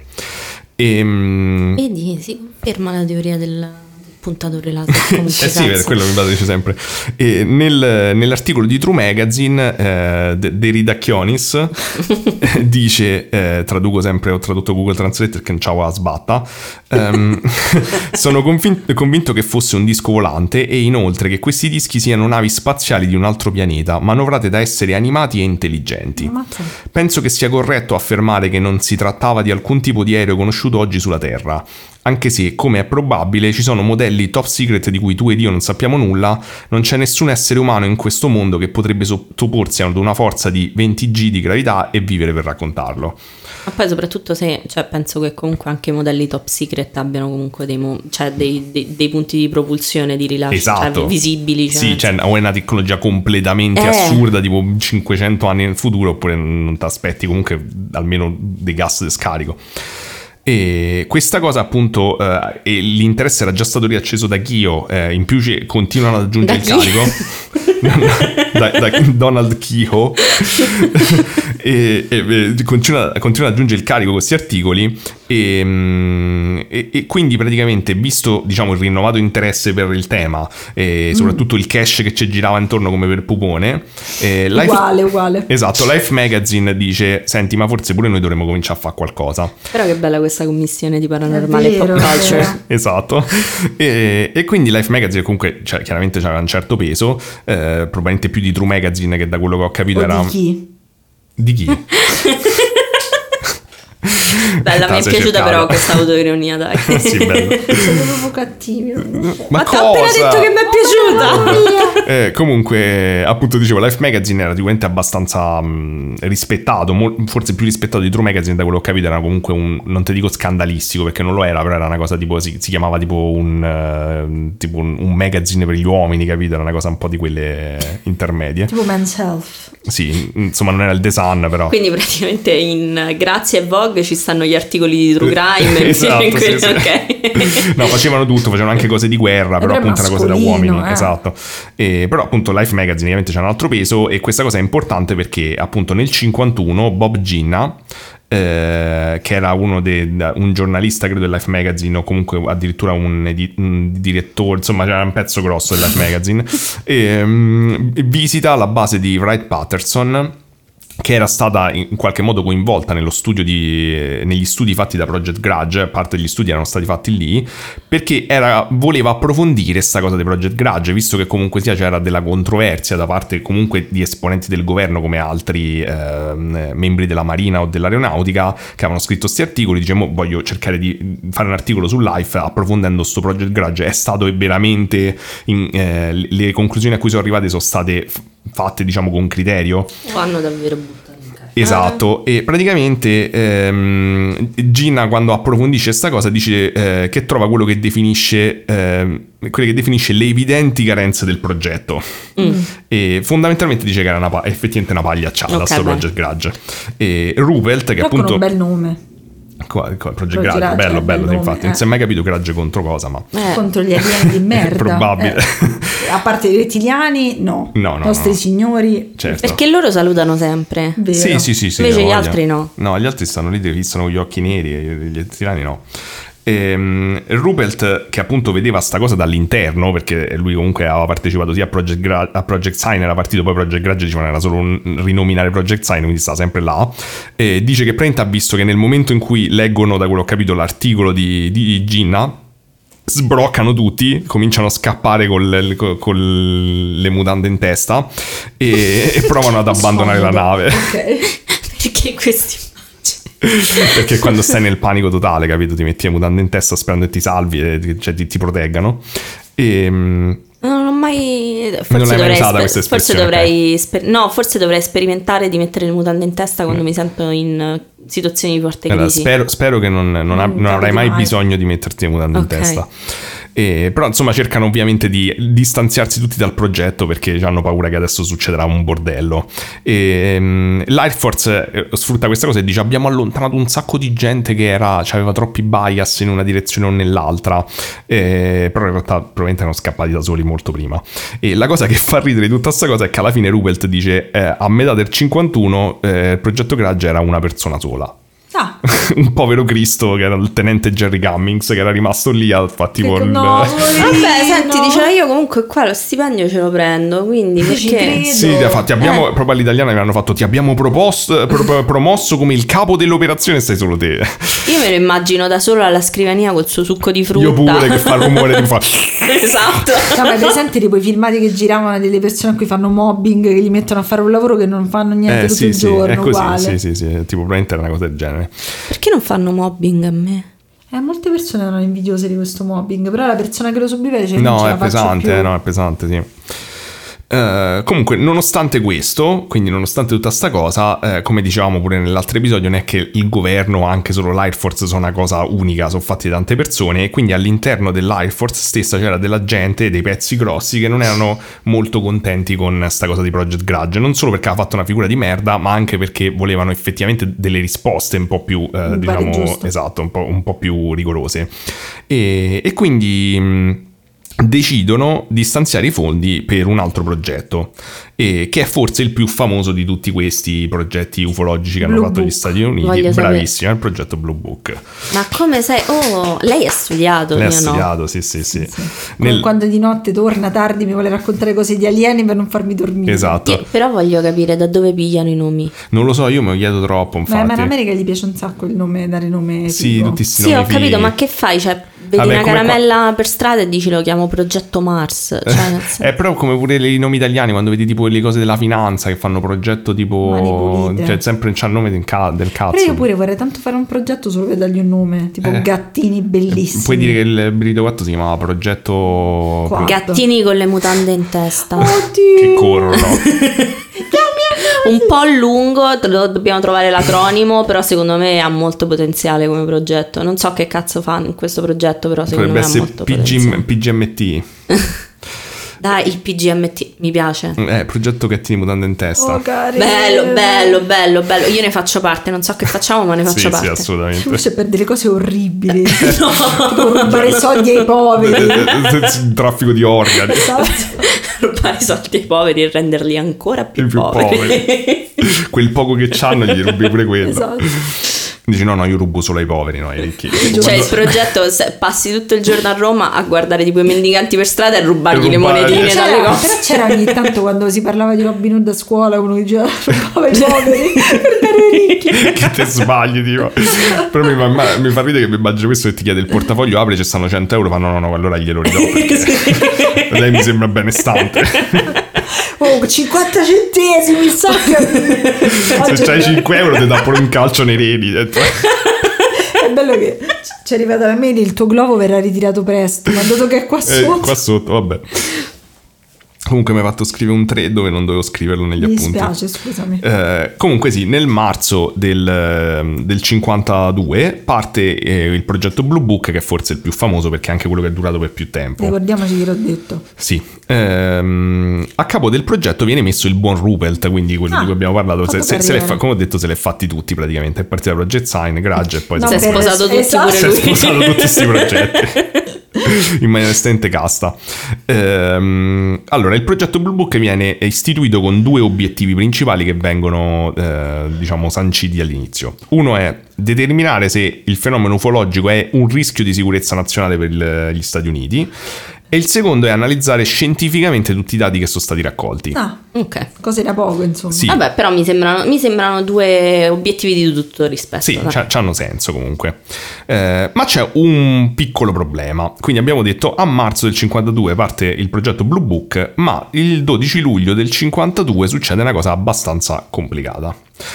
Vedi, si conferma la teoria del puntatore laser. Comunque sì, per quello mi dice sempre. E nell'articolo di True Magazine Deridacchionis dice, traduco sempre, ho tradotto Google Translate perché non c'avevo la sbatta, sono convinto che fosse un disco volante e inoltre che questi dischi siano navi spaziali di un altro pianeta, manovrate da esseri animati e intelligenti. Penso che sia corretto affermare che non si trattava di alcun tipo di aereo conosciuto oggi sulla Terra, anche se, come è probabile, ci sono modelli top secret di cui tu ed io non sappiamo nulla. Non c'è nessun essere umano in questo mondo che potrebbe sottoporsi ad una forza di 20 G di gravità e vivere per raccontarlo. Ma poi soprattutto se, cioè, penso che comunque anche i modelli top secret abbiano comunque dei punti di propulsione di rilascio, esatto, cioè, visibili. Cioè, sì, cioè, o è una tecnologia completamente assurda, tipo 500 anni nel futuro, oppure non ti aspetti comunque almeno dei gas di scarico. E questa cosa appunto e l'interesse era già stato riacceso da Kyo, in più continuano ad aggiungere il carico da Donald Kyo e continua ad aggiungere il carico con questi articoli e quindi praticamente, visto diciamo il rinnovato interesse per il tema e soprattutto il cash che ci girava intorno come per pupone, uguale. Esatto, Life Magazine dice: senti, ma forse pure noi dovremmo cominciare a fare qualcosa. Però che bella questa commissione di paranormale e pop culture. Esatto. E quindi Life Magazine comunque, cioè, chiaramente c'aveva un certo peso, probabilmente più di True Magazine, che da quello che ho capito era... Di chi? Bella, mi è piaciuta però questa autoironia, dai. Sì, bello. Siete proprio cattivi. Ma ti ho appena detto che mi è piaciuta. Comunque, appunto, dicevo, Life Magazine era sicuramente abbastanza rispettato, forse più rispettato di True Magazine, da quello che ho capito. Era comunque non ti dico scandalistico, perché non lo era, però era una cosa tipo, si chiamava tipo un magazine per gli uomini, capito? Era una cosa un po' di quelle intermedie. Tipo Men's Health. Sì, insomma, non era il The Sun, però. Quindi praticamente in Grazia e Vogue ci stanno gli articoli di True Crime. Esatto, sì. Okay. No, facevano tutto, facevano anche cose di guerra, però appunto era cose da uomini, esatto. Però appunto Life Magazine ovviamente c'ha un altro peso, e questa cosa è importante perché appunto nel 51 Bob Ginna, che era un giornalista credo del Life Magazine, o comunque addirittura un direttore, insomma c'era un pezzo grosso del Life Magazine, visita la base di Wright-Patterson, che era stata in qualche modo coinvolta negli studi fatti da Project Grudge. Parte degli studi erano stati fatti lì perché voleva approfondire sta cosa di Project Grudge, visto che comunque sia c'era della controversia da parte comunque di esponenti del governo, come altri membri della Marina o dell'Aeronautica, che avevano scritto sti articoli. Diciamo, voglio cercare di fare un articolo su Life approfondendo sto Project Grudge. È stato veramente le conclusioni a cui sono arrivate sono state fatte, diciamo, con criterio. Hanno davvero buttato in casa. Esatto, e praticamente Gina, quando approfondisce questa cosa, dice che trova quello che definisce le evidenti carenze del progetto. E fondamentalmente dice che era effettivamente una pagliacciata, sto Project Grudge. E Ruppelt, che appunto un bel nome. Project Grudge, bello, infatti non si è mai capito Grudge contro cosa, ma contro gli alieni di merda. Probabile. A parte i rettiliani, no. I nostri signori, certo. Perché loro salutano sempre. Vero. Sì. Invece gli altri no. No, gli altri stanno lì, fissano con gli occhi neri, gli rettiliani no. Ruppelt, che appunto vedeva sta cosa dall'interno, perché lui comunque aveva partecipato sia a Project Sign, era partito poi Project Grudge, dicevano era solo un rinominare Project Sign, quindi sta sempre là. Dice che praticamente ha visto che nel momento in cui leggono, da quello che ho capito, l'articolo di Ginna, sbroccano tutti, cominciano a scappare con le mutande in testa e provano ad abbandonare la nave. Okay. Perché questi... Perché quando stai nel panico totale, capito, ti metti le mutande in testa sperando che ti salvi e ti proteggano. Non ho mai mai... Non l'hai mai usata questa espressione? Forse dovrei sperimentare di mettere le mutande in testa quando mi sento in situazioni di forte crisi. Spero che non avrai mai bisogno di metterti le mutande in testa. Però insomma cercano ovviamente di distanziarsi tutti dal progetto perché hanno paura che adesso succederà un bordello. L'Air Force sfrutta questa cosa e dice: abbiamo allontanato un sacco di gente che aveva troppi bias in una direzione o nell'altra, però in realtà probabilmente erano scappati da soli molto prima. E la cosa che fa ridere di tutta questa cosa è che alla fine Ruppelt dice a metà del 51 il progetto Grudge era una persona sola. Un povero Cristo che era il tenente Jerry Cummings che era rimasto lì a fare tipo vabbè, senti, diceva io comunque qua lo stipendio ce lo prendo, quindi perché? Sì, infatti abbiamo proprio all'italiana mi hanno fatto: ti abbiamo promosso come il capo dell'operazione, stai solo te. Io me lo immagino da solo alla scrivania col suo succo di frutta. Io pure, che fa il rumore di fa. Esatto. No, ma presente tipo i filmati che giravano delle persone a cui fanno mobbing, che li mettono a fare un lavoro che non fanno niente tutto il giorno, è così, uguale. sì, tipo probabilmente era una cosa del genere. Perché non fanno mobbing a me? Molte persone erano invidiose di questo mobbing, però la persona che lo subiva dice no, è pesante, sì. Comunque, nonostante questo, quindi nonostante tutta sta cosa, come dicevamo pure nell'altro episodio, non è che il governo o anche solo l'Air Force sono una cosa unica, sono fatti da tante persone, e quindi all'interno dell'Air Force stessa c'era della gente, dei pezzi grossi che non erano molto contenti con sta cosa di Project Grudge, non solo perché aveva fatto una figura di merda, ma anche perché volevano effettivamente delle risposte un po' più diciamo, esatto, un po' più rigorose, e quindi decidono di stanziare i fondi per un altro progetto, che è forse il più famoso di tutti questi progetti ufologici che hanno fatto gli Stati Uniti. Bravissima, il progetto Blue Book. Ma come sai? Oh, lei ha studiato. Lei ha studiato, sì. Quando di notte torna tardi mi vuole raccontare cose di alieni per non farmi dormire. Esatto. Io però voglio capire da dove pigliano i nomi. Non lo so, io me lo chiedo troppo, infatti. Ma in America gli piace un sacco il nome, dare nome. Sì, tutti sti nomi. Sì, ho capito, fighi. ma che fai? Cioè, vedi una caramella per strada e dici lo chiamo Progetto Mars. Cioè, è proprio come pure i nomi italiani, quando vedi tipo le cose della finanza che fanno progetto tipo, cioè sempre c'ha il nome del cazzo. Però io pure vorrei tanto fare un progetto solo per dargli un nome, tipo Gattini bellissimi. Puoi dire che il Brito 4 si chiamava Progetto Gattini con le mutande in testa. Oddio. Che corrono. Un po' lungo, dobbiamo trovare l'acronimo, però secondo me ha molto potenziale come progetto. Non so che cazzo fa in questo progetto, però secondo me ha molto potenziale. PGMT. Dai, il PGMT mi piace. Progetto Gattini mutande in testa. Bello. Io ne faccio parte, non so che facciamo, ma ne faccio parte. Sì, assolutamente. Invece per delle cose orribili. No. Tipo rubare soldi ai poveri. Traffico di organi. Esatto. Rubare soldi ai poveri e renderli ancora più poveri. Quel poco che c'hanno gli rubi pure quello. Esatto. Dici no, io rubo solo ai poveri, no, ai ricchi. Cioè il progetto, passi tutto il giorno a Roma a guardare tipo i mendicanti per strada e rubargli le monetine dalle cose. Però c'era ogni tanto quando si parlava di Robin Hood a scuola uno diceva rubava i poveri per dare ai ricchi. Che te sbagli, tipo. Però mi fa ridere che mi immagino questo che ti chiede il portafoglio, apri, ci stanno 100 euro, fa no, allora glielo ridò perché lei mi sembra benestante. 50 centesimi, se c'hai 5 euro ti dà pure un calcio nei reni. È bello che ci è arrivata la mail, il tuo globo verrà ritirato presto, ma dato che è qua sotto. Qua sotto, vabbè. Comunque mi hai fatto scrivere un 3 dove non dovevo scriverlo negli appunti. Mi dispiace, scusami. Comunque sì, nel marzo del 52 parte il progetto Blue Book, che è forse il più famoso perché è anche quello che è durato per più tempo. Ricordiamoci che l'ho detto. Sì. A capo del progetto viene messo il buon Ruppelt, quindi quello di cui abbiamo parlato. Come ho detto, se l'è fatti tutti praticamente. È partita Project Sign, Grudge e poi si è sposato tutti pure lui. Si è sposato tutti questi progetti. In maniera estremamente casta. Allora, il progetto Blue Book viene istituito con due obiettivi principali che vengono diciamo sanciti all'inizio. Uno è determinare se il fenomeno ufologico è un rischio di sicurezza nazionale per gli Stati Uniti, e il secondo è analizzare scientificamente tutti i dati che sono stati raccolti. Ok. Cose da poco, insomma. Sì. Vabbè, però mi sembrano due obiettivi di tutto rispetto. Sì, c'hanno senso comunque. Ma c'è un piccolo problema. Quindi abbiamo detto a marzo del 52 parte il progetto Blue Book, ma il 12 luglio del 52 succede una cosa abbastanza complicata.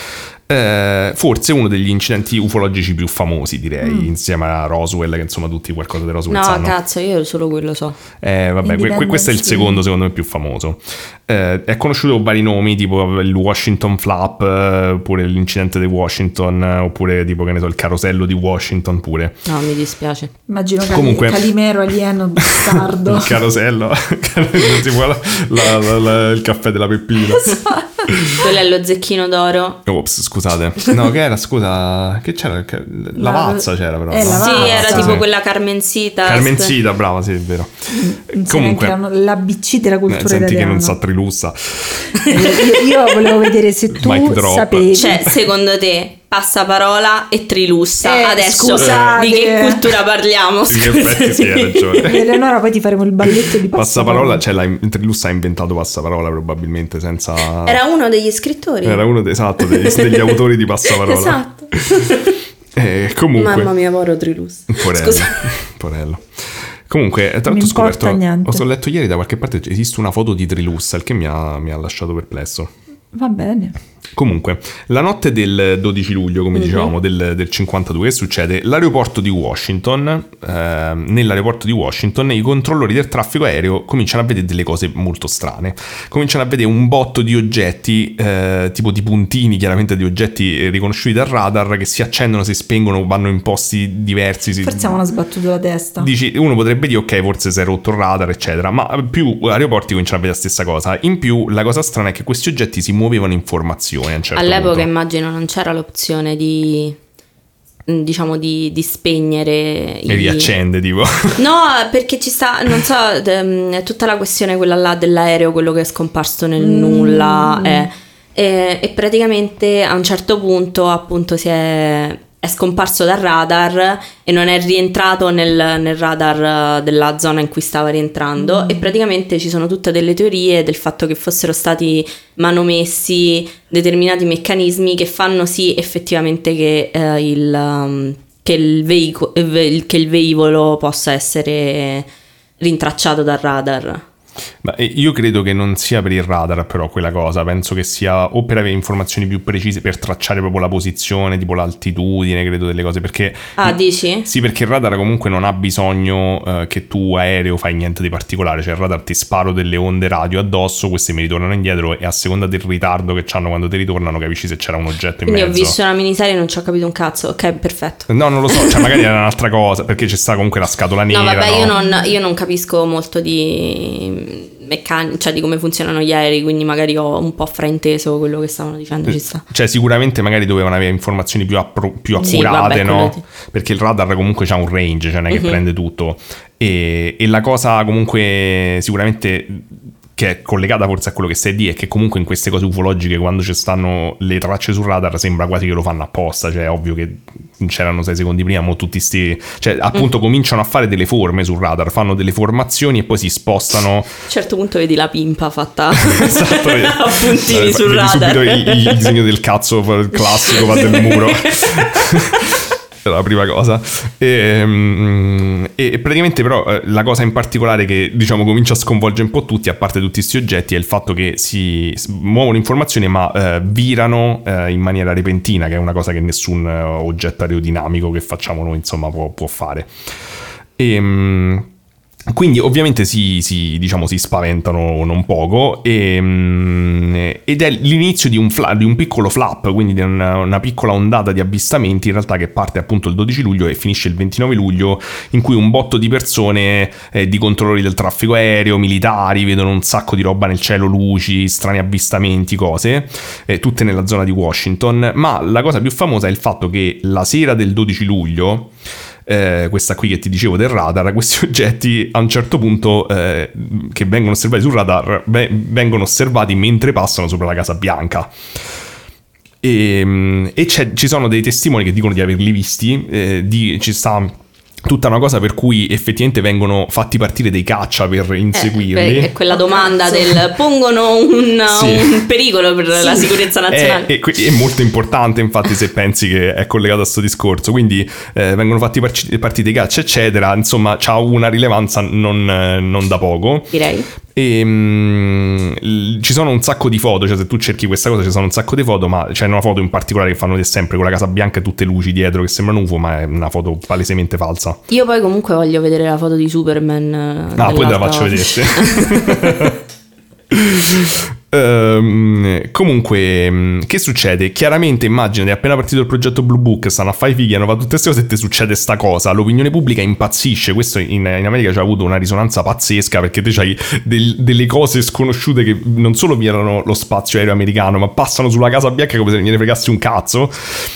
forse uno degli incidenti ufologici più famosi, direi, insieme a Roswell, che insomma tutti qualcosa di Roswell sanno. No, cazzo, io solo quello so. Vabbè, questo è il secondo me più famoso. È conosciuto con vari nomi, tipo il Washington Flap, oppure l'incidente di Washington, oppure tipo, che ne so, il carosello di Washington pure. No, mi dispiace. Immagino Comunque, Calimero alieno bastardo. Il carosello, tipo il caffè della Peppina. Quello è lo zecchino d'oro. Ops, scusate. No, che era, scusa, che c'era? La Vazza c'era però. La Sì, Vazza, era tipo quella Carmencita. Carmencita, brava, sì, è vero. Comunque, l'ABC della cultura senti italiana. che non sa Trilussa. Io volevo vedere se tu sapevi. Cioè, secondo te, Passaparola e Trilussa, adesso scusate. di che cultura parliamo? In effetti sì, hai ragione. Eleonora, poi ti faremo il balletto di Passaparola, cioè Trilussa ha inventato Passaparola probabilmente senza... Era uno degli scrittori. Era uno degli autori di Passaparola. Esatto. Comunque... Mamma mia, povero Trilussa. Porello. Comunque, tra l'altro ho letto ieri da qualche parte esiste una foto di Trilussa, il che mi ha lasciato perplesso. Va bene. Comunque, la notte del 12 luglio, come dicevamo, del 52, che succede? L'aeroporto di Washington, nell'aeroporto di Washington, i controllori del traffico aereo cominciano a vedere delle cose molto strane. Cominciano a vedere un botto di oggetti, tipo di puntini, chiaramente di oggetti riconosciuti dal radar, che si accendono, si spengono, vanno in posti diversi. Forse avevano sbattuto la testa. Dici, uno potrebbe dire, ok, forse si è rotto il radar, eccetera, ma più aeroporti cominciano a vedere la stessa cosa. In più, la cosa strana è che questi oggetti si muovevano in formazione. All'epoca punto. Immagino non c'era l'opzione di spegnere e riaccende tipo no, perché ci sta, non so, tutta la questione quella là dell'aereo, quello che è scomparso nel nulla e praticamente a un certo punto appunto è scomparso dal radar e non è rientrato nel radar della zona in cui stava rientrando e praticamente ci sono tutte delle teorie del fatto che fossero stati manomessi determinati meccanismi che fanno sì effettivamente che il velivolo possa essere rintracciato dal radar. Ma io credo che non sia per il radar però quella cosa, penso che sia o per avere informazioni più precise, per tracciare proprio la posizione, tipo l'altitudine, credo, delle cose, perché... dici? Sì, perché il radar comunque non ha bisogno che tu aereo fai niente di particolare, cioè il radar ti sparo delle onde radio addosso, queste mi ritornano indietro e a seconda del ritardo che c'hanno quando ti ritornano capisci se c'era un oggetto in mezzo. Quindi ho visto una miniserie e non ci ho capito un cazzo, ok, perfetto. No, non lo so, cioè magari era un'altra cosa, perché c'è sta comunque la scatola nera. No, vabbè, io non capisco molto di cioè di come funzionano gli aerei, quindi magari ho un po' frainteso quello che stavano dicendo, ci sta. Cioè sicuramente magari dovevano avere informazioni più accurate, sì, vabbè, no? Perché il radar comunque c'ha un range, cioè non è che prende tutto e la cosa comunque sicuramente che è collegata forse a quello che stai di è che comunque in queste cose ufologiche quando ci stanno le tracce sul radar sembra quasi che lo fanno apposta, cioè è ovvio che c'erano 6 secondi prima, mo tutti cioè appunto cominciano a fare delle forme sul radar, fanno delle formazioni e poi si spostano. A un certo punto vedi la pimpa fatta esatto, a puntini sul radar, subito il disegno del cazzo classico va del muro. La prima cosa e praticamente però la cosa in particolare che diciamo comincia a sconvolgere un po' tutti, a parte tutti questi oggetti, è il fatto che si muovono informazioni ma virano in maniera repentina, che è una cosa che nessun oggetto aerodinamico che facciamo noi insomma può fare. Quindi ovviamente si spaventano non poco ed è l'inizio di un piccolo flap, quindi di una piccola ondata di avvistamenti in realtà che parte appunto il 12 luglio e finisce il 29 luglio, in cui un botto di persone, di controllori del traffico aereo, militari, vedono un sacco di roba nel cielo, luci, strani avvistamenti, cose, tutte nella zona di Washington. Ma la cosa più famosa è il fatto che la sera del 12 luglio questa qui che ti dicevo del radar, questi oggetti a un certo punto che vengono osservati sul radar vengono osservati mentre passano sopra la Casa Bianca e ci sono dei testimoni che dicono di averli visti, ci sta tutta una cosa per cui effettivamente vengono fatti partire dei caccia per inseguirli. È quella domanda del pongono un pericolo per la sicurezza nazionale. È molto importante infatti se pensi che è collegato a questo discorso, quindi vengono fatti partire dei caccia eccetera, insomma c'ha una rilevanza non da poco, direi. Ci sono un sacco di foto, cioè se tu cerchi questa cosa ci sono un sacco di foto, ma c'è una foto in particolare che fanno vedere sempre con la Casa Bianca e tutte luci dietro che sembrano UFO, ma è una foto palesemente falsa. Io poi comunque voglio vedere la foto di Superman. Poi te la faccio vedere. Comunque, che succede? Chiaramente immagino appena partito il progetto Blue Book, stanno a fare i figli, hanno fatto tutte queste cose e te succede sta cosa, l'opinione pubblica impazzisce. Questo in America c'ha avuto una risonanza pazzesca, perché te c'hai delle cose sconosciute che non solo violano lo spazio aereo americano, ma passano sulla Casa Bianca come se non gliene fregassi un cazzo.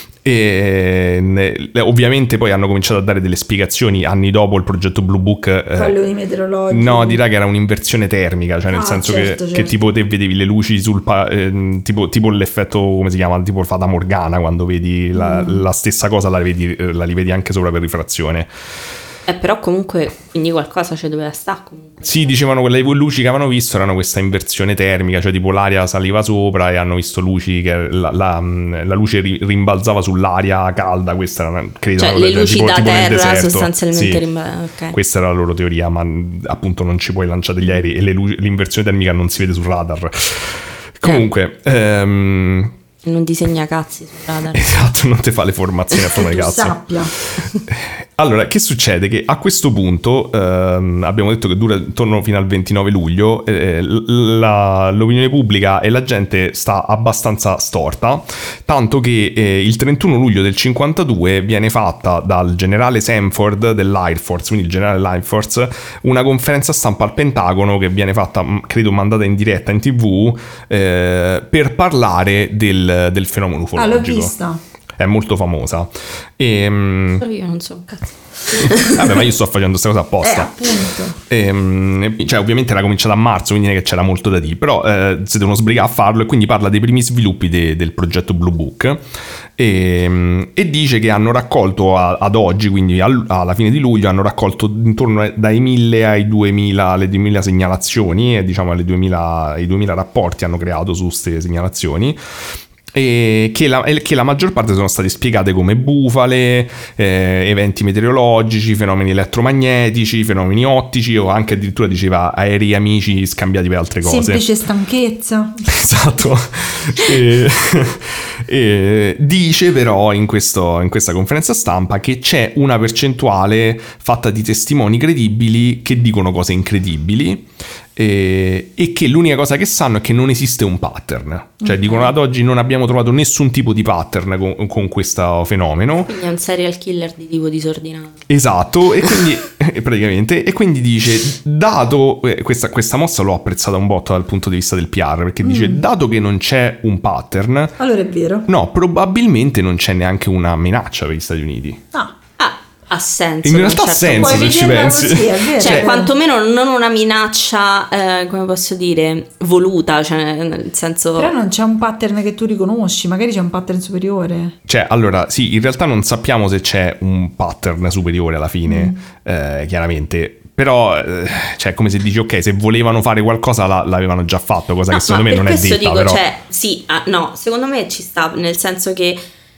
E ovviamente poi hanno cominciato a dare delle spiegazioni anni dopo il progetto Blue Book. Quello di meteorologico. No, dirà che era un'inversione termica, cioè nel senso certo. che tipo te vedevi le luci sul tipo l'effetto, come si chiama, tipo Fata Morgana, quando vedi la stessa cosa la rivedi anche sopra per rifrazione. Però comunque, quindi qualcosa ci doveva stare comunque. Sì, dicevano quelle luci che avevano visto erano questa inversione termica, cioè tipo l'aria saliva sopra e hanno visto luci che la luce rimbalzava sull'aria calda. Questa era, credo, cioè le luci tipo da terra sostanzialmente sì. okay. Questa era la loro teoria, ma appunto non ci puoi lanciare degli aerei e l'inversione termica non si vede sul radar. Comunque non disegna cazzi sul radar. Esatto, non ti fa le formazioni a forma di cazzo. Sappia. Allora, che succede? Che a questo punto abbiamo detto che dura intorno fino al 29 luglio, l'opinione pubblica e la gente sta abbastanza storta, tanto che il 31 luglio del 52 viene fatta dal generale Samford dell'Air Force, quindi il generale dell'Air Force, una conferenza stampa al Pentagono che viene fatta, credo, mandata in diretta in TV per parlare del fenomeno ufologico. L'ho vista. È molto famosa. Però io non so un cazzo. Vabbè, ma io sto facendo questa cosa apposta. Appunto. Cioè, ovviamente era cominciata a marzo, quindi non è che c'era molto da dire, però si devono sbrigare a farlo, e quindi parla dei primi sviluppi del progetto Blue Book e dice che hanno raccolto ad oggi, quindi alla fine di luglio, hanno raccolto intorno dai 1000 ai 2000, alle 2000 segnalazioni, e diciamo ai 2000 rapporti hanno creato su queste segnalazioni. E che la maggior parte sono state spiegate come bufale, eventi meteorologici, fenomeni elettromagnetici, fenomeni ottici, o anche addirittura diceva aerei amici scambiati per altre cose. Semplice stanchezza. Esatto. E dice però in questa conferenza stampa che c'è una percentuale fatta di testimoni credibili che dicono cose incredibili, e che l'unica cosa che sanno è che non esiste un pattern, cioè dicono ad oggi non abbiamo trovato nessun tipo di pattern con questo fenomeno. Quindi è un serial killer di tipo disordinato. Esatto, e quindi praticamente, e quindi dice, dato questa mossa l'ho apprezzata un botto dal punto di vista del PR, perché dice, dato che non c'è un pattern, allora è vero, no, probabilmente non c'è neanche una minaccia per gli Stati Uniti. Ha senso. In realtà ha senso, se ci pensi. Così, è vero. Cioè, quantomeno non una minaccia, come posso dire, voluta, cioè nel senso. Però non c'è un pattern che tu riconosci, magari c'è un pattern superiore. Cioè, allora, sì, in realtà non sappiamo se c'è un pattern superiore alla fine, chiaramente. Però, cioè, come se dici, ok, se volevano fare qualcosa l'avevano già fatto, cosa che secondo me non è detta, dico, però. Cioè, sì, no, secondo me ci sta, nel senso che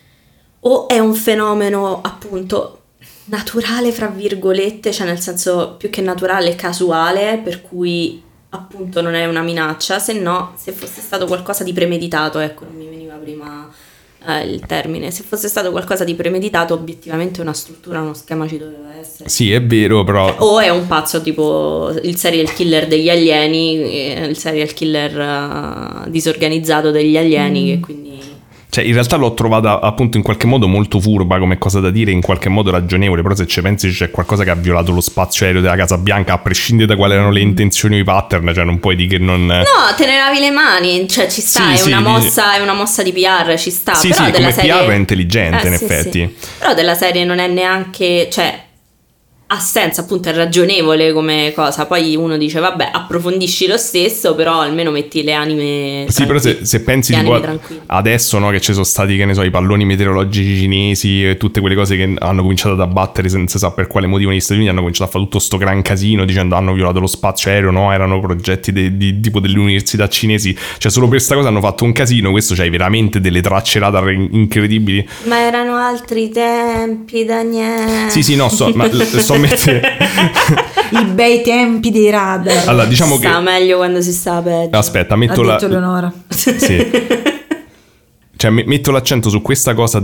o è un fenomeno, appunto, naturale, fra virgolette, cioè nel senso più che naturale, casuale, per cui appunto non è una minaccia, se no, se fosse stato qualcosa di premeditato, ecco, non mi veniva prima il termine, se fosse stato qualcosa di premeditato, obiettivamente una struttura, uno schema ci doveva essere. Sì, è vero, però. O è un pazzo tipo il serial killer degli alieni, il serial killer disorganizzato degli alieni, che quindi. Cioè, in realtà l'ho trovata appunto in qualche modo molto furba come cosa da dire, in qualche modo ragionevole, però se ci pensi c'è qualcosa che ha violato lo spazio aereo della Casa Bianca, a prescindere da quali erano le intenzioni o i pattern, cioè non puoi dire che non. No, te ne lavi le mani, cioè ci sta, sì, è una mossa di PR, ci sta. Sì, però sì, della come serie. PR è intelligente, in sì, effetti. Sì. Però della serie non è neanche, cioè ha senso, appunto, è ragionevole come cosa. Poi uno dice vabbè, approfondisci lo stesso, però almeno metti le anime sì, però se pensi tipo adesso, no, che ci sono stati, che ne so, i palloni meteorologici cinesi e tutte quelle cose che hanno cominciato ad abbattere senza sapere per quale motivo negli Stati Uniti, hanno cominciato a fare tutto sto gran casino dicendo hanno violato lo spazio aereo, no, erano progetti di tipo delle università cinesi, cioè solo per sta cosa hanno fatto un casino. Questo c'hai veramente delle tracce radar incredibili. Ma erano altri tempi, Daniele. Sì, no, sto I bei tempi dei radar. Allora, diciamo sta meglio quando si sta peggio. Aspetta, Ha detto Leonora. Sì. Cioè, metto l'accento su questa cosa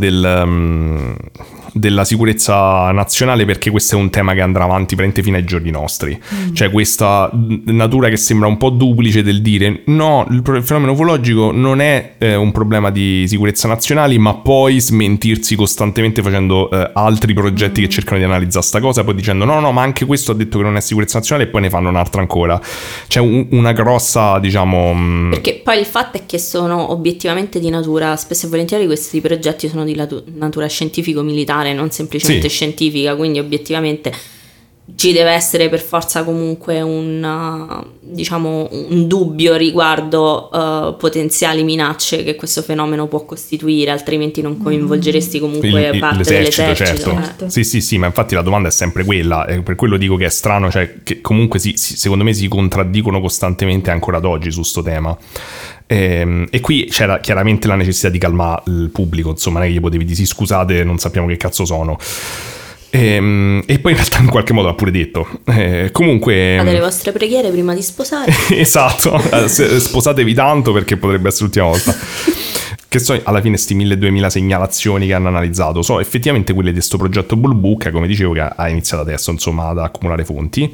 della sicurezza nazionale, perché questo è un tema che andrà avanti veramente fino ai giorni nostri. Cioè, questa natura che sembra un po' duplice del dire no, il fenomeno ufologico non è un problema di sicurezza nazionali, ma poi smentirsi costantemente facendo altri progetti che cercano di analizzare sta cosa, poi dicendo no, ma anche questo ha detto che non è sicurezza nazionale, e poi ne fanno un'altra ancora. C'è una grossa, diciamo... Perché poi il fatto è che sono obiettivamente di natura, spesso e volentieri questi progetti sono di natura scientifico-militare, non semplicemente scientifica, quindi obiettivamente ci deve essere per forza comunque un dubbio riguardo potenziali minacce che questo fenomeno può costituire, altrimenti non coinvolgeresti comunque parte dell'esercito. Certo. Sì, ma infatti la domanda è sempre quella, per quello dico che è strano, cioè che comunque secondo me si contraddicono costantemente ancora ad oggi su sto tema. E qui c'era chiaramente la necessità di calmare il pubblico, insomma, non è che gli potevi dire sì, scusate, non sappiamo che cazzo sono. E poi in realtà in qualche modo ha pure detto comunque fate le vostre preghiere prima di sposare. Esatto, sposatevi tanto perché potrebbe essere l'ultima volta. Che so, alla fine sti 1200 segnalazioni che hanno analizzato sono effettivamente quelle di questo progetto Blue Book, come dicevo, che ha iniziato adesso, insomma, ad accumulare fonti.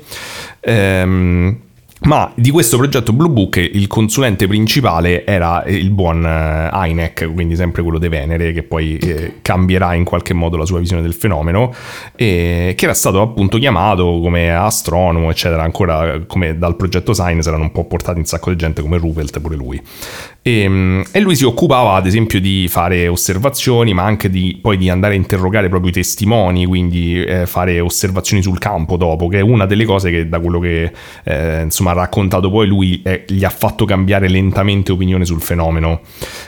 Ma di questo progetto Blue Book il consulente principale era il buon Hynek, quindi sempre quello De Venere, che poi cambierà in qualche modo la sua visione del fenomeno, che era stato appunto chiamato come astronomo, eccetera, ancora come dal progetto Science erano un po' portati un sacco di gente come Ruppelt, pure lui. E lui si occupava ad esempio di fare osservazioni, ma anche poi di andare a interrogare proprio i testimoni, quindi fare osservazioni sul campo dopo, che è una delle cose che, da quello che insomma ha raccontato poi lui, gli ha fatto cambiare lentamente opinione sul fenomeno.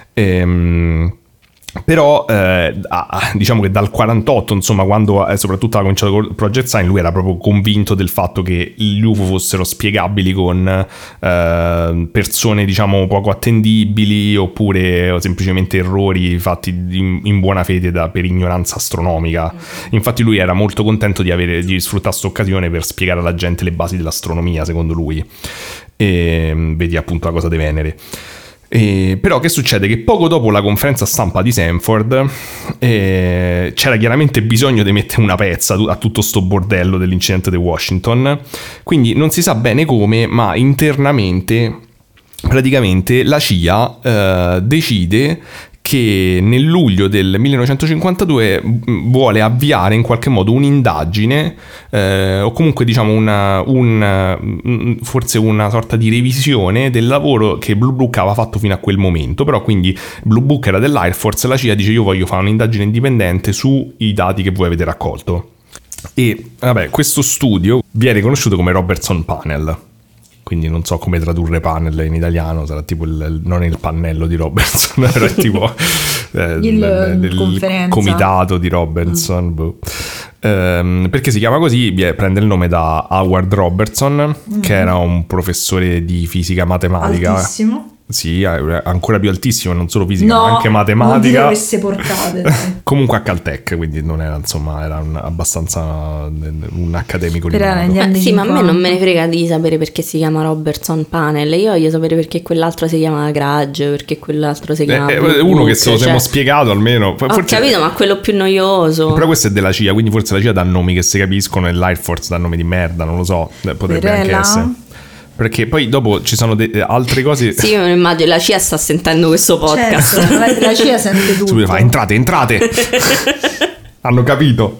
Però diciamo che dal 48, insomma, quando soprattutto ha cominciato con Project Sign, lui era proprio convinto del fatto che gli UFO fossero spiegabili con persone, diciamo, poco attendibili, oppure semplicemente errori fatti in buona fede per ignoranza astronomica. Infatti lui era molto contento di sfruttare questa occasione per spiegare alla gente le basi dell'astronomia, secondo lui. Vedi appunto la cosa De Venere. Però che succede? Che poco dopo la conferenza stampa di Sanford c'era chiaramente bisogno di mettere una pezza a tutto sto bordello dell'incidente di Washington, quindi non si sa bene come, ma internamente praticamente la CIA decide che nel luglio del 1952 vuole avviare in qualche modo un'indagine o comunque diciamo forse una sorta di revisione del lavoro che Blue Book aveva fatto fino a quel momento. Però quindi Blue Book era dell'Air Force, la CIA dice io voglio fare un'indagine indipendente sui dati che voi avete raccolto. E vabbè, questo studio viene conosciuto come Robertson Panel, quindi non so come tradurre panel in italiano, sarà tipo non il pannello di Robertson, però è tipo il comitato di Robertson. Perché si chiama così? Prende il nome da Howard Robertson, che era un professore di fisica matematica. Altissimo. Sì, ancora più altissimo, non solo fisica ma anche matematica. Non dire portate. Comunque a Caltech, quindi non era, insomma, era abbastanza un accademico rinomato. Sì, ma a me non me ne frega di sapere perché si chiama Robertson Panel. Io voglio sapere perché quell'altro si chiama Grudge, perché quell'altro si chiama uno che se lo siamo spiegato almeno. Ho capito, ma quello più noioso. Però questo è della CIA, quindi forse la CIA dà nomi che si capiscono e l'Air Force dà nomi di merda, non lo so, potrebbe anche essere. Perché poi dopo ci sono altre cose. Sì, io immagino la CIA sta sentendo questo podcast. Certo, la CIA sente tutto. Fa, entrate. Hanno capito.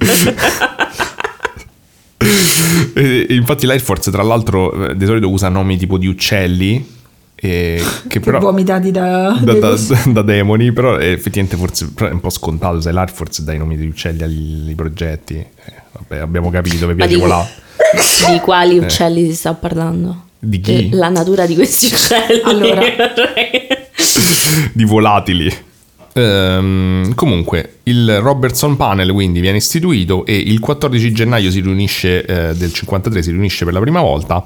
E infatti l'Air Force tra l'altro di solito usa nomi tipo di uccelli che però vomitati da demoni, però effettivamente forse è un po' scontato, se l'Air Force dà i nomi degli uccelli ai progetti. Vabbè, abbiamo capito, mi piace volare. Di quali uccelli si sta parlando? Di chi? La natura di questi uccelli. Allora. Di volatili. Comunque il Robertson Panel quindi viene istituito e il 14 gennaio si riunisce del 53 si riunisce per la prima volta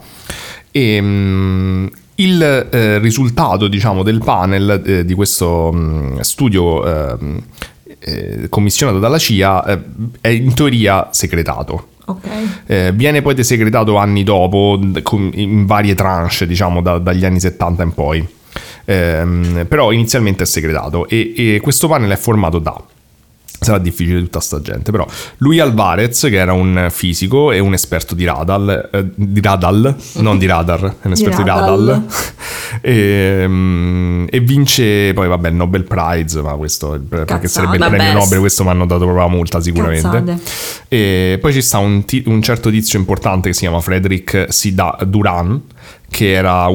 e il risultato, diciamo, del panel di questo studio commissionato dalla CIA è in teoria segretato. Ok. Viene poi desecretato anni dopo in varie tranche, diciamo dagli anni 70 in poi. Però inizialmente è segretato e questo panel è formato da, sarà difficile tutta sta gente, però Luis Alvarez, che era un fisico e un esperto di radar, non di radar, è un esperto di radar, e vince poi vabbè il Nobel Prize, ma questo perché sarebbe il premio Nobel, questo mi hanno dato proprio la multa sicuramente. Cazzate. E poi ci sta un certo tizio importante che si chiama Frederick Duran, che era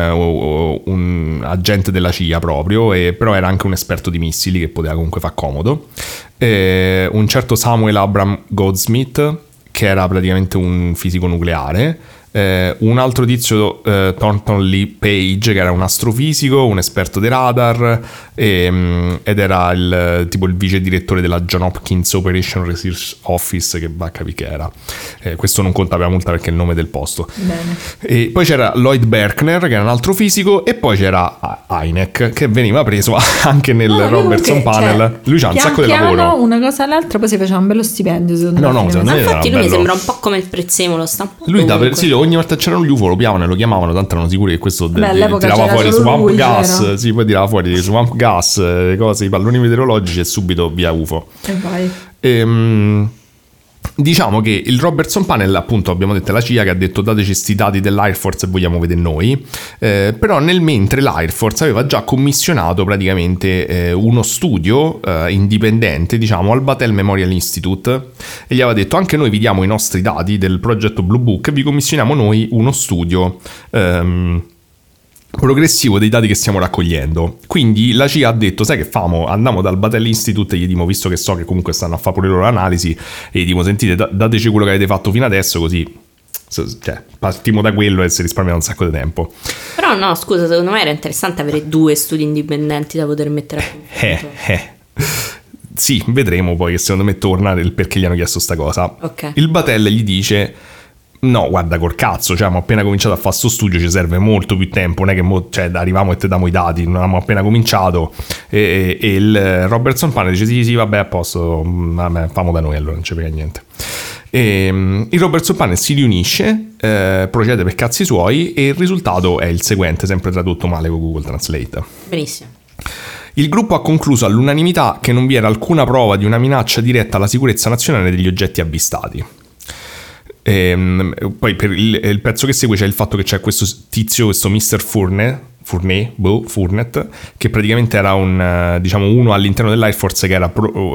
un agente della CIA proprio, però era anche un esperto di missili che poteva comunque far comodo. Un certo Samuel Abram Goldsmith, che era praticamente un fisico nucleare. Un altro tizio, Thornton Lee Page, che era un astrofisico, un esperto dei radar, ed era tipo il vice direttore della John Hopkins Operation Research Office, che va a capire che era. Questo non conta per la multa perché è il nome del posto. Bene. E poi c'era Lloyd Berkner, che era un altro fisico, e poi c'era Hynek, che veniva preso anche nel Robertson Panel. Cioè, lui c'ha un sacco di lavoro. Una cosa all'altra, poi si faceva un bello stipendio, secondo me. No, secondo me Infatti lui bello. mi sembra un po' come il prezzemolo, sta un po' Lui ovunque. ogni volta c'erano gli UFO lo piavano e lo chiamavano, tanto erano sicuri che questo all'epoca tirava c'era fuori solo swamp lui, gas, c'era. sì, poi tirava fuori swamp gas, le cose, i palloni meteorologici e subito via UFO. E vai. Diciamo che il Robertson Panel, appunto, abbiamo detto, è la CIA che ha detto dateci sti dati dell'Air Force e vogliamo vedere noi, però nel mentre l'Air Force aveva già commissionato praticamente uno studio indipendente, diciamo, al Battelle Memorial Institute, e gli aveva detto anche noi vi diamo i nostri dati del progetto Blue Book e vi commissioniamo noi uno studio progressivo dei dati che stiamo raccogliendo. Quindi la CIA ha detto sai che famo, andiamo dal Battelle Institute e gli dimo, visto che so che comunque stanno a fare pure loro analisi, e gli dimo sentite dateci quello che avete fatto fino adesso, così cioè, partiamo da quello e si risparmia un sacco di tempo. Però no, scusa, secondo me era interessante avere 2 studi indipendenti da poter mettere a confronto. Sì, vedremo poi che secondo me torna il perché gli hanno chiesto sta cosa. Ok. Il Battelle gli dice no, guarda, col cazzo, cioè abbiamo appena cominciato a fare sto studio, ci serve molto più tempo, non è che cioè, arriviamo e te diamo i dati, non abbiamo appena cominciato. E il Robertson Panel dice sì, vabbè, a posto, vabbè, famo da noi allora, non ci frega niente. E il Robertson Panel si riunisce, procede per cazzi suoi, e il risultato è il seguente, sempre tradotto male con Google Translate. Benissimo. Il gruppo ha concluso all'unanimità che non vi era alcuna prova di una minaccia diretta alla sicurezza nazionale degli oggetti avvistati. Poi per il pezzo che segue c'è il fatto che c'è questo tizio, questo Mr. Fournet, che praticamente era uno all'interno dell'Air Force che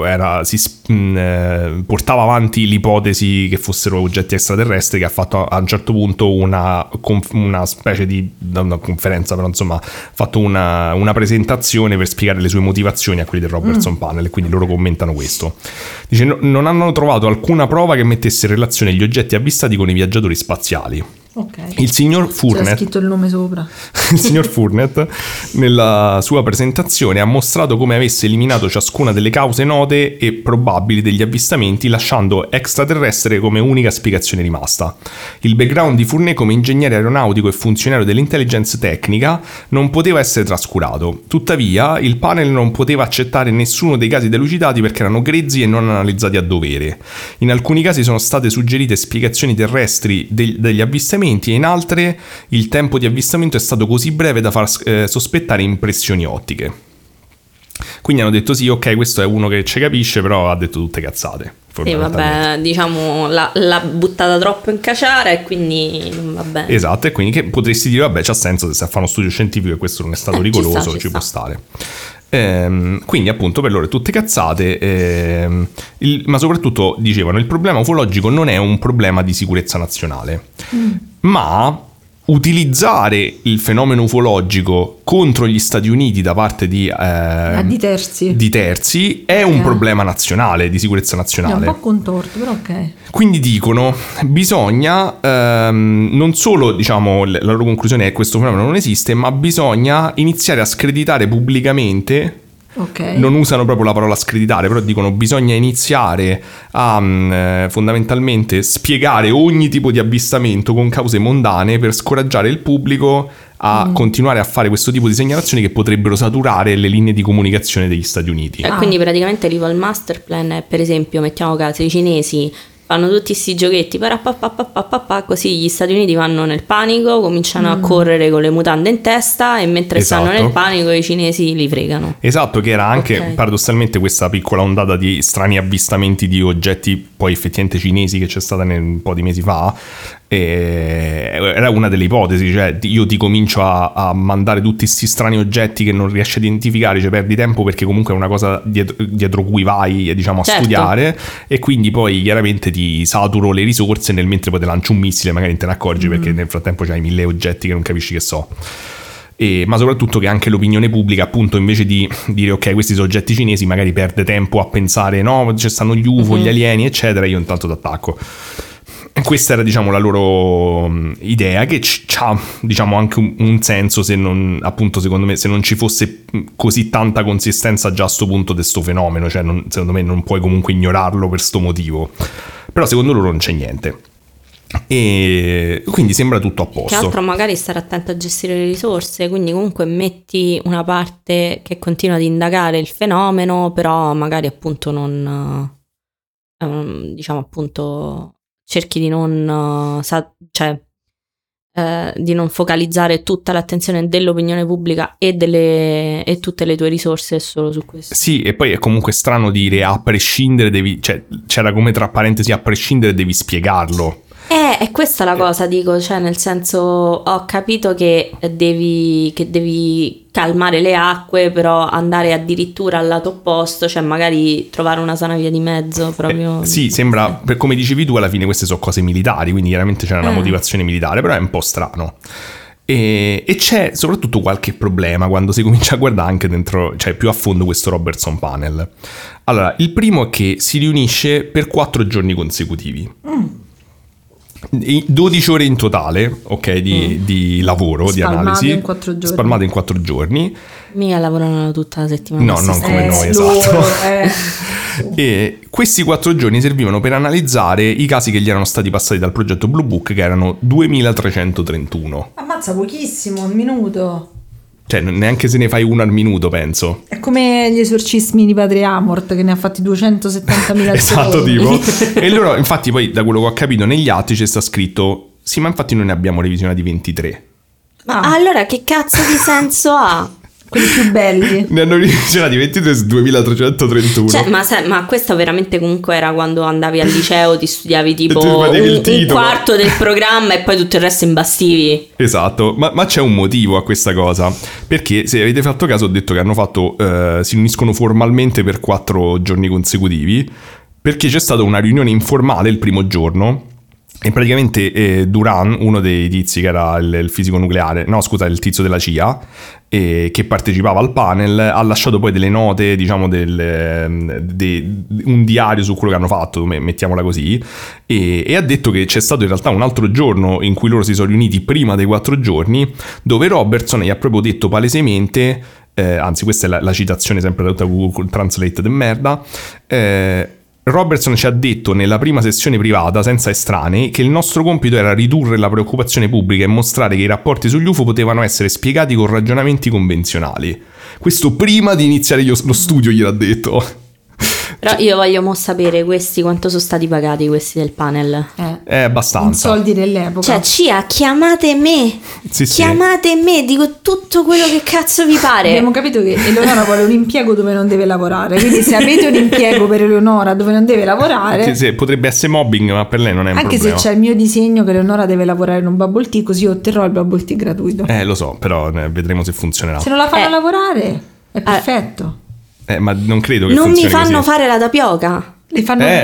portava avanti l'ipotesi che fossero oggetti extraterrestri, che ha fatto a un certo punto una specie di una conferenza, però insomma ha fatto una presentazione per spiegare le sue motivazioni a quelli del Robertson Panel, e quindi loro commentano questo. Dice non hanno trovato alcuna prova che mettesse in relazione gli oggetti avvistati con i viaggiatori spaziali. Ok. Il signor Fournet, c'è scritto il nome sopra. il signor Fournet nella sua presentazione ha mostrato come avesse eliminato ciascuna delle cause note e probabili degli avvistamenti, lasciando extraterrestre come unica spiegazione rimasta. Il background di Fournet come ingegnere aeronautico e funzionario dell'intelligence tecnica non poteva essere trascurato. Tuttavia, il panel non poteva accettare nessuno dei casi delucidati perché erano grezzi e non analizzati a dovere. In alcuni casi sono state suggerite spiegazioni terrestri degli avvistamenti, e in altre il tempo di avvistamento è stato così breve da far sospettare impressioni ottiche. Quindi hanno detto sì, ok, questo è uno che ci capisce, però ha detto tutte cazzate. Sì, vabbè, diciamo l'ha buttata troppo in caciara e quindi non va bene. Esatto, e quindi che potresti dire vabbè, c'ha senso, se stai a fare uno studio scientifico e questo non è stato rigoroso, ci può stare. Quindi appunto per loro tutte cazzate, ma soprattutto dicevano il problema ufologico non è un problema di sicurezza nazionale, ma utilizzare il fenomeno ufologico contro gli Stati Uniti da parte di terzi è un problema nazionale, di sicurezza nazionale. È un po' contorto, però ok. Quindi dicono bisogna non solo, diciamo, la loro conclusione è che questo fenomeno non esiste, ma bisogna iniziare a screditare pubblicamente Non usano proprio la parola screditare, però dicono bisogna iniziare a fondamentalmente spiegare ogni tipo di avvistamento con cause mondane per scoraggiare il pubblico a continuare a fare questo tipo di segnalazioni che potrebbero saturare le linee di comunicazione degli Stati Uniti. Quindi praticamente l'Evil Master Plan è, per esempio, mettiamo caso, i cinesi fanno tutti sti giochetti, così gli Stati Uniti vanno nel panico, cominciano a correre con le mutande in testa e mentre stanno nel panico i cinesi li fregano. Esatto, che era anche paradossalmente questa piccola ondata di strani avvistamenti di oggetti poi effettivamente cinesi che c'è stata un po' di mesi fa. Era una delle ipotesi, cioè io ti comincio a mandare tutti questi strani oggetti che non riesci a identificare, cioè perdi tempo perché comunque è una cosa dietro cui vai, diciamo, a studiare, e quindi poi chiaramente ti saturo le risorse nel mentre poi te lancio un missile, magari non te ne accorgi perché nel frattempo c'hai 1000 oggetti che non capisci che so. Ma soprattutto che anche l'opinione pubblica, appunto, invece di dire ok, questi sono oggetti cinesi, magari perde tempo a pensare no, ci stanno gli UFO, gli alieni eccetera, io intanto t'attacco. Questa era, diciamo, la loro idea, che c'ha, diciamo, anche un senso, se non, appunto, secondo me, se non ci fosse così tanta consistenza già a sto punto di sto fenomeno, cioè secondo me non puoi comunque ignorarlo per sto motivo, però secondo loro non c'è niente e quindi sembra tutto a posto. Che altro, magari stare attento a gestire le risorse, quindi comunque metti una parte che continua ad indagare il fenomeno, però magari appunto non diciamo appunto cerchi di non di non focalizzare tutta l'attenzione dell'opinione pubblica e tutte le tue risorse solo su questo. Sì, e poi è comunque strano dire a prescindere devi, cioè c'era come tra parentesi a prescindere devi spiegarlo. È questa la cosa, dico, cioè nel senso, ho capito che devi calmare le acque, però andare addirittura al lato opposto, cioè magari trovare una sana via di mezzo proprio. Sì, sembra, per come dicevi tu, alla fine queste sono cose militari, quindi chiaramente c'era una motivazione militare, però è un po' strano. E c'è soprattutto qualche problema quando si comincia a guardare anche dentro, cioè più a fondo, questo Robertson Panel. Allora, il primo è che si riunisce per 4 giorni consecutivi. 12 ore in totale, ok, di lavoro, di analisi, spalmate in 4 giorni. Mica lavorano tutta la settimana. No, non come noi, esatto. E questi 4 giorni servivano per analizzare i casi che gli erano stati passati dal progetto Blue Book, che erano 2331. Ammazza, pochissimo, un minuto. Cioè, neanche se ne fai uno al minuto, penso. È come gli esorcismi di Padre Amort, che ne ha fatti 270.000 esatto, tipo. E loro, infatti, poi, da quello che ho capito, negli atti c'è sta scritto sì, ma infatti noi ne abbiamo revisionati 23. Allora che cazzo di senso ha? Quelli più belli. Ne hanno revisionati 23 su 2331. Cioè, ma questo veramente comunque era quando andavi al liceo, ti studiavi tipo un quarto del programma e poi tutto il resto imbastivi. Esatto, ma c'è un motivo a questa cosa, perché se avete fatto caso ho detto che hanno fatto si uniscono formalmente per 4 giorni consecutivi, perché c'è stata una riunione informale il primo giorno. E praticamente Duran, uno dei tizi che era il fisico nucleare, no scusa, il tizio della CIA, che partecipava al panel, ha lasciato poi delle note, diciamo un diario su quello che hanno fatto, mettiamola così, e ha detto che c'è stato in realtà un altro giorno in cui loro si sono riuniti prima dei 4 giorni, dove Robertson gli ha proprio detto palesemente, anzi questa è la citazione sempre da tutta Google Translate de merda, Robertson ci ha detto nella prima sessione privata, senza estranei, che il nostro compito era ridurre la preoccupazione pubblica e mostrare che i rapporti sugli UFO potevano essere spiegati con ragionamenti convenzionali. Questo prima di iniziare lo studio gliel'ha detto. Però io voglio sapere questi quanto sono stati pagati, questi del panel. Abbastanza. In soldi dell'epoca. Cioè, CIA, chiamate me. Sì, chiamate me, dico tutto quello che cazzo vi pare. Abbiamo capito che Eleonora vuole un impiego dove non deve lavorare, quindi se avete un impiego per Eleonora dove non deve lavorare, che se potrebbe essere mobbing, ma per lei non è un anche problema. se c'è il mio disegno che Eleonora deve lavorare in un bubble tea, così otterrò il bubble tea gratuito. Lo so, però vedremo se funzionerà. Se non la fanno lavorare è perfetto. Ma non credo che non funzioni mi fanno così. fare la tapioca. Le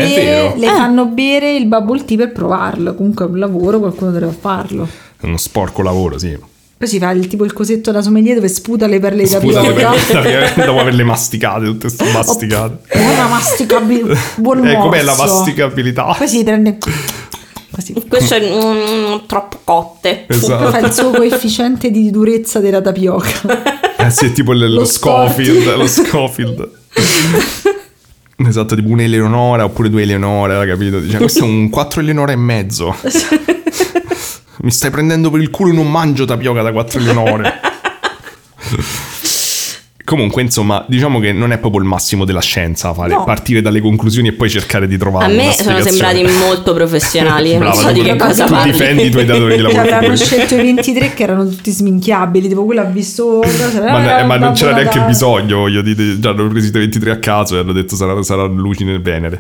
fanno bere il bubble tea per provarlo. Comunque è un lavoro, qualcuno deve farlo. È uno sporco lavoro, sì. Poi si fa tipo il cosetto da sommelier dove sputa le perle di tapioca dopo averle masticate, tutte masticate. Una masticabilità. Buon morso. Com'è la masticabilità? Poi si prende così. Questo è troppo cotte. Esatto. Poi fa il suo coefficiente di durezza della tapioca. Sì, tipo lo Scofield. Esatto, tipo un'Eleonora oppure 2 Eleonore, hai capito? Dice, questo è un 4 Eleonora e mezzo. Mi stai prendendo per il culo, non mangio tapioca da 4 Eleonore. Comunque, insomma, diciamo che non è proprio il massimo della scienza partire dalle conclusioni e poi cercare di trovare una spiegazione. A me sono sembrati molto professionali. Brava, non so di che cosa parli. Tu difendi i tuoi datori di lavoro. Avevano scelto i 23 che erano tutti sminchiabili, tipo quello ha visto ma non c'era neanche bisogno, voglio dire, già hanno preso i 23 a caso e hanno detto saranno luci nel Venere.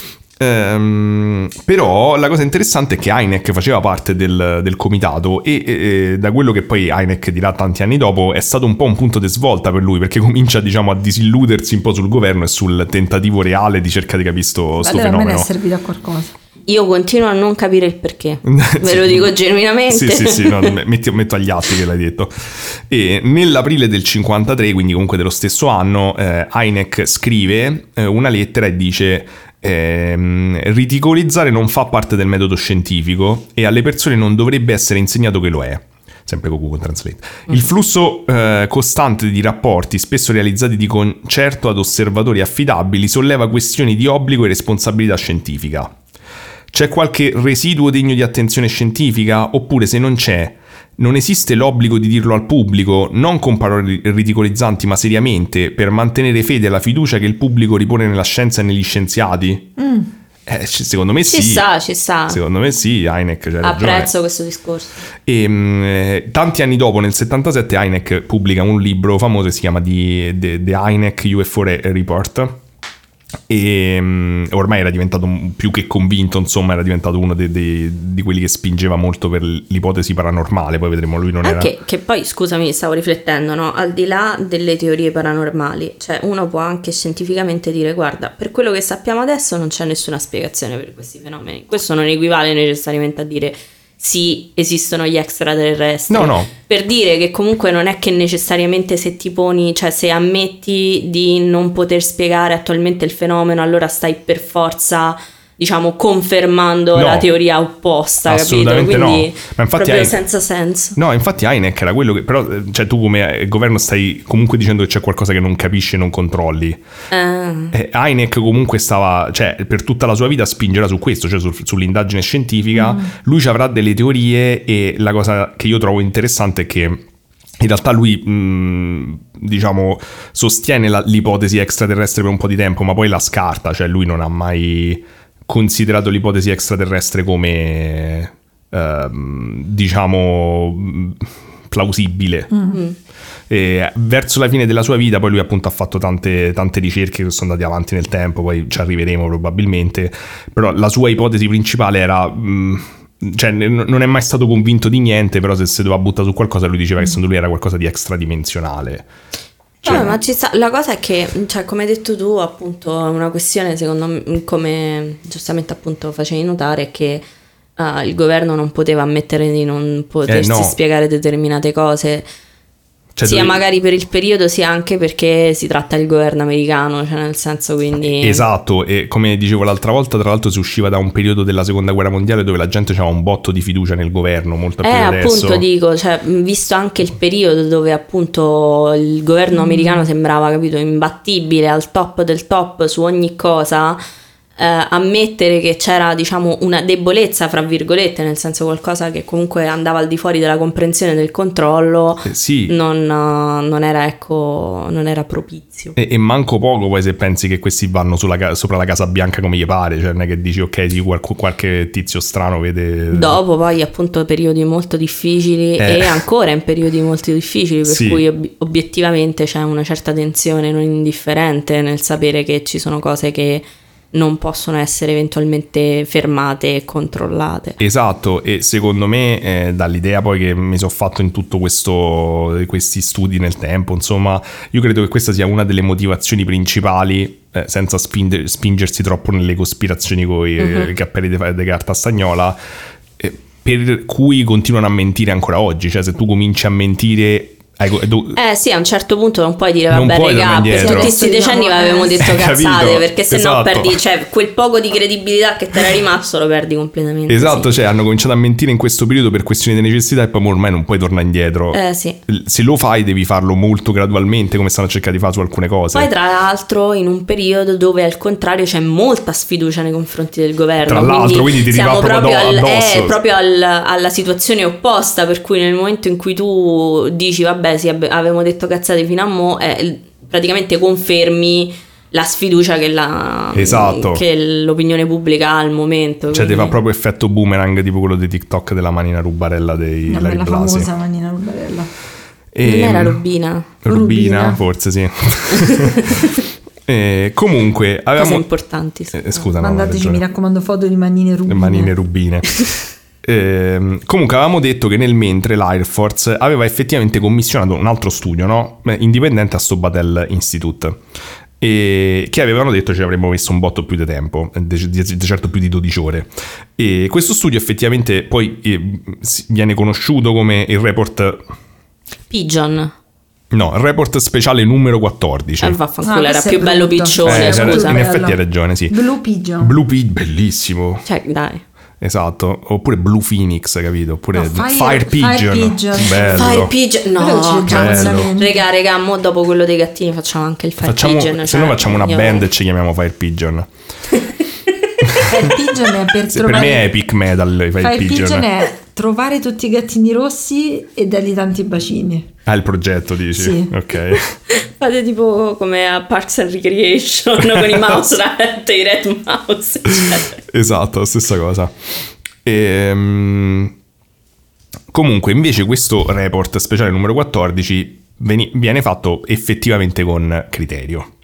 Però la cosa interessante è che Hynek faceva parte del comitato e da quello che poi Hynek dirà tanti anni dopo è stato un po' un punto di svolta per lui, perché comincia, diciamo, a disilludersi un po' sul governo e sul tentativo reale di cercare di capire sto fenomeno. A me è servito a qualcosa. Io continuo a non capire il perché. Ve lo dico genuinamente. Sì, no, metto agli atti che l'hai detto. E nell'aprile del 53, quindi comunque dello stesso anno, Hynek scrive una lettera e dice: ridicolizzare non fa parte del metodo scientifico e alle persone non dovrebbe essere insegnato che lo è. Sempre con Google Translate. Il flusso costante di rapporti, spesso realizzati di concerto ad osservatori affidabili, solleva questioni di obbligo e responsabilità scientifica. C'è qualche residuo degno di attenzione scientifica? Oppure, se non c'è, non esiste l'obbligo di dirlo al pubblico, non con parole ridicolizzanti ma seriamente, per mantenere fede alla fiducia che il pubblico ripone nella scienza e negli scienziati? Secondo me sì. Ci sta. Secondo me sì, Hynek c'ha ragione. Apprezzo questo discorso. E tanti anni dopo, nel 77, Hynek pubblica un libro famoso che si chiama The Hynek UFO Report. E ormai era diventato più che convinto, insomma, era diventato uno di quelli che spingeva molto per l'ipotesi paranormale. Poi vedremo, lui non anche era... che poi, scusami, stavo riflettendo, no? Al di là delle teorie paranormali, cioè uno può anche scientificamente dire: guarda, per quello che sappiamo adesso non c'è nessuna spiegazione per questi fenomeni. Questo non equivale necessariamente a dire sì, esistono gli extraterrestri. No. Per dire che comunque non è che necessariamente se ti poni, cioè se ammetti di non poter spiegare attualmente il fenomeno, allora stai per forza, diciamo, confermando la teoria opposta, assolutamente, capito? Quindi no. Ma infatti proprio senza senso. No, infatti Hynek era quello che... Però, cioè, tu come governo stai comunque dicendo che c'è qualcosa che non capisci e non controlli. Hynek comunque stava... Cioè, per tutta la sua vita spingerà su questo, cioè sull'indagine scientifica. Lui ci avrà delle teorie e la cosa che io trovo interessante è che in realtà lui, diciamo, sostiene l'ipotesi extraterrestre per un po' di tempo, ma poi la scarta. Cioè, lui non ha mai considerato l'ipotesi extraterrestre come, diciamo, plausibile. E verso la fine della sua vita poi lui appunto ha fatto tante ricerche che sono andate avanti nel tempo, poi ci arriveremo probabilmente, però la sua ipotesi principale era... cioè non è mai stato convinto di niente, però se si doveva buttare su qualcosa lui diceva che secondo lui era qualcosa di extradimensionale. Cioè, ma ci sta. La cosa è che, cioè, come hai detto tu, appunto, è una questione, secondo me, come giustamente appunto facevi notare, che il governo non poteva ammettere di non potersi spiegare determinate cose. Cioè, sia magari per il periodo, sia anche perché si tratta del governo americano, cioè nel senso, quindi... Esatto, e come dicevo l'altra volta, tra l'altro si usciva da un periodo della seconda guerra mondiale dove la gente aveva un botto di fiducia nel governo, molto più adesso. Appunto dico, cioè, visto anche il periodo dove appunto il governo americano sembrava, capito, imbattibile, al top del top su ogni cosa, ammettere che c'era, diciamo, una debolezza, fra virgolette, nel senso qualcosa che comunque andava al di fuori della comprensione del controllo, sì. non era propizio. E manco poco poi se pensi che questi vanno sopra la Casa Bianca come gli pare, cioè non è che dici ok, sì, qualche tizio strano vede... Dopo poi appunto periodi molto difficili e ancora in periodi molto difficili, per cui obiettivamente c'è una certa tensione non indifferente nel sapere che ci sono cose che non possono essere eventualmente fermate e controllate. Esatto, e secondo me dall'idea poi che mi sono fatto in tutto questi studi nel tempo, insomma, io credo che questa sia una delle motivazioni principali, senza spingersi troppo nelle cospirazioni con i cappelli di carta stagnola, per cui continuano a mentire ancora oggi. Cioè, se tu cominci a mentire Sì, a un certo punto non puoi dire Non vabbè puoi regà, tornare per indietro. tutti questi decenni avevamo detto cazzate, Capito? perché se no Esatto. perdi, cioè quel poco di credibilità che ti era rimasto lo perdi completamente. Esatto, sì. cioè hanno cominciato a mentire in questo periodo per questioni di necessità e poi ormai non puoi tornare indietro. Sì. Se lo fai devi farlo molto gradualmente, come stanno cercando di fare su alcune cose. Poi tra l'altro in un periodo dove al contrario c'è molta sfiducia nei confronti del governo. Tra l'altro, quindi ti siamo arriva proprio, addosso. proprio alla situazione opposta, per cui nel momento in cui tu dici vabbè sì avevamo detto cazzate fino a mo', praticamente confermi la sfiducia Esatto. che l'opinione pubblica ha al momento. Cioè quindi ti fa proprio effetto boomerang, tipo quello dei TikTok della manina rubarella dei Larry la Blasi. famosa manina rubarella. non era Rubina. Rubina, forse sì. Comunque Cose avevamo importanti. Sì. scusa, no, Mandateci, mi raccomando, foto di manine rubine. manine rubine. Comunque avevamo detto che nel mentre l'Air Force aveva effettivamente commissionato un altro studio, no? Indipendente a sto Battelle Institute, e che avevano detto ci avremmo messo un botto più di tempo, di certo più di 12 ore. E questo studio effettivamente poi viene conosciuto come il report Pigeon. No, il report speciale numero 14. Vaffanculo, era questo è più bello brutto. piccione, scusa. in effetti hai ragione, sì. Blue Pigeon. Blue Pigeon, bellissimo. Cioè, dai. Esatto, oppure Blue Phoenix, capito? Oppure No, Fire Pigeon. Bello. Fire Pigeon. Quello No, c'è cazzo. bello. Regà, mo dopo quello dei gattini facciamo anche il Fire Pigeon. Se no facciamo una band e ci chiamiamo Fire Pigeon. Fire Pigeon è per Per trovare... me è epic metal Fire Pigeon. è trovare tutti i gattini rossi e dargli tanti bacini. Ah, il progetto dici? Sì. Ok. Fate tipo come a Parks and Recreation con i mouse rat, i red mouse, eccetera. Esatto, la stessa cosa. Comunque invece questo report speciale numero 14 viene fatto effettivamente con criterio.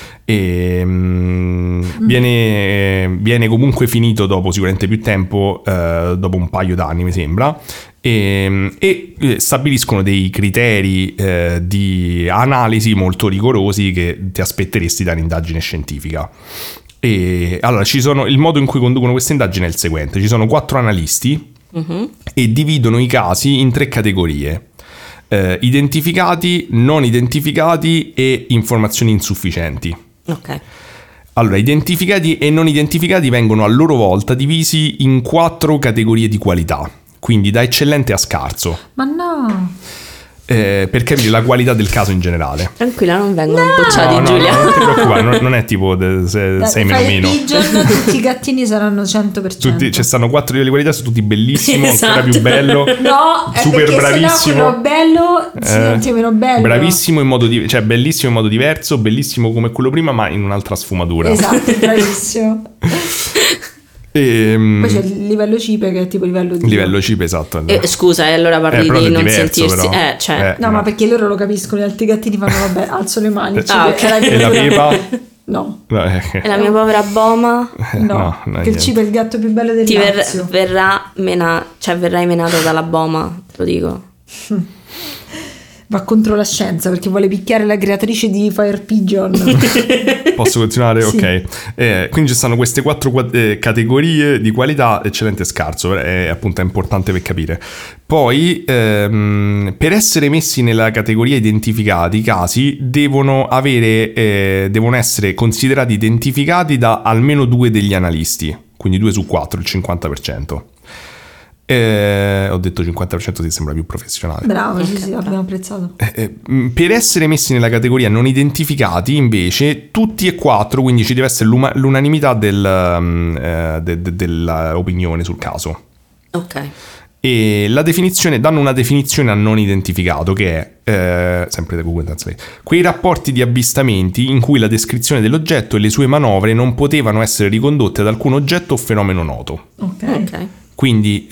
Viene comunque finito dopo sicuramente più tempo, dopo un paio d'anni mi sembra, e stabiliscono dei criteri di analisi molto rigorosi che ti aspetteresti da un'indagine scientifica. E allora il modo in cui conducono questa indagine è il seguente: ci sono 4 analisti e dividono i casi in 3 categorie: identificati, non identificati e informazioni insufficienti. Ok. Allora, identificati e non identificati vengono a loro volta divisi in 4 categorie di qualità, quindi da eccellente a scarso, Ma no! per capire la qualità del caso in generale. Tranquilla, non vengono bocciati, No, Giulia. non ti preoccupare, non è tipo sei meno Fire meno. Pigeon, tutti i gattini saranno 100%. Ci stanno 4 livelli di qualità, sono tutti bellissimo, Esatto. ancora più bello. No, super perché bravissimo. sennò quello bello si sente meno bello. Bravissimo in modo cioè bellissimo in modo diverso, bellissimo come quello prima, ma in un'altra sfumatura. Esatto, bravissimo. Poi c'è il livello cipe che è tipo livello di... Livello cipe, esatto. Scusa, e allora parli però di è non diverso, sentirsi. però. Cioè. No, ma perché loro lo capiscono, gli altri gattini fanno vabbè, alzo le mani. ok. E la pepa? No, E la mia povera Boma no, che il niente. cibo è il gatto più bello del Lazio. verrai menata dalla Boma, te lo dico. Va contro la scienza perché vuole picchiare la creatrice di Fire Pigeon. Posso continuare? Sì. Ok. Quindi ci stanno queste 4 categorie di qualità: eccellente e scarso. È appunto importante per capire. Poi, per essere messi nella categoria identificati, i casi devono essere considerati identificati da almeno 2 degli analisti, quindi 2 su 4, il 50%. Ho detto 50%, ti sembra più professionale. Bravo, sì, abbiamo apprezzato. Per essere messi nella categoria non identificati, invece, tutti e 4, quindi ci deve essere l'unanimità dell'opinione sul caso. Ok. E danno una definizione a non identificato, che è sempre da Google Translate: quei rapporti di avvistamenti in cui la descrizione dell'oggetto e le sue manovre non potevano essere ricondotte ad alcun oggetto o fenomeno noto. Ok. Quindi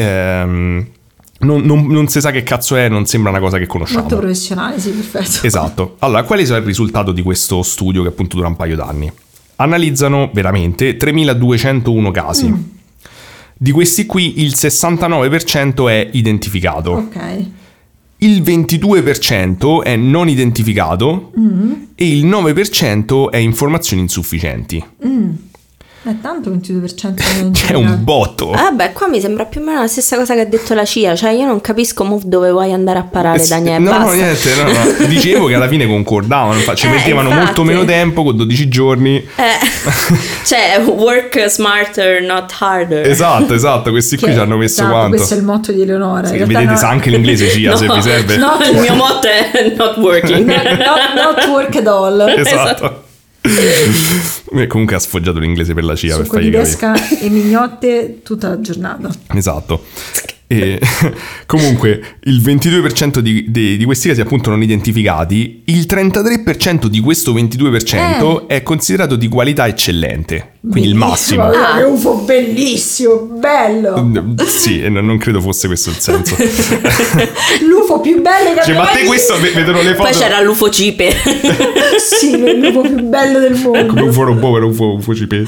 non si sa che cazzo è, non sembra una cosa che conosciamo. Molto professionale, sì, perfetto. Esatto. Allora, qual è il risultato di questo studio che appunto dura un paio d'anni? Analizzano veramente 3.201 casi. Di questi qui il 69% è identificato. Ok. Il 22% è non identificato e il 9% è informazioni insufficienti. È tanto 22%. È un botto. Vabbè, qua mi sembra più o meno la stessa cosa che ha detto la CIA. Cioè, io non capisco dove vuoi andare a parare, Daniele. No, niente, no. Dicevo che alla fine concordavano, ci mettevano infatti. molto meno tempo, con 12 giorni. Cioè, work smarter, not harder. Esatto, questi qui ci hanno messo quanto? Questo è il motto di Eleonora. Sì, vedete, sa anche l'inglese, CIA, se vi serve. Il mio motto è not working. not work at all. Esatto. Comunque ha sfoggiato l'inglese per la CIA, per Succo di fargli pesca e mignotte tutta la giornata. Esatto. E comunque il 22% di questi casi appunto non identificati, il 33% di questo 22% è considerato di qualità eccellente, quindi il massimo. È un UFO bellissimo, bello. Sì, non credo fosse questo il senso. L'UFO più bello che Ma te questo vedono le foto. Poi c'era l'UFO cipe. Sì, l'UFO più bello del mondo. Come UFO robot, era UFO cipe.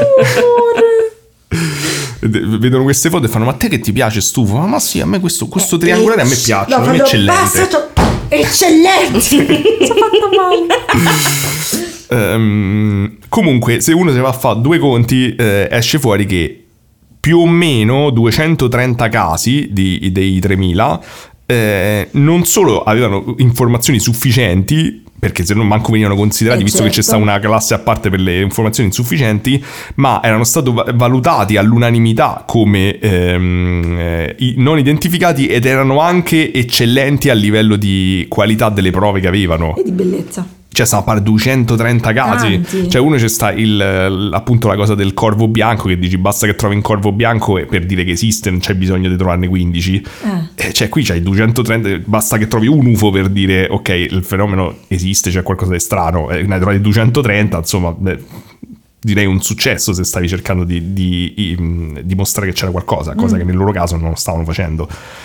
Vedono queste foto e fanno: ma a te che ti piace stufo? Ma sì, a me questo triangolare a me piace, è eccellente. Eccellente. Sono fatto male. Comunque, se uno si va a fare due conti, esce fuori che più o meno 230 casi dei 3000 non solo avevano informazioni sufficienti, perché se no manco venivano considerati, visto che c'è stata una classe a parte per le informazioni insufficienti, ma erano stati valutati all'unanimità come non identificati ed erano anche eccellenti a livello di qualità delle prove che avevano. E di bellezza. Cioè stiamo a parlare 230 casi. Tanti. Cioè uno c'è sta appunto la cosa del corvo bianco, che dici basta che trovi un corvo bianco e per dire che esiste non c'è bisogno di trovarne 15. Cioè qui c'hai 230, basta che trovi un UFO per dire ok, il fenomeno esiste, c'è qualcosa di strano, ne hai trovati 230, insomma direi un successo se stavi cercando di dimostrare che c'era qualcosa, cosa che nel loro caso non stavano facendo.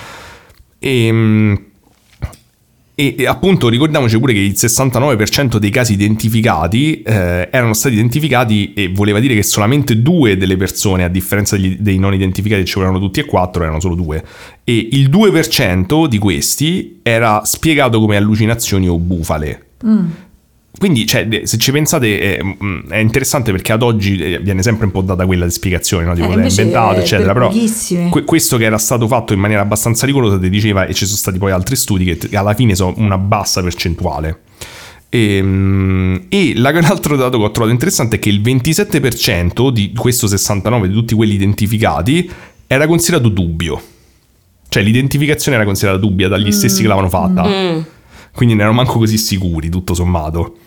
E appunto ricordiamoci pure che il 69% dei casi identificati erano stati identificati, e voleva dire che solamente 2 delle persone, a differenza dei non identificati che ci volevano tutti e 4, erano solo 2. E il 2% di questi era spiegato come allucinazioni o bufale. Quindi, cioè, se ci pensate, è interessante perché ad oggi viene sempre un po' data quella di spiegazione, no? Tipo, è inventato, eccetera. Però questo che era stato fatto in maniera abbastanza rigorosa ti diceva, e ci sono stati poi altri studi che alla fine sono una bassa percentuale. E l'altro dato che ho trovato interessante è che il 27% di questo 69% di tutti quelli identificati era considerato dubbio. Cioè l'identificazione era considerata dubbia dagli stessi che l'avevano fatta. Quindi non erano manco così sicuri, tutto sommato.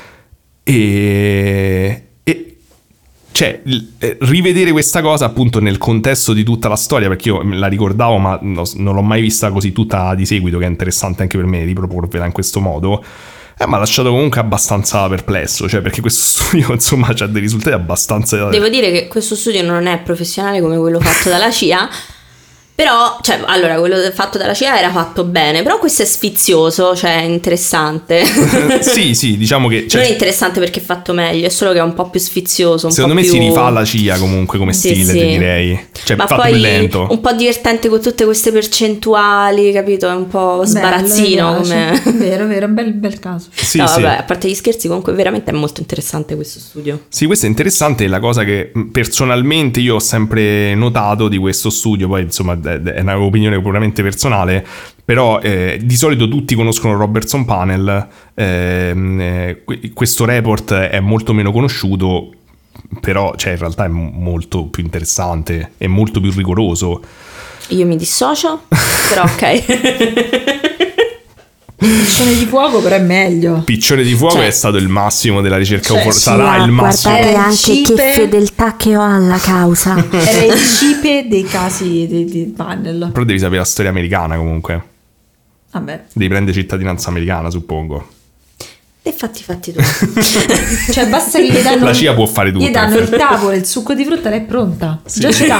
E cioè rivedere questa cosa appunto nel contesto di tutta la storia, perché io la ricordavo ma non l'ho mai vista così tutta di seguito, che è interessante anche per me riproporvela in questo modo, mi ha lasciato comunque abbastanza perplesso, cioè perché questo studio insomma c'ha dei risultati abbastanza... Devo dire che questo studio non è professionale come quello fatto dalla CIA. Però, cioè, allora, quello fatto dalla CIA era fatto bene, però questo è sfizioso, cioè è interessante. sì, diciamo che... Non è interessante perché è fatto meglio, è solo che è un po' più sfizioso. Secondo me si rifà alla CIA comunque come stile, ti direi. Cioè, ma fatto poi più lento. Un po' divertente con tutte queste percentuali, capito? È un po' sbarazzino. Come... Vero, è un bel caso. Sì, no, vabbè, a parte gli scherzi, comunque veramente è molto interessante questo studio. Sì, questo è interessante, è la cosa che personalmente io ho sempre notato di questo studio, poi insomma è un'opinione puramente personale, però di solito tutti conoscono Robertson Panel, questo report è molto meno conosciuto, però cioè, in realtà è molto più interessante e molto più rigoroso. Io mi dissocio, però ok. Piccione di fuoco però è meglio. Piccione di fuoco è stato il massimo della ricerca, sarà il massimo. Guardate anche che fedeltà che ho alla causa. Era il cipe dei casi di Panel. Però devi sapere la storia americana comunque. Vabbè. Devi prendere cittadinanza americana, suppongo. E fatti tu. Cioè basta che gli danno... La CIA può fare tutto. Gli danno il tavolo, il succo di frutta, lei è pronta. Sì. Già ce l'ha.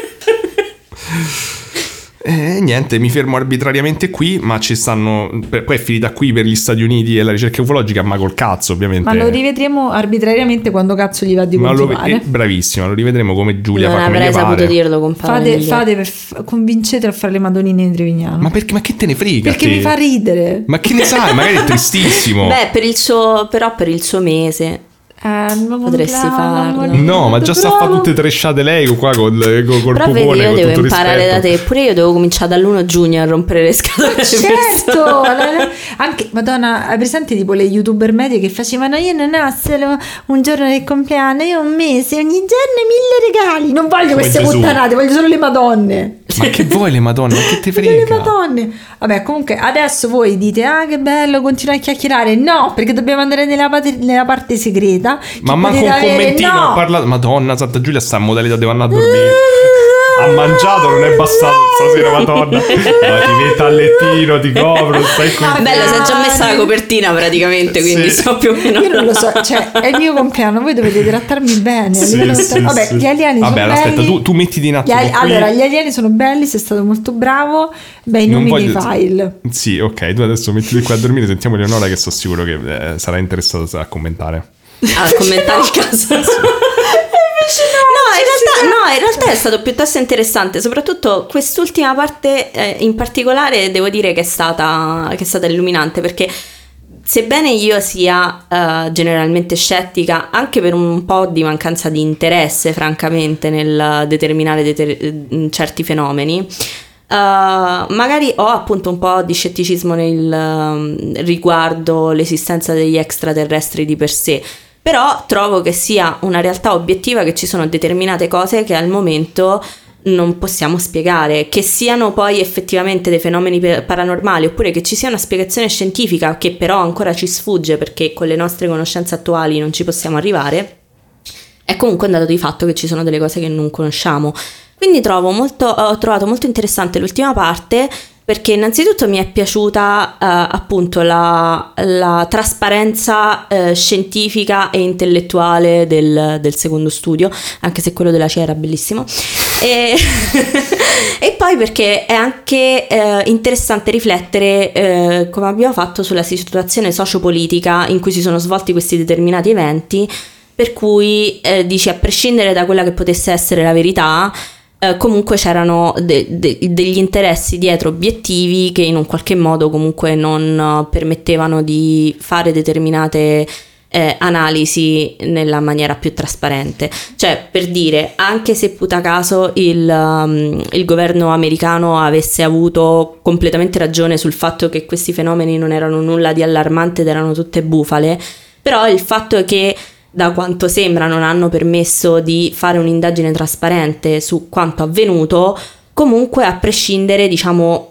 Niente, mi fermo arbitrariamente qui, ma ci stanno... Poi è finita qui per gli Stati Uniti e la ricerca ufologica, ma col cazzo ovviamente. Ma lo rivedremo arbitrariamente quando cazzo gli va di continuare. Bravissima, lo rivedremo come Giulia non fa, come gli pare. Non avrei saputo dirlo, compadre. Fate convincete a fare le Madonnine di Trevignano. Ma che te ne frega? Perché mi fa ridere. Ma che ne sai? Magari è tristissimo. Beh, per il suo mese. Potresti farlo. No, ma già sta a fare tutte tresciate lei qua col però popone. Vedi, io con devo tutto imparare rispetto. da te. Pure io devo cominciare dall'1 giugno a rompere le scatole. Certo, anche Madonna, hai presente tipo le youtuber medie che facevano io non ho solo un giorno del compleanno, io ho un mese, ogni giorno 1000 regali. Non voglio queste Gesù. puttanate, voglio solo le madonne. Ma che vuoi le madonne? Ma che te Le frega? madonne. Vabbè, comunque adesso voi dite che bello, continuare a chiacchierare. No, perché dobbiamo andare nella parte segreta. Ma che manco potete un avere. commentino No. ha parlato. Madonna, Santa Giulia sta in modalità devo andare a dormire. Ha mangiato, non è bastato stasera, Madonna. Ma ti metto al lettino, ti copro, stai qui. Bello, si è già messa la copertina praticamente, quindi Sì. so più o meno. Io non lo so, cioè è il mio compleanno, voi dovete trattarmi bene. a Sì, livello sì, vabbè, sì. gli alieni Vabbè, sono aspetta, belli. tu mettiti un attimo qui. Allora, gli alieni sono belli, sei stato molto bravo. Bei Non nomi dei voglio- file. Sì, ok, tu adesso mettiti qua a dormire, sentiamo Eleonora che sono sicuro che sarà interessata a commentare. A commentare il caso. No, in realtà è stato piuttosto interessante, soprattutto quest'ultima parte in particolare devo dire che è stata illuminante, perché sebbene io sia generalmente scettica, anche per un po' di mancanza di interesse francamente nel determinare certi fenomeni, magari ho appunto un po' di scetticismo riguardo l'esistenza degli extraterrestri di per sé. Però trovo che sia una realtà obiettiva, che ci sono determinate cose che al momento non possiamo spiegare, che siano poi effettivamente dei fenomeni paranormali oppure che ci sia una spiegazione scientifica che però ancora ci sfugge perché con le nostre conoscenze attuali non ci possiamo arrivare. È comunque un dato di fatto che ci sono delle cose che non conosciamo. Quindi ho trovato molto interessante l'ultima parte, perché innanzitutto mi è piaciuta appunto la trasparenza scientifica e intellettuale del secondo studio, anche se quello della CIA era bellissimo. E, e poi perché è anche interessante riflettere, come abbiamo fatto, sulla situazione sociopolitica in cui si sono svolti questi determinati eventi, per cui dici, a prescindere da quella che potesse essere la verità, comunque c'erano degli interessi dietro, obiettivi che in un qualche modo comunque non permettevano di fare determinate analisi nella maniera più trasparente. Cioè, per dire, anche se puta caso il governo americano avesse avuto completamente ragione sul fatto che questi fenomeni non erano nulla di allarmante ed erano tutte bufale, però il fatto è che da quanto sembra non hanno permesso di fare un'indagine trasparente su quanto avvenuto, comunque a prescindere, diciamo,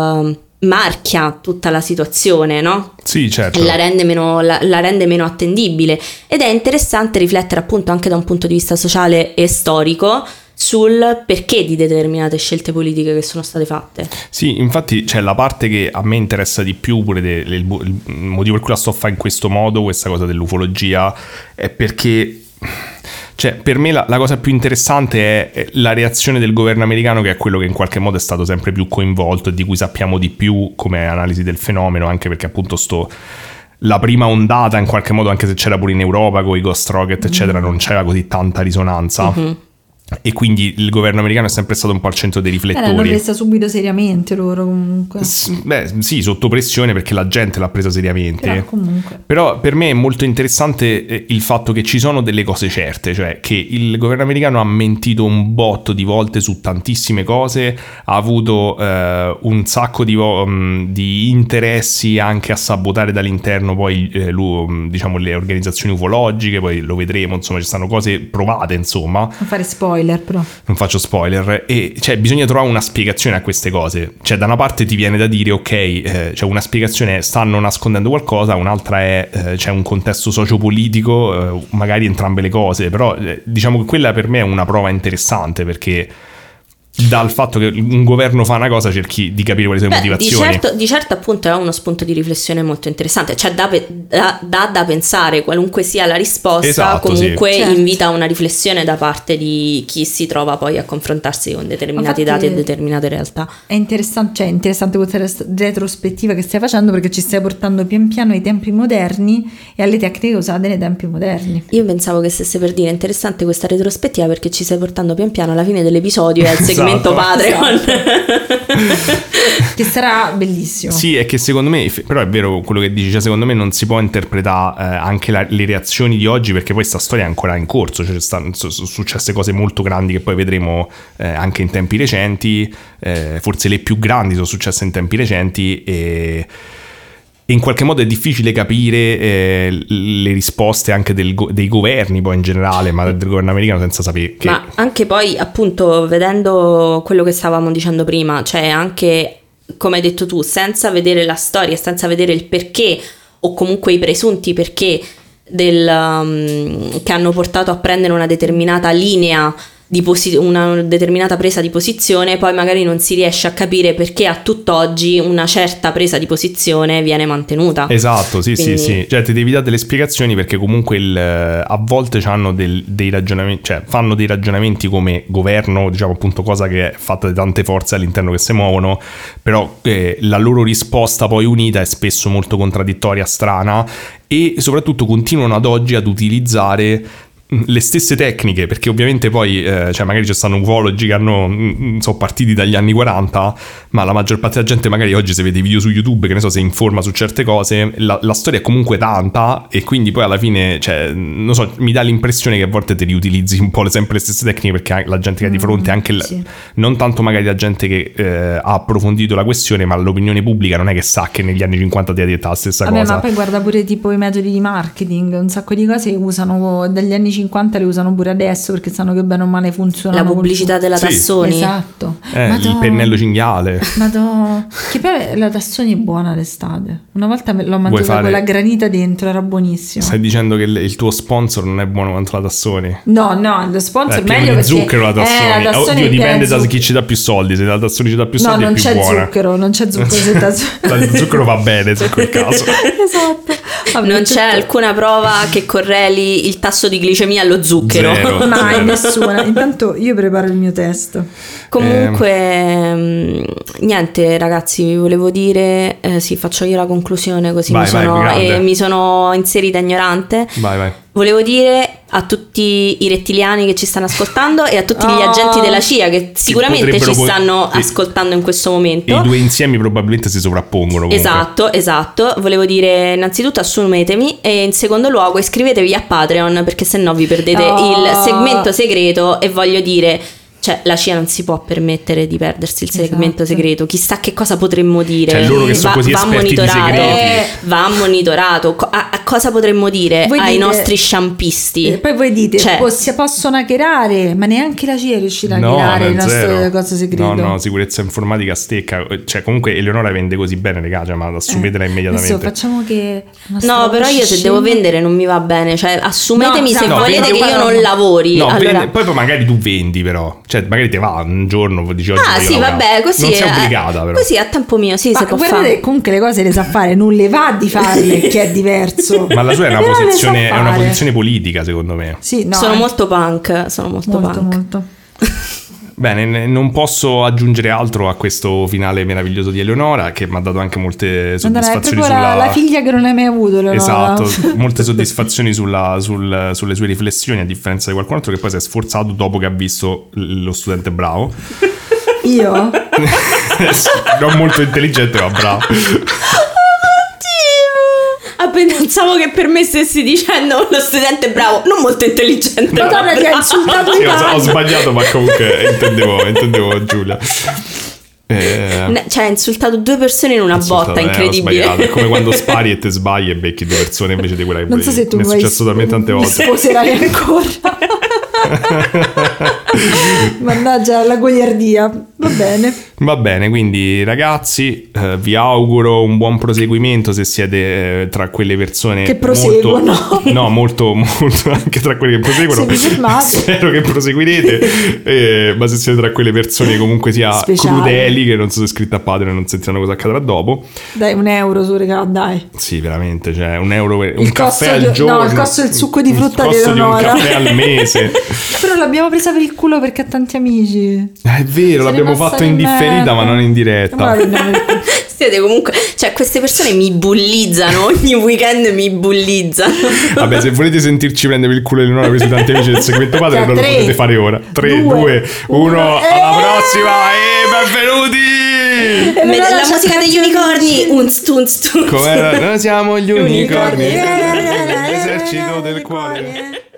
marchia tutta la situazione, no? Sì, certo. La rende meno attendibile, ed è interessante riflettere appunto anche da un punto di vista sociale e storico sul perché di determinate scelte politiche che sono state fatte. Sì, infatti c'è la parte che a me interessa di più, pure il motivo per cui la sto a fare in questo modo, questa cosa dell'ufologia, è perché, cioè, per me la cosa più interessante è la reazione del governo americano, che è quello che in qualche modo è stato sempre più coinvolto e di cui sappiamo di più come analisi del fenomeno, anche perché appunto la prima ondata in qualche modo, anche se c'era pure in Europa con i Ghost Rocket eccetera, non c'era così tanta risonanza. E quindi il governo americano è sempre stato un po' al centro dei riflettori. L'hanno presa subito seriamente loro, comunque. Beh, sì, sotto pressione, perché la gente l'ha presa seriamente. Comunque. Però per me è molto interessante il fatto che ci sono delle cose certe, cioè che il governo americano ha mentito un botto di volte su tantissime cose, ha avuto un sacco di interessi anche a sabotare dall'interno poi diciamo le organizzazioni ufologiche, poi lo vedremo, insomma ci stanno cose provate, insomma. Non fare spoiler, però. Non faccio spoiler. E cioè bisogna trovare una spiegazione a queste cose. Cioè da una parte ti viene da dire ok, cioè una spiegazione è stanno nascondendo qualcosa, un'altra è c'è un contesto sociopolitico, magari entrambe le cose. Però diciamo che quella per me è una prova interessante, perché dal fatto che un governo fa una cosa cerchi di capire quali sono le motivazioni. Di certo appunto è uno spunto di riflessione molto interessante, cioè da pensare qualunque sia la risposta. Esatto, comunque sì. Certo. invita a una riflessione da parte di chi si trova poi a confrontarsi con determinati dati e determinate realtà. È interessante questa retrospettiva che stai facendo, perché ci stai portando pian piano ai tempi moderni e alle tecniche usate nei tempi moderni. Io pensavo che stesse per dire interessante questa retrospettiva perché ci stai portando pian piano alla fine dell'episodio e al segmento segmento Patreon. Che sarà bellissimo. Sì, è che secondo me, però è vero quello che dici, cioè secondo me non si può interpretare anche le reazioni di oggi, perché poi sta storia è ancora in corso, cioè sono successe cose molto grandi che poi vedremo anche in tempi recenti, forse le più grandi sono successe in tempi recenti, e in qualche modo è difficile capire le risposte anche dei governi poi in generale, ma del governo americano, senza sapere che... Ma anche poi appunto vedendo quello che stavamo dicendo prima, cioè anche come hai detto tu, senza vedere la storia, senza vedere il perché o comunque i presunti perché che hanno portato a prendere una determinata linea una determinata presa di posizione, poi magari non si riesce a capire perché a tutt'oggi una certa presa di posizione viene mantenuta. Esatto, sì. Quindi... sì. Cioè ti devi dare delle spiegazioni, perché comunque a volte hanno dei ragionamenti, cioè fanno dei ragionamenti come governo, diciamo appunto, cosa che è fatta di tante forze all'interno che si muovono, però la loro risposta poi unita è spesso molto contraddittoria, strana, e soprattutto continuano ad oggi ad utilizzare le stesse tecniche, perché ovviamente poi cioè magari ci stanno ufologi che sono partiti dagli anni 40, ma la maggior parte della gente magari oggi, se vede video su YouTube, che ne so, si informa su certe cose, la storia è comunque tanta, e quindi poi alla fine, cioè non so, mi dà l'impressione che a volte ti riutilizzi un po' sempre le stesse tecniche, perché la gente che ha di fronte anche sì. non tanto magari la gente che ha approfondito la questione, ma l'opinione pubblica non è che sa che negli anni 50 ti ha detto la stessa cosa. Ma poi guarda pure tipo i metodi di marketing, un sacco di cose che usano dagli anni 50, le usano pure adesso, perché sanno che bene o male funzionano. La pubblicità della Tassoni. Esatto. Il pennello cinghiale. Che poi la Tassoni è buona d'estate. Una volta l'ho mangiata con la granita dentro, era buonissima. Stai dicendo che il tuo sponsor non è buono quanto la Tassoni? No, lo sponsor è meglio, perché zucchero la Tassoni. Oddio, dipende da chi ci dà più soldi. Se la Tassoni ci dà più soldi è più buona. Non c'è zucchero. Il zucchero va bene, se in quel caso. Esatto. Vabbè, non c'è alcuna prova che correli il tasso di glicemia allo zucchero. Zero. Mai, nessuna. Intanto io preparo il mio testo. Comunque niente ragazzi, vi volevo dire sì, faccio io la conclusione, così mi sono inserita ignorante. Vai. Volevo dire a tutti i rettiliani che ci stanno ascoltando e a tutti gli agenti della CIA che sicuramente ci stanno ascoltando in questo momento. I due insiemi probabilmente si sovrappongono comunque. Esatto. Volevo dire innanzitutto assumetemi, e in secondo luogo iscrivetevi a Patreon, perché sennò vi perdete il segmento segreto, e voglio dire, cioè la CIA non si può permettere di perdersi il segmento segreto. Chissà che cosa potremmo dire. Cioè loro che sono così esperti di segreti. Va monitorato. A cosa potremmo dire ai nostri sciampisti? E poi voi dite, possono hackerare, ma neanche la CIA è riuscita a hackerare le nostre cose segrete. No, sicurezza informatica stecca. Cioè comunque Eleonora vende così bene le case, ma assumetela immediatamente. Adesso facciamo che... No, però io se devo vendere non mi va bene. Cioè assumetemi se volete che io non lavori. No, poi magari tu vendi, però. Cioè magari ti va un giorno, dici oggi sì, vabbè, così non sei obbligata, però. Così a tempo mio, sì, se può fare. Guardate, comunque le cose le sa fare, non le va di farle, che è diverso. Ma la sua è una posizione politica, secondo me. Sì, no, sono molto punk, molto. Bene, non posso aggiungere altro a questo finale meraviglioso di Eleonora, che mi ha dato anche molte soddisfazioni la figlia che non hai mai avuto, Eleonora. Esatto, molte soddisfazioni sulle sue riflessioni, a differenza di qualcun altro che poi si è sforzato dopo che ha visto Lo studente bravo. Io? Non molto intelligente, ma bravo. Pensavo che per me stessi dicendo Lo studente bravo, non molto intelligente. Madonna, ti ha insultato ho sbagliato, ma comunque intendevo Giulia. Cioè ha insultato due persone in una botta, incredibile. È come quando spari e te sbagli e becchi due persone invece di quella che non so se tu mi è successo talmente tante volte. Mi sposerai ancora. Mannaggia la goliardia. Va bene, quindi ragazzi, vi auguro un buon proseguimento se siete tra quelle persone che proseguono. Molto anche tra quelle che proseguono. Spero che proseguirete, ma se siete tra quelle persone comunque sia speciali, crudeli, che non sono iscritte a Patreon e non sentiranno cosa accadrà dopo. Dai, €1 su regalo, dai. Sì, veramente, cioè €1 un caffè al giorno. No, il costo del succo di frutta di un caffè al mese. Però l'abbiamo presa per il culo perché ha tanti amici. È vero, l'abbiamo fatto in differita ma non in diretta. Siete comunque, cioè queste persone mi bullizzano, ogni weekend mi bullizzano. Vabbè, se volete sentirci prendere il culo di Eleonora per i tanti amici del segmento padre, non lo potete fare ora. 3, 2, 1, alla prossima e benvenuti! La musica degli unicorni, unz. Com'era? Noi siamo gli unicorni, l'esercito del cuore.